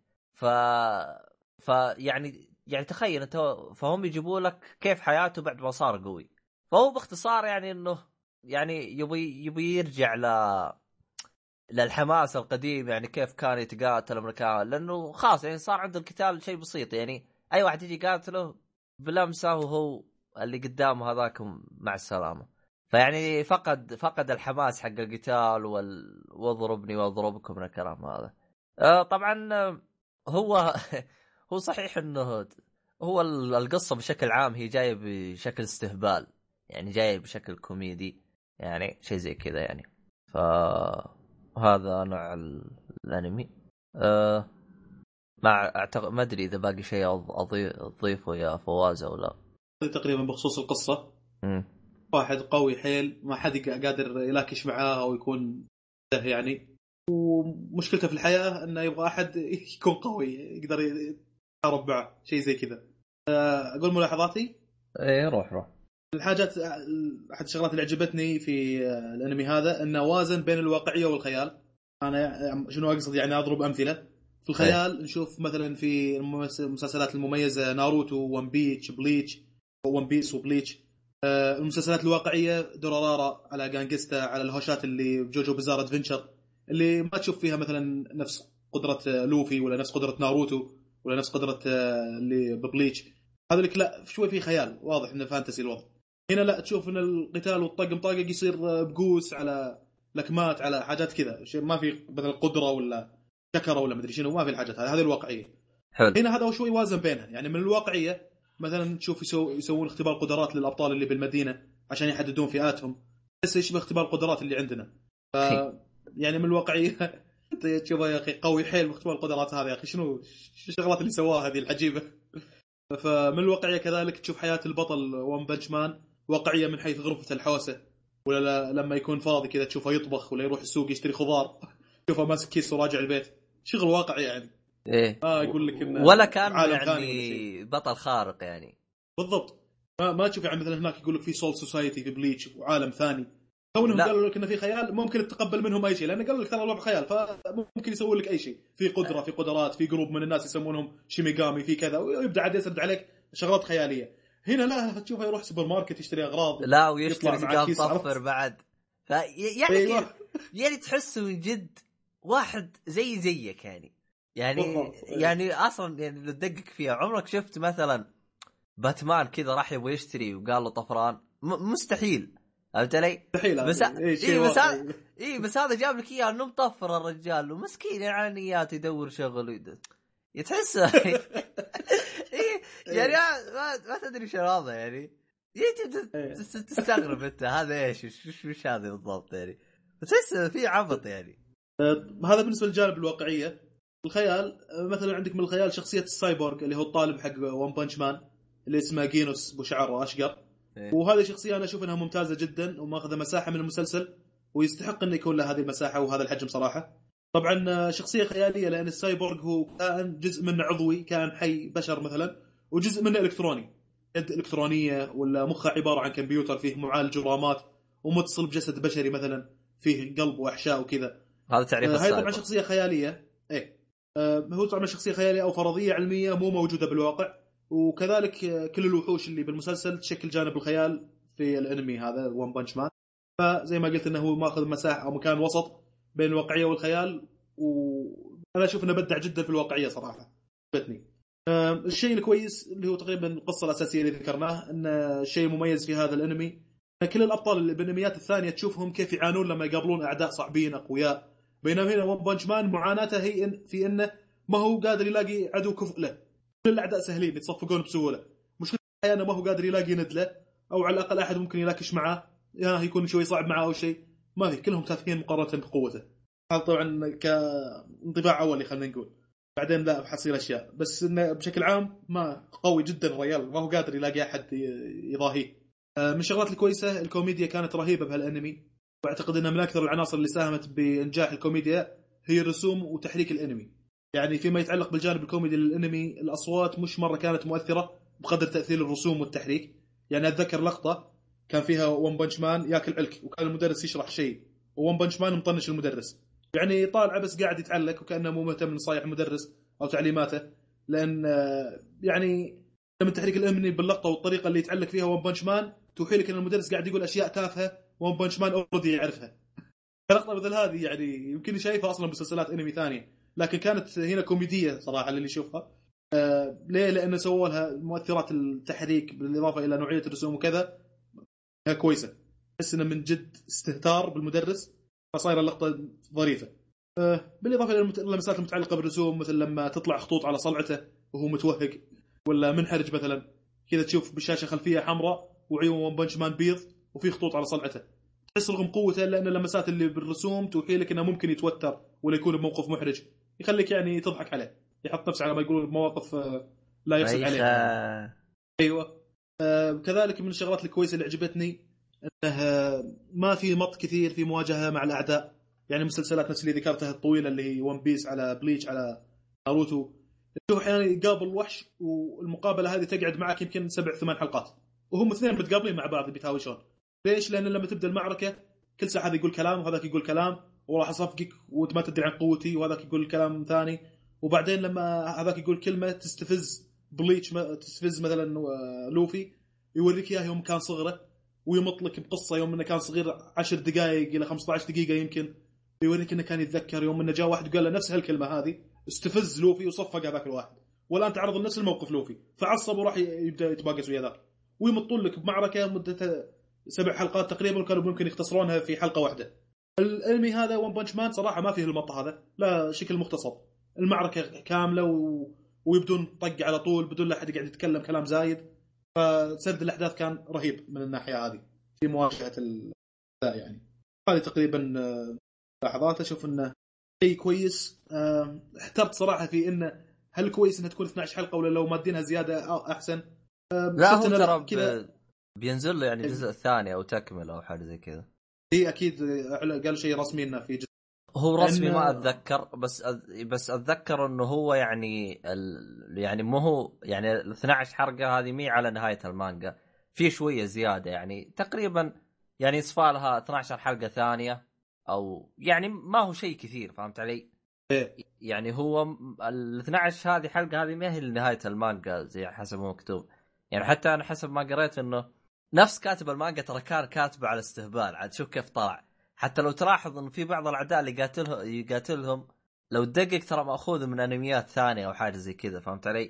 يعني تخيل أنت، فهم يجيبوا لك كيف حياته بعد ما صار قوي. فهو باختصار يعني انه يعني يبي يرجع للحماس القديم، يعني كيف كان يتقاتل الامريكان، لانه خلاص يعني صار عنده القتال شيء بسيط، يعني اي واحد يجي يقاتله بلمسه وهو اللي قدامه هذاك مع السلامه. فيعني فقد الحماس حق القتال واضربني واضربكم من الكلام هذا. طبعا هو هو صحيح انه هو القصه بشكل عام هي جايه بشكل استهبال، يعني جاي بشكل كوميدي، يعني شيء زي كذا يعني. فهذا نوع الانمي. ما ادري اذا باقي شيء اضيفه يا فواز او لا. تقريبا بخصوص القصه. واحد قوي حيل ما حد قادر يلاكش معاه او يكون يعني، ومشكلته في الحياه انه يبغى احد يكون قوي يقدر يحارب معه، شيء زي كذا. اقول ملاحظاتي. ايه روح. الحاجات احد الشغلات اللي عجبتني في الانمي هذا انه وازن بين الواقعيه والخيال. انا شنو اقصد؟ يعني اضرب امثله. في الخيال نشوف مثلا في المسلسلات المميزه ناروتو، ون بيتش، بليتش، ون بيس وبليتش. المسلسلات الواقعيه دورارارا، على جانجستا، على الهوشات اللي جوجو بزار ادفنتشر، اللي ما تشوف فيها مثلا نفس قدره لوفي ولا نفس قدره ناروتو ولا نفس قدره اللي ببليتش. هذا لك لا شوي في خيال، واضح انه فانتسي الوضع. هنا لا، تشوف ان القتال والطقم طاقه يصير بقوس على لكمات على حاجات كذا، شيء ما في مثلا قدره ولا شكره ولا مدري شنو، ما في الحاجات هذه الواقعيه. حلو. هنا هذا هو شوي وازن بينها، يعني من الواقعيه مثلا تشوف يسوون اختبار قدرات للابطال اللي بالمدينه عشان يحددون فئاتهم، بس يشبه اختبار القدرات اللي عندنا. يعني من الواقعيه انت تشوفه يا اخي قوي حيل باختبار القدرات هذا، يا اخي شنو الشغلات اللي سواها هذه العجيبه. فمن الواقعيه كذلك تشوف حياه البطل ون بنش مان واقعيه من حيث غرفه الحوسه، ولا لما يكون فاضي كذا تشوفه يطبخ ولا يروح السوق يشتري خضار، تشوفه ماسك كيس وراجع البيت، شغل واقعي يعني. ايه يقول لك إنه ولا كان يعني بطل خارق يعني. بالضبط. ما تشوف يعني مثلا هناك يقول لك في سول سوسايتي في بليتش وعالم ثاني، كونهم قالوا لك انه في خيال ممكن تتقبل منهم اي شيء، لان قالوا لك ترى الوضع خيال، فممكن يسوون لك اي شيء. في قدره، في قدرات، في جروب من الناس يسمونهم شيميغامي، في كذا، ويبدا عاد يسرد عليك شغلات خياليه. هنا لا، تشوفه يروح سوبر ماركت يشتري اغراض، لا ويشتري سجاد طفر بعد. يعني أيوة. يعني تحسه من جد واحد زيك يعني اصلا يعني لو تدقق فيها، عمرك شفت مثلا باتمان كذا راح يبغى يشتري وقال له طفران؟ مستحيل، فهمت علي؟ بس هذا جاب لك اياه انه مطفر الرجال ومسكين يعني يدور شغل يتحس يعني ما تدري شو هذا يعني تستغرب انت هذا ايش وش هذا بالضبط يعني، تحس في عبط يعني. هذا بالنسبه للجانب الواقعيه. الخيال مثلا عندك من الخيال شخصيه السايبورغ اللي هو الطالب حق ون بانش مان اللي اسمه جينوس ابو شعر اشقر. وهذه شخصيه انا اشوف انها ممتازه جدا وماخذه مساحه من المسلسل، ويستحق انه يكون له هذه المساحه وهذا الحجم صراحه. طبعا شخصيه خياليه لان السايبورغ هو كائن جزء منه عضوي، كائن حي بشر مثلا، وجزء منه الكتروني، يد الكترونيه ولا مخه عباره عن كمبيوتر فيه معالج ورامات ومتصل بجسد بشري مثلا، فيه قلب واحشاء وكذا. هذا تعريف هاي طبعا شخصيه خياليه. هو طبعا شخصيه خياليه او فرضيه علميه مو موجوده بالواقع. وكذلك كل الوحوش اللي بالمسلسل تشكل جانب الخيال في الانمي هذا ون بانش مان. فزي ما قلت انه هو ماخذ مساحه او مكان وسط بين الواقعيه والخيال، وانا اشوف انه بدع جدا في الواقعيه صراحه. عجبتني. الشيء الكويس اللي هو تقريبا القصه الاساسيه اللي ذكرناه، ان الشيء المميز في هذا الانمي كل الابطال اللي بالانميات الثانيه تشوفهم كيف يعانون لما يقابلون اعداء صعبين اقوياء، بينما هنا ون بانش مان معاناته هي في انه ما هو قادر يلاقي عدو كفء له، كل الاعداء سهلين يتصفقون بسهوله. مشكلة احيانا ما هو قادر يلاقي ندله، او على الاقل احد ممكن يلاكش معاه، يا يكون شوي صعب معاه او شيء، ما في، كلهم تافهين مقارنه بقوته. هذا طبعا كانطباع اولي خلينا نقول. بعدين لا حصير اشياء، بس انه بشكل عام ما قوي جدا الرجال، ما هو قادر يلاقي احد يضاهيه. من الشغلات الكويسه الكوميديا كانت رهيبه بهالانمي، واعتقد انها من اكثر العناصر اللي ساهمت بانجاح الكوميديا هي الرسوم وتحريك الانمي. يعني فيما يتعلق بالجانب الكوميدي للانمي، الاصوات مش مره كانت مؤثره بقدر تاثير الرسوم والتحريك. يعني اتذكر لقطه كان فيها ون بنش مان ياكل علك، وكان المدرس يشرح شيء، وون بنش مان مطنش المدرس، يعني طالع بس قاعد يتعلق وكانه مو مهتم لنصايح المدرس او تعليماته. لان يعني من تحريك الانمي باللقطه والطريقه اللي يتعلق فيها ون بنش مان توحي لك ان المدرس قاعد يقول اشياء تافهه ون بنش مان اوريدي يعرفها. لقطه مثل هذه يعني يمكن شايفها اصلا بسلسلات انمي ثانيه، لكن كانت هنا كوميديه صراحه للي يشوفها. ليه؟ لأنه سووا لها مؤثرات التحريك بالإضافة إلى نوعية الرسوم وكذا كويسة. تحس إنه من جد استهتار بالمدرس، فصاير اللقطة ظريفة. بالإضافة إلى المسائل المتعلقة بالرسوم، مثل لما تطلع خطوط على صلعته وهو متوهق ولا منحرج مثلا، كذا تشوف بالشاشة خلفية حمراء وعيون ون بنش مان بيض وفي خطوط على صلعته. تحس رغم قوته لأن اللمسات اللي بالرسوم توحي لك إنه ممكن يتوتر ولا يكون بموقف محرج، يخليك يعني تضحك عليه، يحط نفسه على ما يقولون مواقف لا يحسب عليها يعني. ايوه. كذلك من الشغلات الكويسه اللي عجبتني انه ما في مط كثير في مواجهه مع الاعداء. يعني مسلسلات نفس اللي ذكرتها الطويله اللي هي ون بيس على بليتش على ناروتو، تشوف احيانا يقابل وحش والمقابله هذه تقعد معك يمكن 7-8 حلقات وهم اثنين متقابلين مع بعض بيتهاوشون. ليش؟ لان لما تبدا المعركه كل ساعه هذا يقول كلام وهذاك يقول كلام وراح اصفقك وانت ما تدري عن قوتي، وهذاك يقول كلام ثاني. وبعدين لما هذاك يقول كلمه تستفز بليتش، تستفز مثلا لوفي، يوريك اياه يوم كان صغره ويمط لك بقصه يوم انه كان صغير 10 دقائق الى 15 دقيقه يمكن، يوريك انه كان يتذكر يوم انه جاء واحد وقال له نفس هالكلمه هذه، استفز لوفي وصفق هذاك الواحد، والان تعرض لنفس الموقف لوفي فعصب وراح يبدا يتباقس ويا ذاك، ويمطون لك بمعركه مدتها 7 حلقات تقريبا، وكانوا ممكن يختصرونها في حلقه واحده. الانمي هذا ون بنش مان صراحه ما فيه المط هذا، لا شكل مختصر، المعركه كامله ويبدون طق على طول بدون لا احد قاعد يتكلم كلام زايد. فسرد الاحداث كان رهيب من الناحيه هذه في مواجهه يعني. هذه تقريبا لحظات اشوف انه شيء كويس. احترت صراحه في انه هل كويس انها تكون 12 حلقه ولا لو مادينها زياده احسن. لا هو ترى بينزل له يعني الجزء الثاني او تكمله او حاجه زي كذا. هي اكيد قالوا شيء رسمي انه في جزء هو رسمي ما اتذكر، بس اتذكر انه هو يعني يعني مو هو يعني ال 12 حلقه هذه مي على نهايه المانجا، في شويه زياده يعني تقريبا، يعني يصفى لها 12 حلقه ثانيه، او يعني ما هو شيء كثير، فهمت علي؟ يعني هو ال 12 هذه حلقه هذه ما هي لنهايه المانجا زي حسب ما مكتوب. يعني حتى انا حسب ما قريت انه نفس كاتب المانجا ترى كان كاتبه على استهبال، عاد شوف كيف طلع. حتى لو تلاحظ انه في بعض الاعداء اللي يقاتلهم لو تدقق ترى ماخوذ من انميات ثانيه او حاجه زي كذا، فهمت علي؟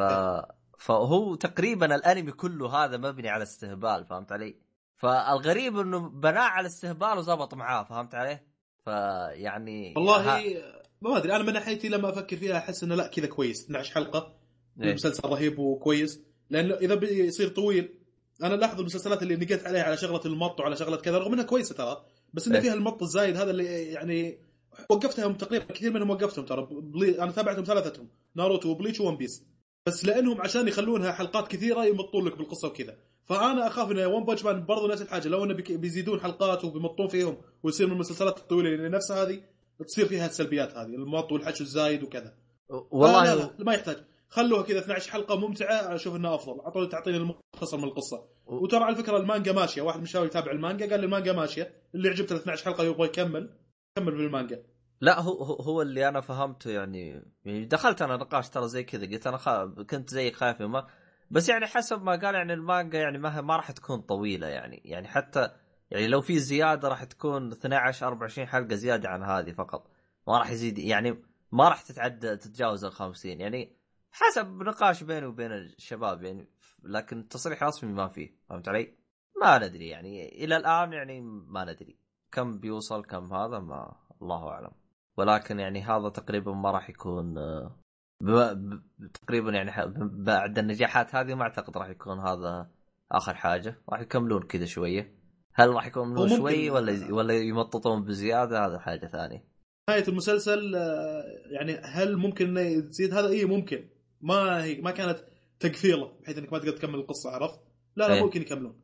فهو تقريبا الانمي كله هذا مبني على استهبال، فهمت علي؟ فالغريب انه بناء على استهبال وزبط معاه، فهمت عليه؟ فيعني والله ما ادري، انا من ناحيتي لما افكر فيها احس انه لا كذا كويس 12 حلقه المسلسل رهيب وكويس. لانه اذا بيصير طويل، انا لاحظ المسلسلات اللي نقيت عليها على شغله المط وعلى شغله كذا رغم انها كويسه ترى، بس انه فيها المط الزايد هذا اللي يعني وقفتهم تقريبا كثير منهم وقفتهم ترى. انا تابعتهم ثلاثتهم ناروتو وبليتش وون بيس، بس لانهم عشان يخلونها حلقات كثيره يمطون لك بالقصه وكذا. فانا اخاف ان ون بانش مان برضه نفس الحاجه، لو انه بيزيدون حلقات وبيمطون فيهم ويصير من المسلسلات الطويله اللي نفسها هذه تصير فيها السلبيات هذه المط والحشو الزايد وكذا. والله لا ما يحتاج، خلوها كذا 12 حلقه ممتعه، اشوف انها افضل. تعطيني المختصر من القصه. وترى على فكره المانجا ماشيه، واحد مشاوي يتابع المانجا قال لي المانجا ماشيه، اللي عجبته 12 حلقه يبغى يكمل بالمانجا. لا هو اللي انا فهمته يعني دخلت انا نقاش ترى زي كذا، قلت انا كنت زي خايف ما، بس يعني حسب ما قال يعني المانجا يعني ما راح تكون طويله، يعني حتى يعني لو في زياده راح تكون 12-24 حلقه زياده عن هذه فقط، ما راح يزيد يعني، ما راح تتجاوز ال50 يعني حسب نقاش بيني وبين الشباب يعني. لكن تصريح رسمي ما فيه، فهمت علي؟ ما ندري يعني الى الان، يعني ما ندري كم بيوصل كم هذا، ما الله اعلم. ولكن يعني هذا تقريبا ما راح يكون تقريبا يعني بعد النجاحات هذه ما اعتقد راح يكون هذا اخر حاجه، راح يكملون كذا شويه. هل راح يكملون شوي ولا يمططون بزياده؟ هذا حاجه ثانيه. نهايه المسلسل يعني هل ممكن انه تزيد هذا؟ ايه ممكن. ما كانت تقفيله بحيث انك ما تقدر تكمل القصه، عرفت؟ لا أيه. ممكن يكملون.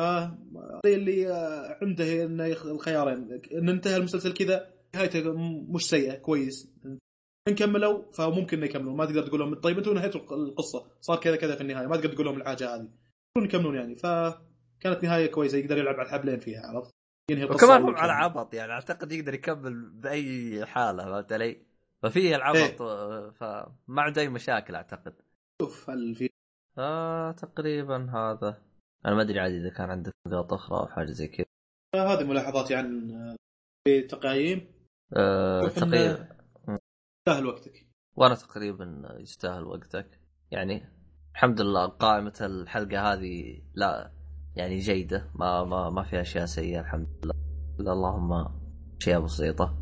اللي عنده انه الخيارين، ان انتهى المسلسل كذا نهايته مش سيئه كويس، ان كملوا فممكن انه يكملون. ما تقدر تقول لهم طيب انتم نهايه القصه صار كذا كذا في النهايه، ما تقدر تقول لهم الحاجه هذه، يكملون يعني. فكانت نهايه كويسه يقدر يلعب على الحبلين فيها، عرفت؟ ينهي القصه وكمان هم على عبط يعني، اعتقد يقدر يكمل باي حاله، فهمت علي؟ ففيه العبط. إيه. فما عنده اي مشاكل اعتقد. شوف هل في تقريبا هذا. انا ما ادري عادي اذا كان عندك نقاط اخرى او حاجه زي كذا. هذه ملاحظاتي عن في تقييم. تقريبا يستاهل وقتك. وانا تقريبا يستاهل وقتك يعني. الحمد لله قائمه الحلقه هذه لا يعني جيده، ما فيها اشياء سيئه الحمد لله. اللهم اشياء بسيطه.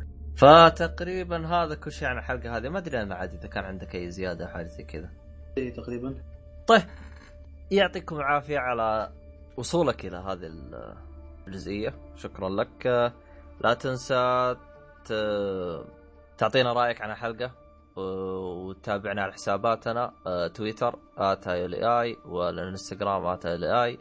فتقريبا هذا كل شيء عن الحلقه هذه. ما ادري انا عادي اذا كان عندك اي زياده حاجه زي كذا. إيه تقريبا. طيب يعطيكم العافيه على وصولك الى هذه الجزئيه. شكرا لك. لا تنسى تعطينا رايك عن الحلقه، وتابعنا على حساباتنا تويتر @ILI والانستغرام @ILI.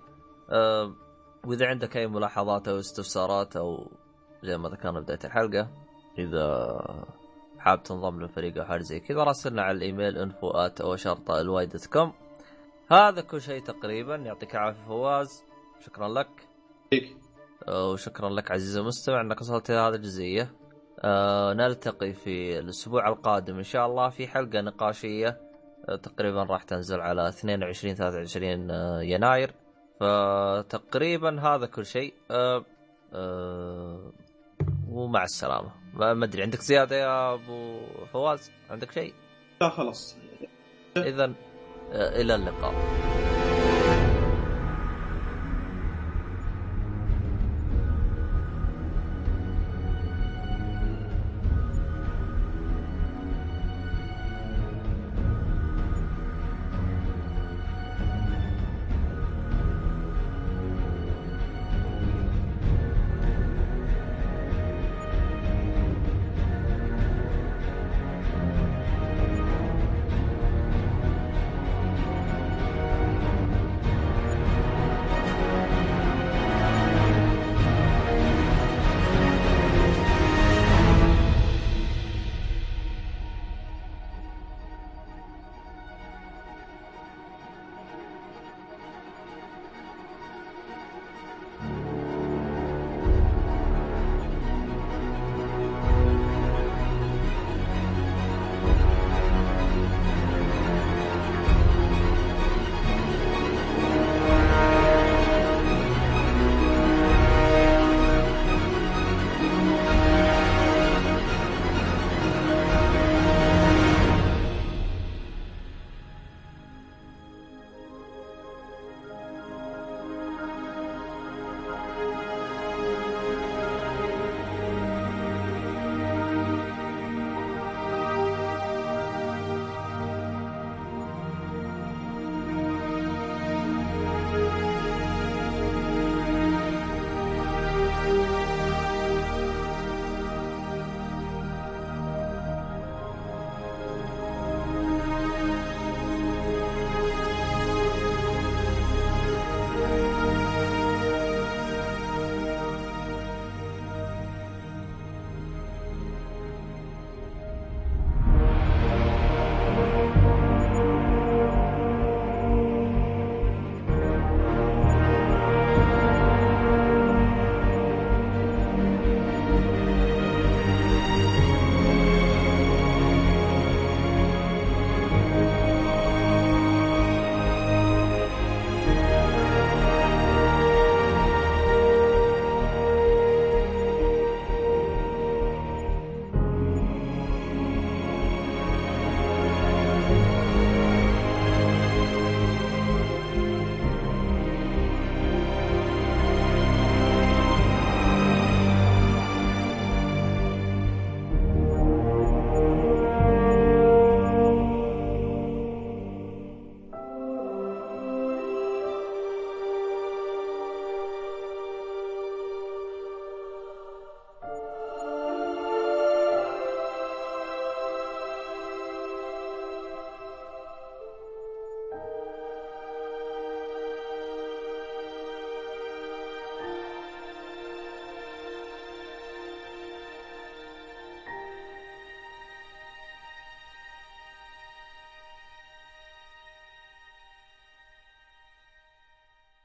واذا عندك اي ملاحظات او استفسارات او زي ما ذكرنا بدايه الحلقه، اذا حاب تنضم للفريق او حاجه زي كذا، راسلنا على الايميل info@ly.com. هذا كل شيء تقريبا. يعطيك العافيه فواز، شكرا لك. وشكرا لك عزيزي المستمع انك وصلت الى هذه الجزئيه. نلتقي في الاسبوع القادم ان شاء الله في حلقه نقاشيه تقريبا راح تنزل على 22-23 يناير. فتقريبا هذا كل شيء. ومع السلامه. ما ادري عندك زياده يا ابو فواز؟ عندك شيء؟ لا خلاص. اذا الى اللقاء.